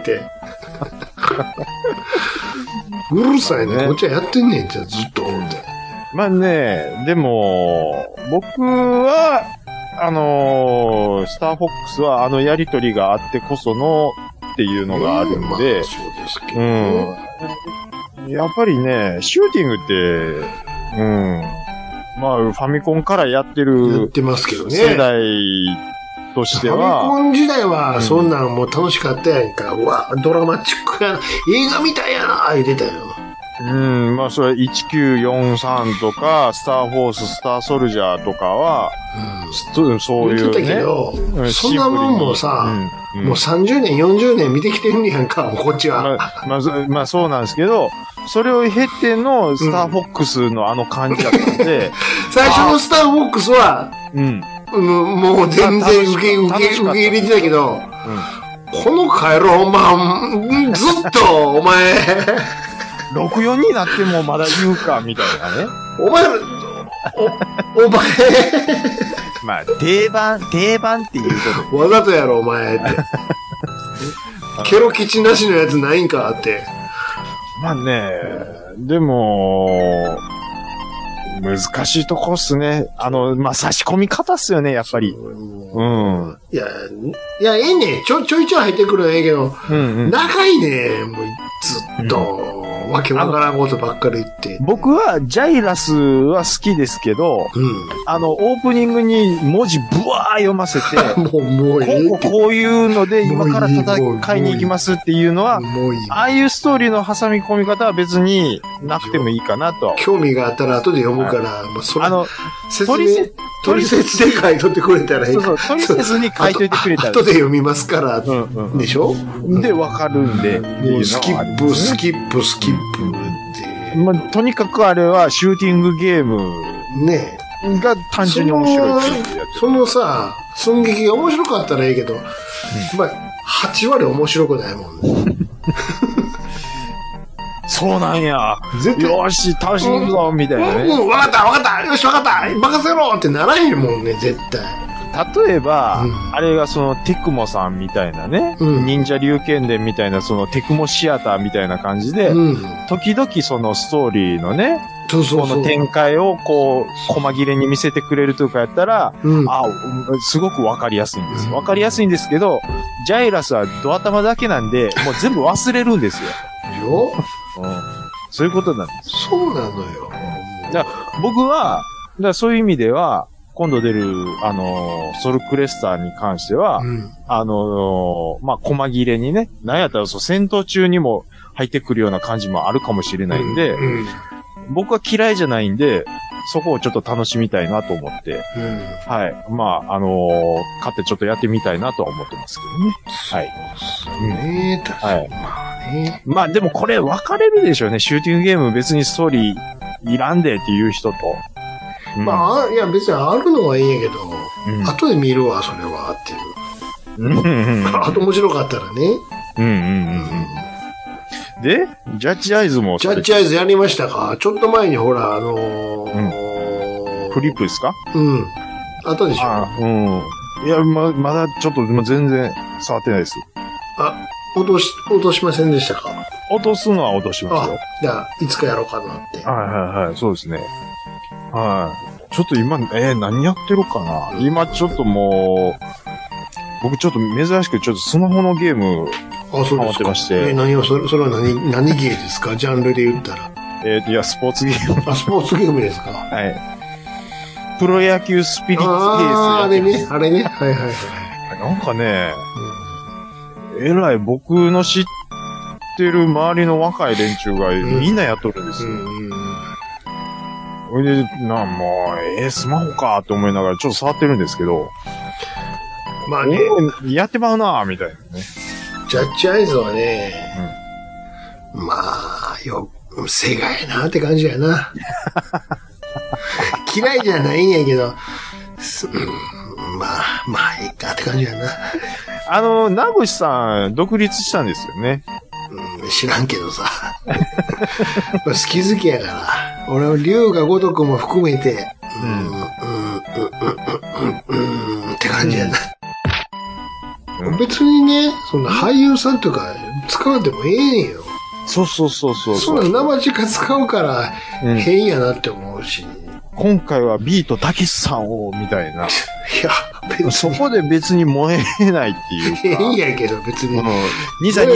うるさいね。こっちはやってんねん、じゃずっと思って。 まあね、でも、僕は、スターフォックスはやりとりがあってこそのっていうのがあるんで、 そうですけど、 やっぱりね、シューティングって、まあ、ファミコンからやってますけどね。 世代としては。 ファミコン時代は、そんなんもう楽しかったやんか。うわ、ドラマチックやな。映画みたいやな、言ってたよ。 まあ、それ1943とか、スターフォース、スターソルジャーとかは、そういうね。 言ってたけど、そんなもんもさ、もう30年、40年見てきてんねやんか、こっちは。 まあ、そうなんですけど、それを経てのスターフォックスの感じだったんで。 最初のスターフォックスは、もう全然受け入れてたけど、この回路、ずっと、お前、 64になってもまだ言うか、みたいなね。 お前、 まあ、定番っていうこと。 わざとやろ、お前って。ケロ吉なしのやつないんかって。 まあね、でも、難しいとこっすね。まあ、差し込み方っすよね、やっぱり。 いや、ええねちょいちょい入ってくるのええけど、長いねもうずっと。わけわからんことばっかり言って。 僕はジャイラスは好きですけど、オープニングに文字ブワー読ませて、 もうこういうので今から戦いに行きますっていうのは、ああいうストーリーの挟み込み方は別になくてもいいかなと。 興味があったら後で読むから、それ取説で書いとってくれたらいい。 そう、取説に書いといてくれたら。 後で読みますから、でしょで、わかるんで。 スキップって。 まあ、とにかくあれはシューティングゲームねが単純に面白いっていうやつ。 そのさ、寸劇が面白かったらいいけど、まあ、8割面白くないもんね。 そそうなんや。 絶対。 よし、倒しに行くぞ、みたいなね。 わかったよしわかった任せろってならへんもんね、絶対。 例えば、あれがそのテクモさんみたいなね、忍者龍剣伝みたいなそのテクモシアターみたいな感じで、時々そのストーリーのね、この展開をこう、細切れに見せてくれるとかやったら、すごくわかりやすいんです。わかりやすいんですけど、ジャイラスはド頭だけなんで、もう全部忘れるんですよ。そういうことなんです。 そうなのよ。 だから僕は、そういう意味では、今度出る、ソルクレスターに関しては、まあ、細切れにね、なんやったら戦闘中にも入ってくるような感じもあるかもしれないんで、僕は嫌いじゃないんで、そこをちょっと楽しみたいなと思って、はい。まあ、買ってちょっとやってみたいなとは思ってますけどね。はい。 そうね、確かに。まあね。 まあ、でもこれ分かれるでしょうね。シューティングゲーム別にストーリーいらんでっていう人と。 まあ、いや別にあるのはいいんやけど、後で見るわ、それは、っていう。あと面白かったらね。 で、ジャッジアイズも。 ジャッジアイズやりましたか？ちょっと前にほら、 フリップですか？ あったでしょ？ いや、まだちょっと全然触ってないです。 落としませんでしたか？ 落とすのは落としますよ。 じゃあ、いつかやろうかなって。 はい、そうですね。はい。ちょっと今、何やってるかな？今ちょっともう、僕ちょっと珍しくちょっとスマホのゲーム、ハマってまして。 それは何ゲーですか？ジャンルで言ったら。 いや、スポーツゲーム。 スポーツゲームですか？ はい。プロ野球スピリッツゲース。 あれね。はい。 なんかね、えらい僕の知ってる周りの若い連中がみんなやっとるんですよ。それで、もう、スマホかと思いながらちょっと触ってるんですけど、 まあね。 やってまうなぁ、みたいなね。 ジャッジアイズはね、まあ、セガやなって感じやな。嫌いじゃないんやけど、まあ、いいかって感じやな。 名越さん、独立したんですよね。 知らんけどさ。好きやから。俺は龍が如くも含めて、って感じやな。別にね、そんな俳優さんとか使わんでもええねんよ。 そう。 そんな生近使うから変やなって思うし。 今回はビートたけしさんを、みたいな。いや、別に。 そこで別に燃えないっていうか。 変やけど別に。 兄さん。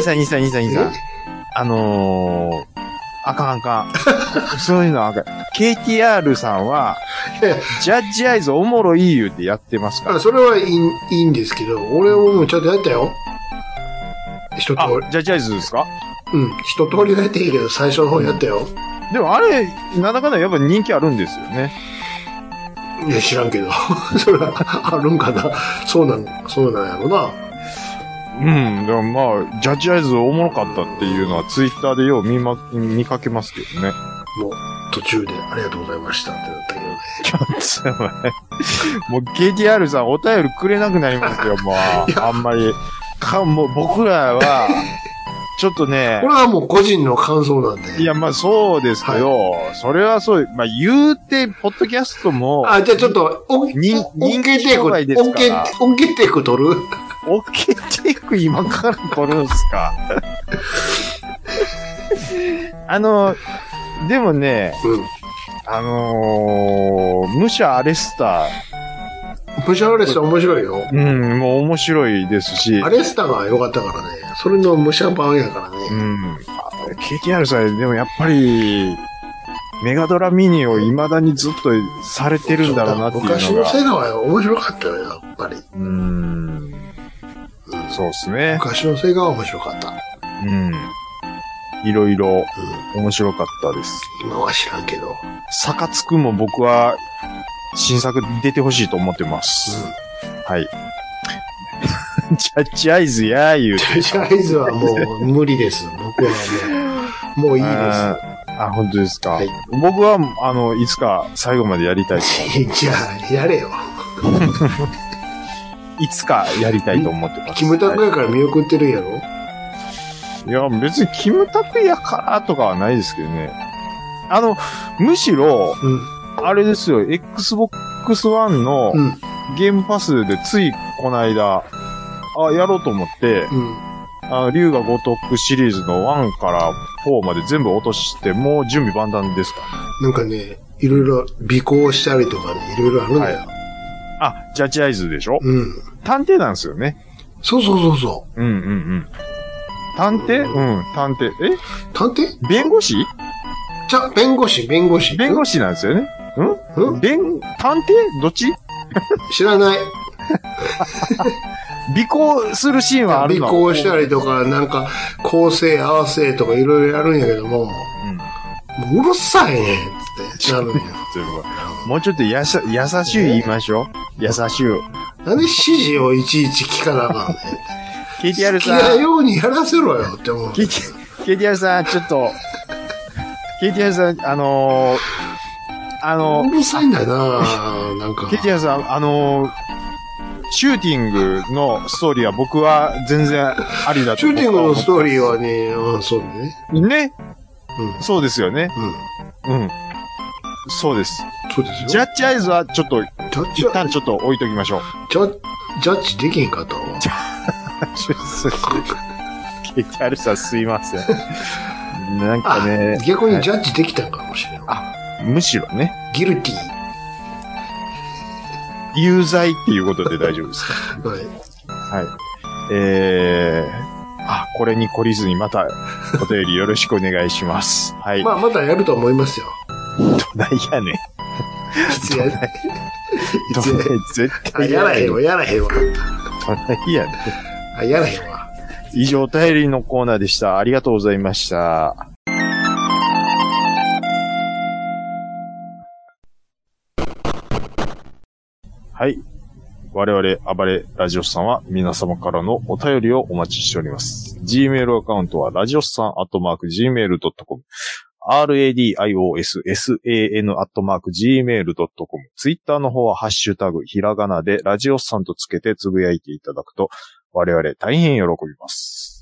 あかん。そういうのはあかん。KTR さんは、ジャッジアイズおもろい言うてやってますから。 それはいいんですけど、俺もちゃんとやったよ。一通り。 ジャッジアイズですか？ 一通りやっていいけど、最初の方やったよ。 でもあれ、なんだかんだやっぱ人気あるんですよね。 いや、知らんけど。それはあるんかな。そうなんやろな。 でもまあ、ジャッジアイズおもろかったっていうのはツイッターでよう見かけますけどね。 もう途中でありがとうございましたってなったけどね。 ちょっともう KTR さんお便りくれなくなりますよ、もう。あんまり。もう僕らは、ちょっとね。 これはもう個人の感想なんで。 いや、まあそうですけど、それはそう、まあ言うて、ポッドキャストも。 じゃあちょっと、音源テイク取る？ オッケーテイク今から取るんすか？でもね、ムシャアレスター。 ムシャアレスター面白いよ。 もう面白いですし。 アレスターが良かったからね。それのムシャ版やからね。 KTR さん、でもやっぱり、メガドラミニを未だにずっとされてるんだろうなっていうのが。 昔のセガは面白かったよ、やっぱり。 そうですね。 昔のセガは面白かった。 いろいろ面白かったです。 今は知らんけど。 サカツクも僕は新作出てほしいと思ってます。はい。ジャッジアイズやー言うて。 ジャッジアイズはもう無理です。僕はもういいです。 本当ですか。はい、僕は、いつか最後までやりたいと思ってます。 じゃあ、やれよ。 いつかやりたいと思ってます。 キムタクやから見送ってるんやろ？ いや、別にキムタクやからとかはないですけどね。むしろ、あれですよ、Xbox One のゲームパスでついこの間、やろうと思って、龍が如くシリーズの1から4まで全部落として、もう準備万端ですか？ なんかね、いろいろ尾行したりとかね、いろいろあるんだよ。 ジャッジアイズでしょ？探偵なんですよね。 そう。 探偵？探偵。 探偵？ 弁護士？ 弁護士。 弁護士なんですよね。探偵？どっち？ 知らない。 尾行するシーンはあるの？ 尾行したりとか、なんか、構成合わせとかいろいろやるんやけども、もううるさいねってなるんや。 もうちょっと優しゅう言いましょう。優しゅう。 なんで指示をいちいち聞かなあかんねん。 KTR さん。 好きなようにやらせろよって思う。 KTR さん、ちょっと、KTR さん、 うるさいんだよななんか。 KTR さん、シューティングのストーリーは僕は全然ありだとシューティングのストーリーはね、そうだね。 ね。そうですよね。そうです。 そうですよ。 ジャッジアイズはちょっと、一旦ちょっと置いときましょう。 ジャッジできんかったわ。 KTR さんすいません。なんかね。 逆にジャッジできたんかもしれない。 むしろね。 ギルティ。 有罪っていうことで大丈夫ですか？ はい。 これに懲りずにまたお便りよろしくお願いします。はい。 またやると思いますよ。 どないやねん。 いつやねん。 絶対やらへんわ。 どないやねん。 やらへんわ。 以上、お便りのコーナーでした。ありがとうございました。はい。我々、暴れラジオスさんは皆様からのお便りをお待ちしております。Gmail アカウントは、ラジオスさん@gmail.com、radiossan@gmail.com、Twitter の方は、ハッシュタグ、ひらがなで、ラジオスさんとつけてつぶやいていただくと、我々大変喜びます。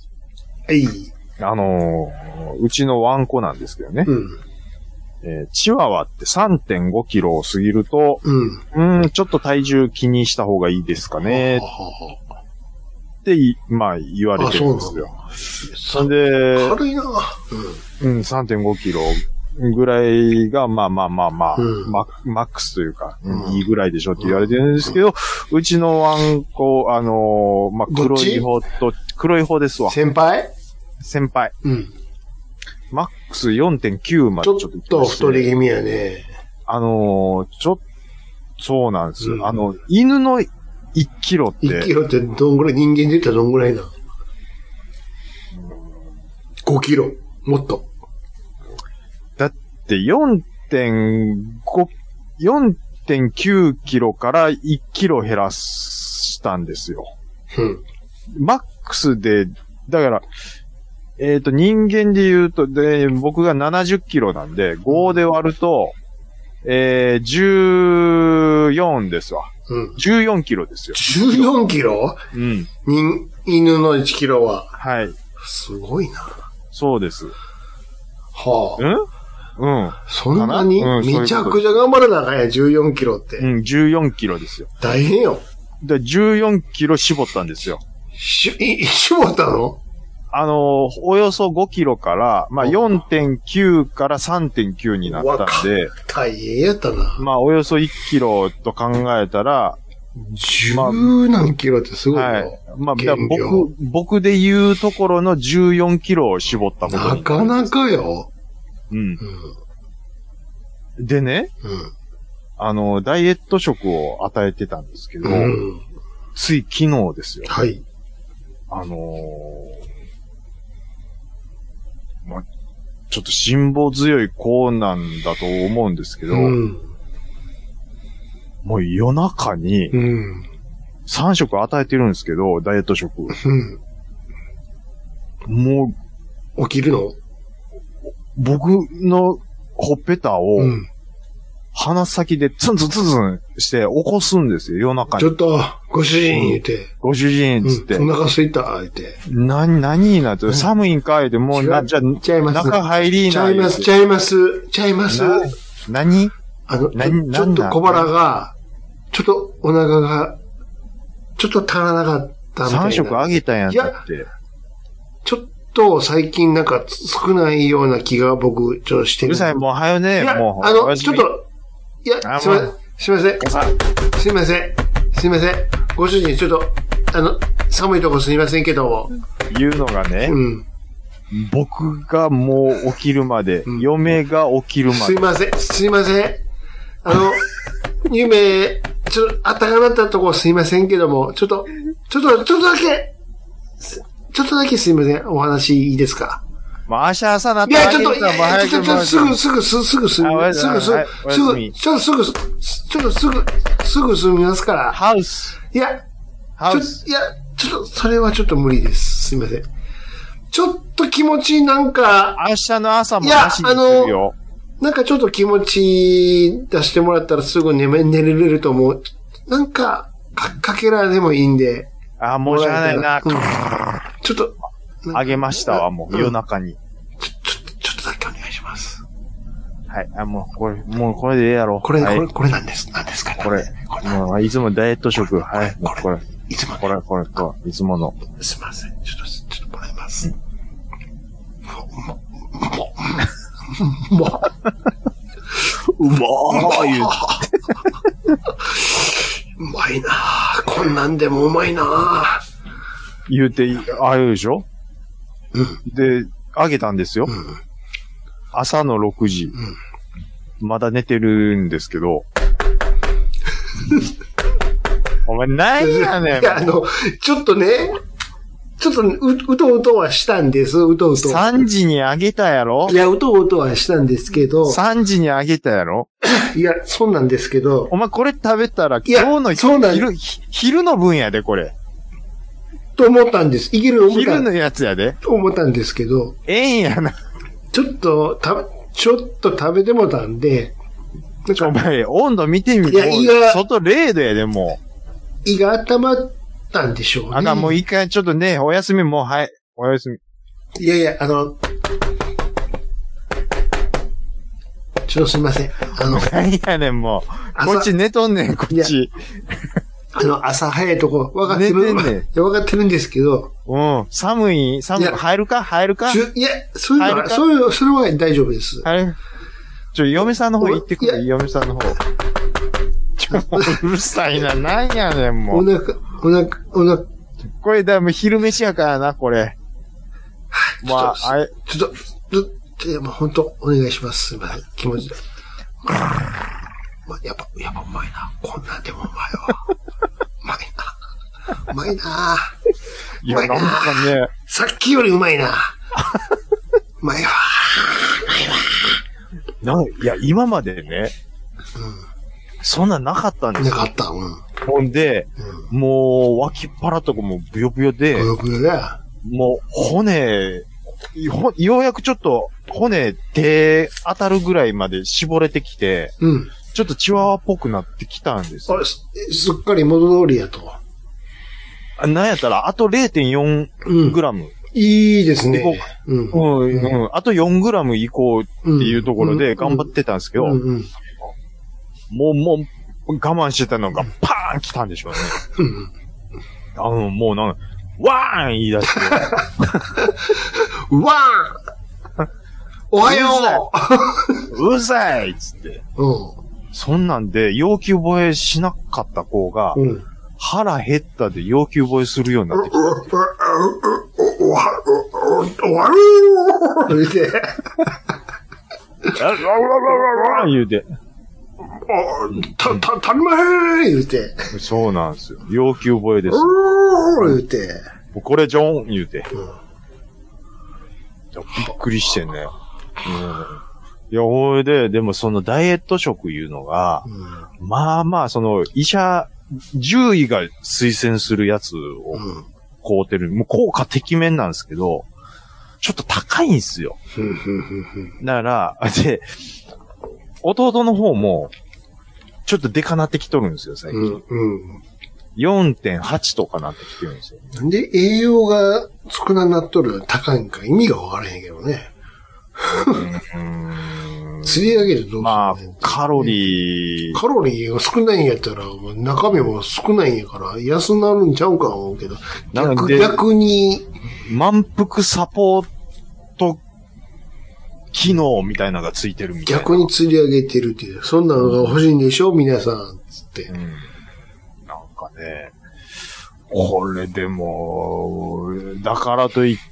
はい。 うちのワンコなんですけどね。チワワって 3.5 キロを過ぎると、ちょっと体重気にした方がいいですかね。って言われてるんですよ。そんで、 軽いな。 3.5 キロぐらいが、マックスというか、いいぐらいでしょって言われてるんですけど、うちのワンコ、黒い方ですわ。 先輩。マックス 4.9 までちょっとちょっと太り気味やね。 そうなんですよ。犬の1キロって。 1キロってどんぐらい、人間で言ったらどんぐらいな。5キロ。もっと。 だって4.9 キロから1キロ減らしたんですよ。マックスで、だから、人間で言うと、僕が70キロなんで、5で割ると、14ですわ。14キロですよ。 14キロ？犬の1キロは。 はい。 すごいな。 そうです。 はあ。 そんなにめちゃくちゃ頑張らなあかんや、14キロって。 14キロですよ。 大変よ。 で、14キロ絞ったんですよ。 絞ったの？ およそ5キロから、4.9 から 3.9 になったんで。 大変やったな。 およそ1キロと考えたら、 10何キロってすごいよ。 はい。僕で言うところの14キロを絞ったことなかなかよ。 でね、ダイエット食を与えてたんですけど、つい昨日ですよ。 はい。 ちょっと辛抱強い子なんだと思うんですけど、もう夜中に、3食与えてるんですけど、ダイエット食。もう、起きるの？ 僕のほっぺたを、 鼻先でツンツンツンツンして起こすんですよ、夜中に。 ちょっと、ご主人言って。 ご主人つって。 お腹すいた、言って。 何なって、寒いんかいで、もうちゃいます。 中入りな。 ちゃいます。 何ちょっと小腹が、ちょっとお腹が、ちょっと足らなかったみたいな。 3食あげたやんだって。 ちょっと最近なんか少ないような気が僕、ちょっとしてる。 うるさい、もう早よね。もう。ちょっと、いや、すいません。ご主人、ちょっと、寒いとこすいませんけども。 言うのがね。僕がもう起きるまで、嫁が起きるまで。 すいません。夢、ちょっと、あったかなったとこすいませんけども、ちょっとだけすいません。お話いいですか？ もう明日朝なったら。いや、ちょっと、すぐ済みますから。 ハウス。 いや、ちょっと、それはちょっと無理です。すいません。ちょっと気持ちなんか。 明日の朝もなしにするよ。 なんかちょっと気持ち出してもらったらすぐ寝れると思う。なんか、かけらでもいいんで。 あ、もうしゃあないな。 ちょっと。 あげましたわ、もう夜中に。 ちょっとだけお願いします。 はい。もうこれでええやろ。 これなんですか？ これ。もういつもダイエット食。はい。これ。 いつもいつもの。 すいません。ちょっともらいます。うまい。 うまいなぁ。こんなんでもうまいなぁ。 言うて、ああいうでしょ？で、あげたんですよ。朝の6時。まだ寝てるんですけど。お前何やねん。 いや、ちょっとね、うとうとはしたんです、 3時にあげたやろ？ いや、うとうとはしたんですけど。 3時にあげたやろ？ いや、そうなんですけど。 お前これ食べたら今日の昼の分やで、これ。 と思ったんです。昼のやつやで。 と思ったんですけど。 ええんやな。 ちょっと食べてもたんで。 お前、温度見てみて。いや、外0度やで、もう。胃が温まったんでしょうね。 もう一回ちょっとね、お休みもう、はい。お休み。 いや、ちょっとすいません。 何やねん、もう。こっち寝とんねん、こっち。 朝早いとこ、分かってる。分かってるんですけど。 寒い、入るかいや、それは大丈夫です。 嫁さんの方行ってくれ、嫁さんの方。うるさいな、なんやねん、もう。 お腹。 これ、だいぶ昼飯やからな、これ。 まあ、ちょっと、もう本当お願いします。すいません、気持ちで。やっぱうまいな。こんなんでもうまいわ。うまいな。 いや、なんかね。 さっきよりうまいな。うまいわ。 いや、今までね。そんなんなかったんですよ。 なかった。 ほんで、もう、脇っ腹とかもブヨブヨで。 ブヨブヨだ。 もう、ようやくちょっと、骨、手当たるぐらいまで絞れてきて。ちょっとチワワっぽくなってきたんですよ。 すっかり元通りやと。 なんやったら、あと 0.4 グラム。 いいですね。 あと4グラムいこうっていうところで頑張ってたんですけど、もう我慢してたのがパーン来たんでしょうね。もうなんか、ワーン言い出して。 ワーンおはよううるさいっつって。そんなんで要求吠えしなかった子が、腹減ったで要求吠えするようになってきた。 言うて。 言うて。 足りまへん言うて。 そうなんですよ。要求吠えです。 言うて。 これジョン言うて。びっくりしてね。いや、ほいで、でもそのダイエット食いうのが、まあまあ、その獣医が推薦するやつを買うてる。もう効果てきめんなんですけど、ちょっと高いんすよ。だから、で、弟の方も、 ちょっとデカなってきとるんですよ、最近。4.8 とかなってきてるんですよ。 なんで栄養が少なくなっとるの高いんか意味がわからへんけどね。釣り上げてどうするの？ まあ、カロリーが少ないんやったら、中身も少ないんやから、安なるんちゃうか思うけど、逆に。 満腹サポート機能みたいなのがついてるみたいな。 逆に釣り上げてるっていう。そんなのが欲しいんでしょ皆さん、つって。 なんかね、これでも、だからといって、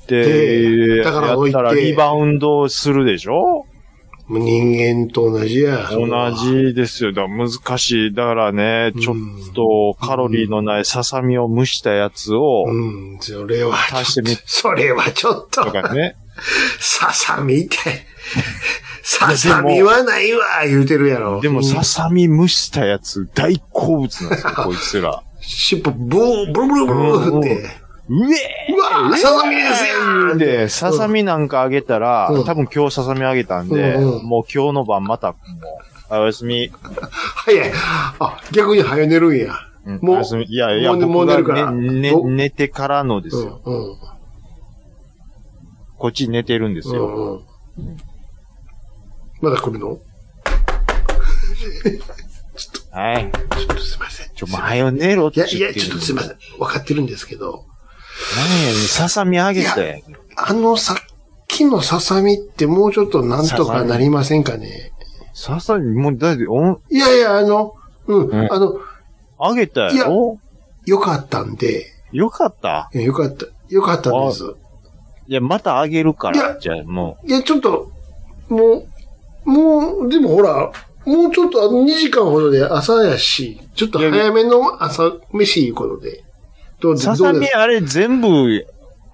やったらリバウンドするでしょ？ 人間と同じや。 同じですよ。だから難しい。だからね、ちょっとカロリーのないささみを蒸したやつを、 それはちょっと。とかね。ささみって、ささみはないわ、言うてるやろ。 でもささみ蒸したやつ大好物なんですよ、こいつら。 尻尾ブルブルブルって。うわささみですよで、ささみなんかあげたら、多分今日ささみあげたんで、もう今日の晩また、おやすみ。 早い。逆に早寝るんや。 もう、いや、もう寝るから。寝てからのですよ。こっち寝てるんですよ。 まだ来るの？ はい。 ちょっとすいません。 早寝ろって。 いや、ちょっとすいません。わかってるんですけど。 何やねん、ささみあげて。 さっきのささみってもうちょっとなんとかなりませんかね。 ささみ、もうだって、 いや、 あげたよ。 いや、よかったんで。 よかった？ よかったんです。 いや、またあげるから、じゃあもう。いや、ちょっと、もう、でもほら、もうちょっと2時間ほどで朝やし、ちょっと早めの朝飯いうことで。 ささみあれ全部、い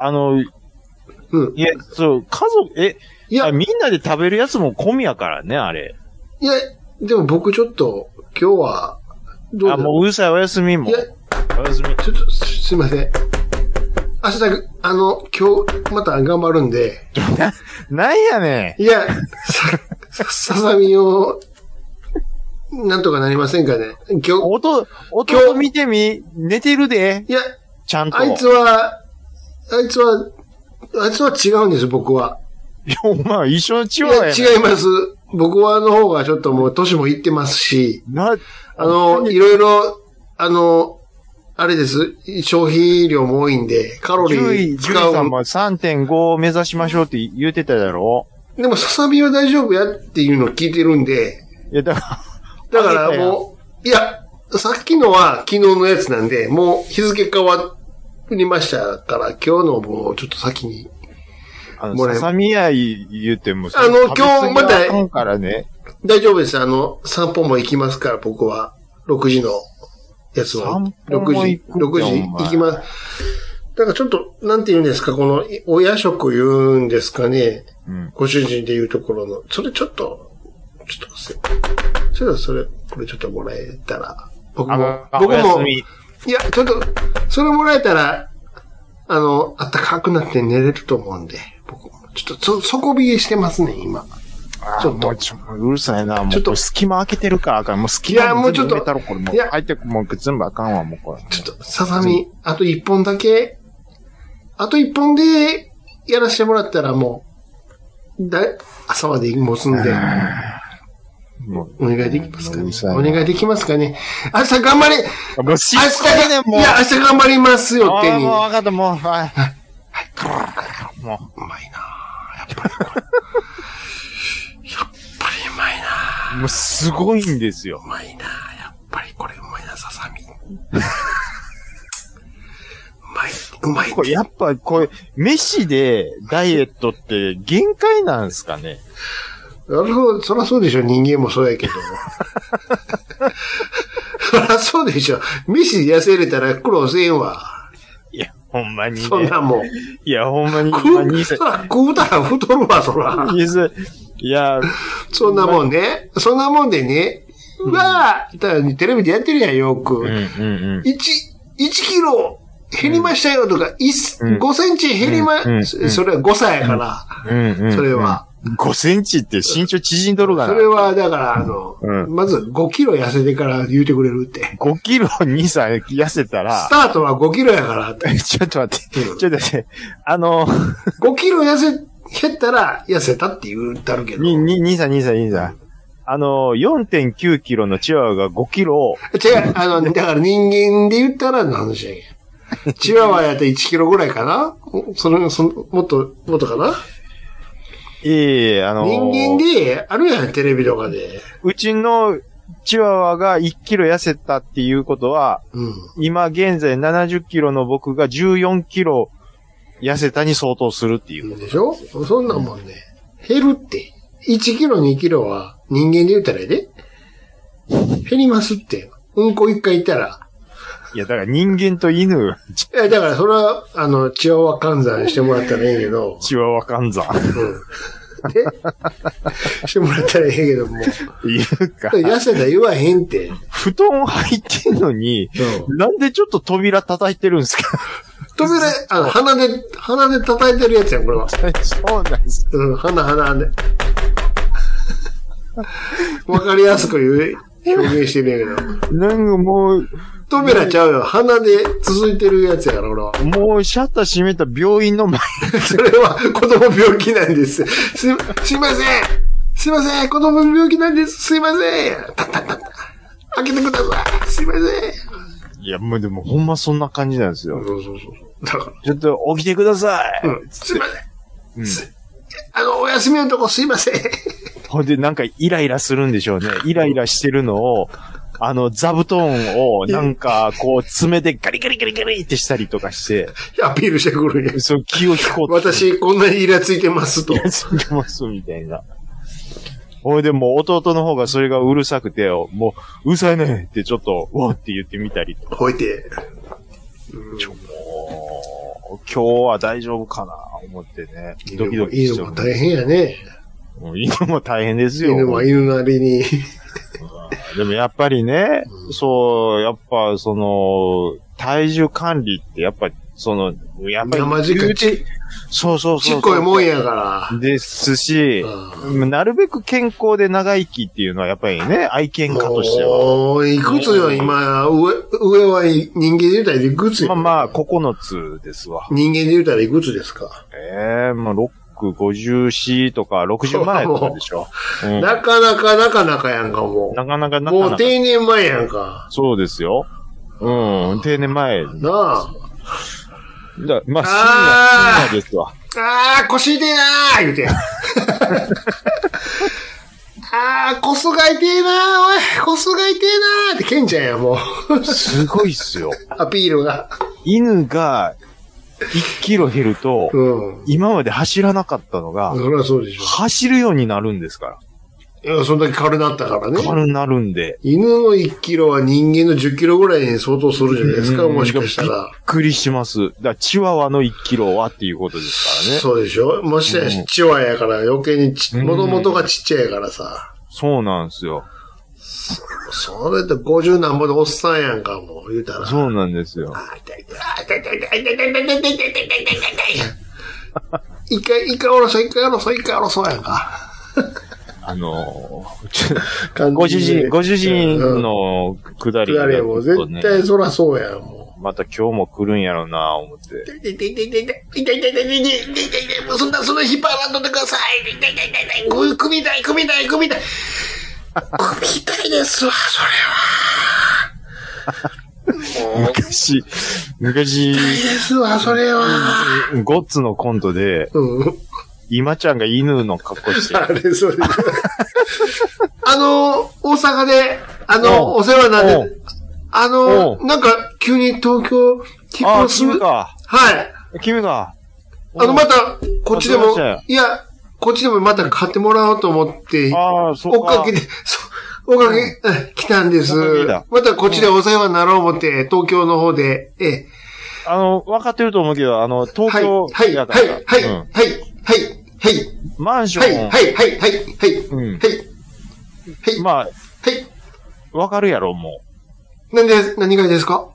や、そう、家族、いや、みんなで食べるやつも込みやからね、あれ。 いや、でも僕ちょっと、今日は、 もううるさい、おやすみも。 いや、 おやすみ。 ちょっと、すいません。明日、今日、また頑張るんで。 なんやねん。いや、ささみを、なんとかなりませんかね。今日。 弟見てみ、寝てるで。 いや、 ちゃんと。 あいつは違うんです、僕は。 いや、お前一緒に違うやん。 違います。僕はの方がちょっともう年もいってますし、いろいろ、あれです。消費量も多いんで、カロリー使う。 ジュリさんも 3.5 を目指しましょうって言ってただろ？ でも、ささみは大丈夫やっていうのを聞いてるんで。 いや、だからもう、いや、さっきのは昨日のやつなんで、もう日付変わりましたから、今日のもうちょっと先に。 ささみや言うても、 今日また、 からね、 大丈夫です。散歩も行きますから、僕は。6時のやつは。6時行きます。だからちょっと、なんて言うんですか、この、お夜食言うんですかね。ご主人で言うところの。それちょっと、これちょっともらえたら。僕も、いや、ちょっと、それもらえたら、あったかくなって寝れると思うんで、僕も。ちょっと、底冷えしてますね、今。 ちょっと。うるさいな、もう。ちょっと隙間開けてるからあかん。もう隙間全部埋めたろ、これもう。入ってもう全部あかんわ、もうこれ。 ちょっと、ささみ、あと1本だけ、あと1本でやらせてもらったらもう、朝まで持つんで。お願いできますかね。お願いできますかね。明日頑張れ。 もうしっかりね、もう。 いや、明日頑張りますよってに。 もう分かった、もう。はい。 もう。うまいなやっぱりこれ。やっぱりうまいなもうすごいんですよ。 うまいなやっぱりこれうまいな、ささみ。うまい。 これやっぱ、これ、飯でダイエットって限界なんですかね。 そらそうでしょ、人間もそうやけど。そらそうでしょ。飯で痩せれたら苦労せんわ。 いや、ほんまにね。 そんなもん。 いや、ほんまに。 そら、食うたら太るわ、そら。 いや、 そんなもんね。そんなもんでね。テレビでやってるやん、よく。1キロ減りましたよとか、5センチ減りそれは5歳やから。それは。 5センチって身長縮んどるかな。 それは、だから、まず5キロ痩せてから言うてくれるって。 5キロにさ、痩せたら。 スタートは5キロやからって。 ちょっと待って。ちょっと待って。 5キロ減ったら痩せたって言うたるけど。 兄さん。4.9 キロのチワワが5キロ。 違う、だから人間で言ったらの話やけん。チワワやったら1キロぐらいかなもっとかな人間で、あるやん、テレビとかで。 うちのチワワが1キロ痩せたっていうことは、今現在70キロの僕が14キロ痩せたに相当するっていうことでしょ。そんなもんね。減るって。1キロ2キロは人間で言ったらで減りますって。うんこ1回言ったら。 いや、だから人間と犬。 いや、だからそれは、チワワ換算してもらったらええけど。 チワワ換算。 でしてもらったらええけども。 言うか。 痩せたら言わへんって。 布団入ってんのに、なんでちょっと扉叩いてるんですか？ 扉、鼻で叩いてるやつやん、これは。 そうなんです。 鼻で。わかりやすく表現してるんやけど。 なんかもう、 扉ちゃうよ。鼻で続いてるやつやから、俺は。 もう、シャッター閉めた病院の前。 それは、子供病気なんです。すいません。子供病気なんです。すいません。開けてください。すいません。 いや、もうでも、ほんまそんな感じなんですよ。 そう。だから。 ちょっと、起きてください。 すいません。お休みのとこすいません。 ほんで、なんかイライラするんでしょうね。イライラしてるのを、座布団を、なんか、こう、爪でガリガリってしたりとかして。 アピールしてくるんや。 そう、気を引こうと。 私、こんなにイラついてますと。 イラついてます、みたいな。ほいで、もう弟の方がそれがうるさくて、もう、うるさいねってちょっと、わーって言ってみたりとか。 ほいて。 今日は大丈夫かな思ってね。ドキドキしてる。 犬も大変やね。 犬も大変ですよ。 犬は犬なりに。 でもやっぱりね、そう、やっぱ体重管理ってやっぱやっぱり。 生近ち。 そう。 ちっこいもんやから。 ですし、なるべく健康で長生きっていうのはやっぱりね、愛犬家としては。 いくつよ、今、上は人間で言うたらいくつよ。 まあ、9つですわ。 人間で言うたらいくつですか？ まあ、54とか60前とかでしょ。 なかなかやんか、もう。 なかなか。 もう定年前やんか。 そうですよ。定年前。 なあ。 まあ、深夜ですわ。 腰痛えなー言うて。コスが痛えなーおい、コスが痛えなーってケンちゃんや、もう。 すごいっすよ。 アピールが。 犬が1キロ減ると、今まで走らなかったのが、 そりゃそうでしょ。 走るようになるんですから。 いや、そんだけ軽なったからね。 軽なるんで。 犬の1キロは人間の10キロぐらいに相当するじゃないですか、もしかしたら。 びっくりします。だからチワワの1キロはっていうことですからね。 そうでしょ。もしかしてチワワやから余計に元々がちっちゃいからさ。 そうなんですよ。 それって50何ぼでおっさんやんか、もう言うたら。 そうなんですよ。 一回下ろそうやんか。 ご主人の下り。 下りも絶対そらそうやん、もう。また今日も来るんやろうな、思って。 そんな引っ張らんとってください。首痛い。首痛いですわ、それは。 昔。 痛いですわ、それは。 ゴッツのコントで、今ちゃんが犬の格好して。 あれ、そうです。大阪で、お世話になって、なんか、急に東京、引っ越す。 君か。 はい。 君か。 また、こっちでも、いや、こっちでもまた買ってもらおうと思って、追っかけ来たんです。またこっちでお世話になろう思って、東京の方で、 分かってると思うけど、東京、 はい。 マンション。 はい。 まあ、分かるやろ、もう。何がですか？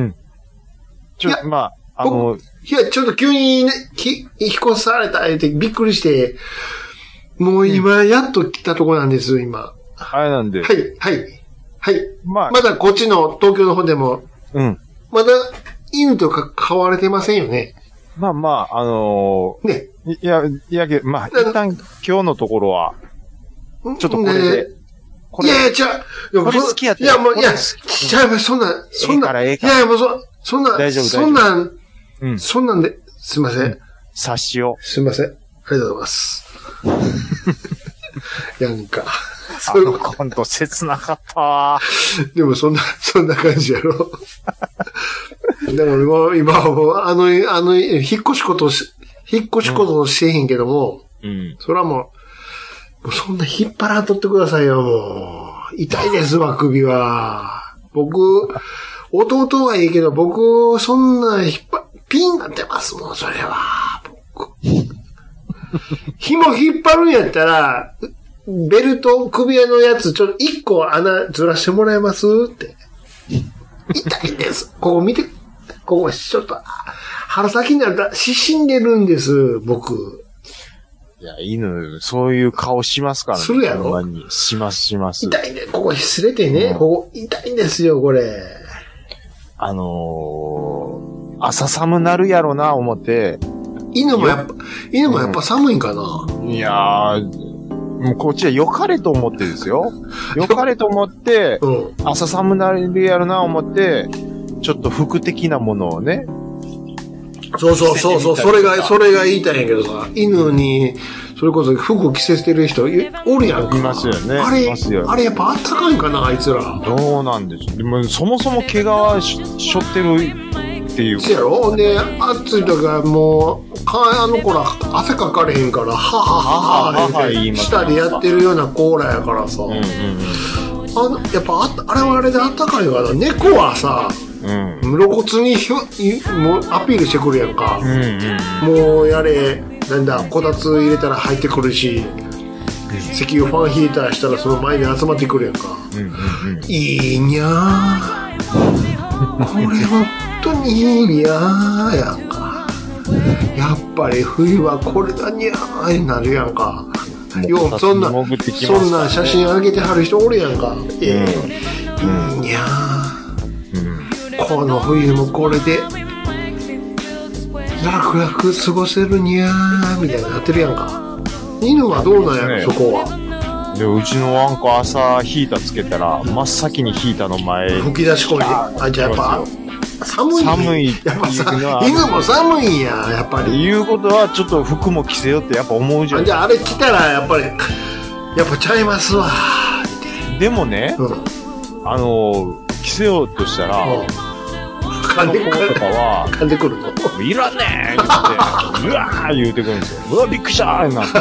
まあ、 いや、ちょっと急にね、引っ越されたってびっくりして、 もう今、やっと来たとこなんです、今。 あれなんで。 はい、はい。はい。 まだこっちの東京の方でも、まだ犬とか飼われてませんよね。 ね。いや、一旦今日のところは、ちょっとこれで。 いや、これ好きやって。いや、もう、いや、そんな、いや、もうそんな、 大丈夫。 そんなんで、すいません。 察しを。 すいません。ありがとうございます。なんか。 コント切なかったわ。 でもそんな感じやろ。でも今はもう、引っ越しことしてへんけども、それはもうそんな引っ張らんとってくださいよ、もう。痛いですわ、首は。僕、弟はいいけど、僕、そんなピンなってますもん、それは。僕。紐引っ張るんやったら、ベルト、首輪のやつ、ちょっと一個穴ずらしてもらえますって。痛いです。ここ見て、ここちょっと、春先になると、死んでるんです、僕。 いや、犬、そういう顔しますからね。 するやろ？ します。 痛いね。ここ擦れてね、ここ痛いんですよ、これ。 朝寒なるやろな、思って。 犬もやっぱ寒いんかな？ いやー、もうこっちは良かれと思ってですよ。良かれと思って、朝寒なるやろな、思って、ちょっと服的なものをね。 そう。それが言いたいんやけどさ、犬に、それこそ服着せてる人、おるやんか。 いますよね。 あれやっぱあったかいんかな、あいつら。 どうなんでしょう。でも、そもそも毛皮しょってるっていう。 そうやろ？で、暑い時はもう、あの子ら汗かかれへんから、は下でやってるようなコーラやからさ。やっぱあれはあれであったかいから、猫はさ、露骨にもうアピールしてくるやんか。もうやれ、こたつ入れたら入ってくるし、石油ファンヒーターしたらその前に集まってくるやんか。いいにゃー。これ本当にいいにゃーやんか。やっぱり冬はこれがにゃーになるやんか。そんな写真あげてはる人おるやんか。いいにゃー。この冬もこれで楽々過ごせるにゃーみたいになってるやんか。犬はどうなんやろ、そこは。 で、うちのワンコ朝ヒーターつけたら真っ先にヒーターの前吹き出し込んで、じゃあやっぱ寒い。やっぱ犬も寒いんや、やっぱり。 いうことはちょっと服も着せよってやっぱ思うじゃん。 じゃああれ着たらやっぱちゃいますわ。 でもね、着せようとしたら、 噛んでくるとかは、噛んでくるのいらんねーって言って、うわー言うてくるんですよ。うわ、びっくりしたーなって。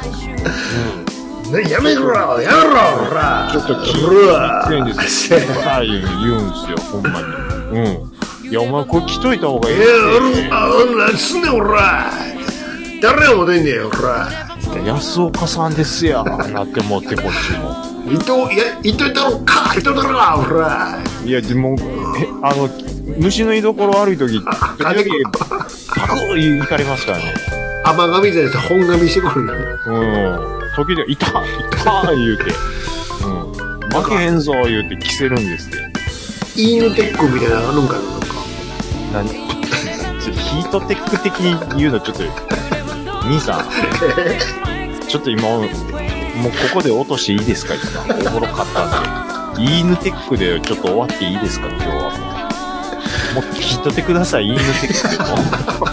やめろほらちょっと気ぃついんですよ。言うんですよ、ほんまに。いや、お前これ着といた方がいい。 何すんねん、ほら誰が持てんねんよ、ほら安岡さんですやなって思って、こっちも。 言っといたろかほらいや、でも、虫の居所悪いとき、パクッ行かれますからね。 甘噛みじゃなくて本噛みしてくるよ。 時で、いた言うて。負けへんぞ言うて着せるんですって。 イーヌテックみたいなのあるんかな、 ヒートテック的に言うのちょっと、兄さん。ちょっと今、もうここで落としていいですか今。おもろかったんで。イーヌテックでちょっと終わっていいですか今日はもう聞いとってください、イーヌテックでも。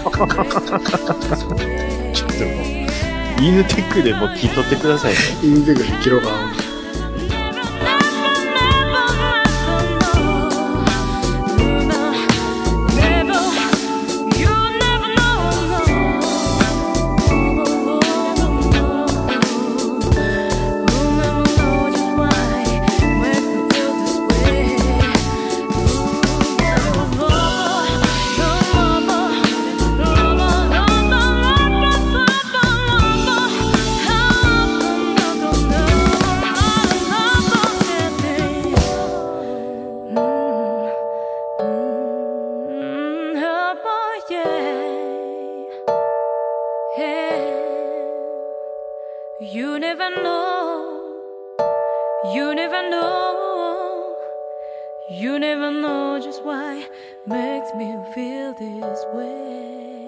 ちょっともう、イーヌテックでもう聞いとってくださいね。 イーヌテックで切ろうかな。 You never know, you never know, you never know just why makes me feel this way.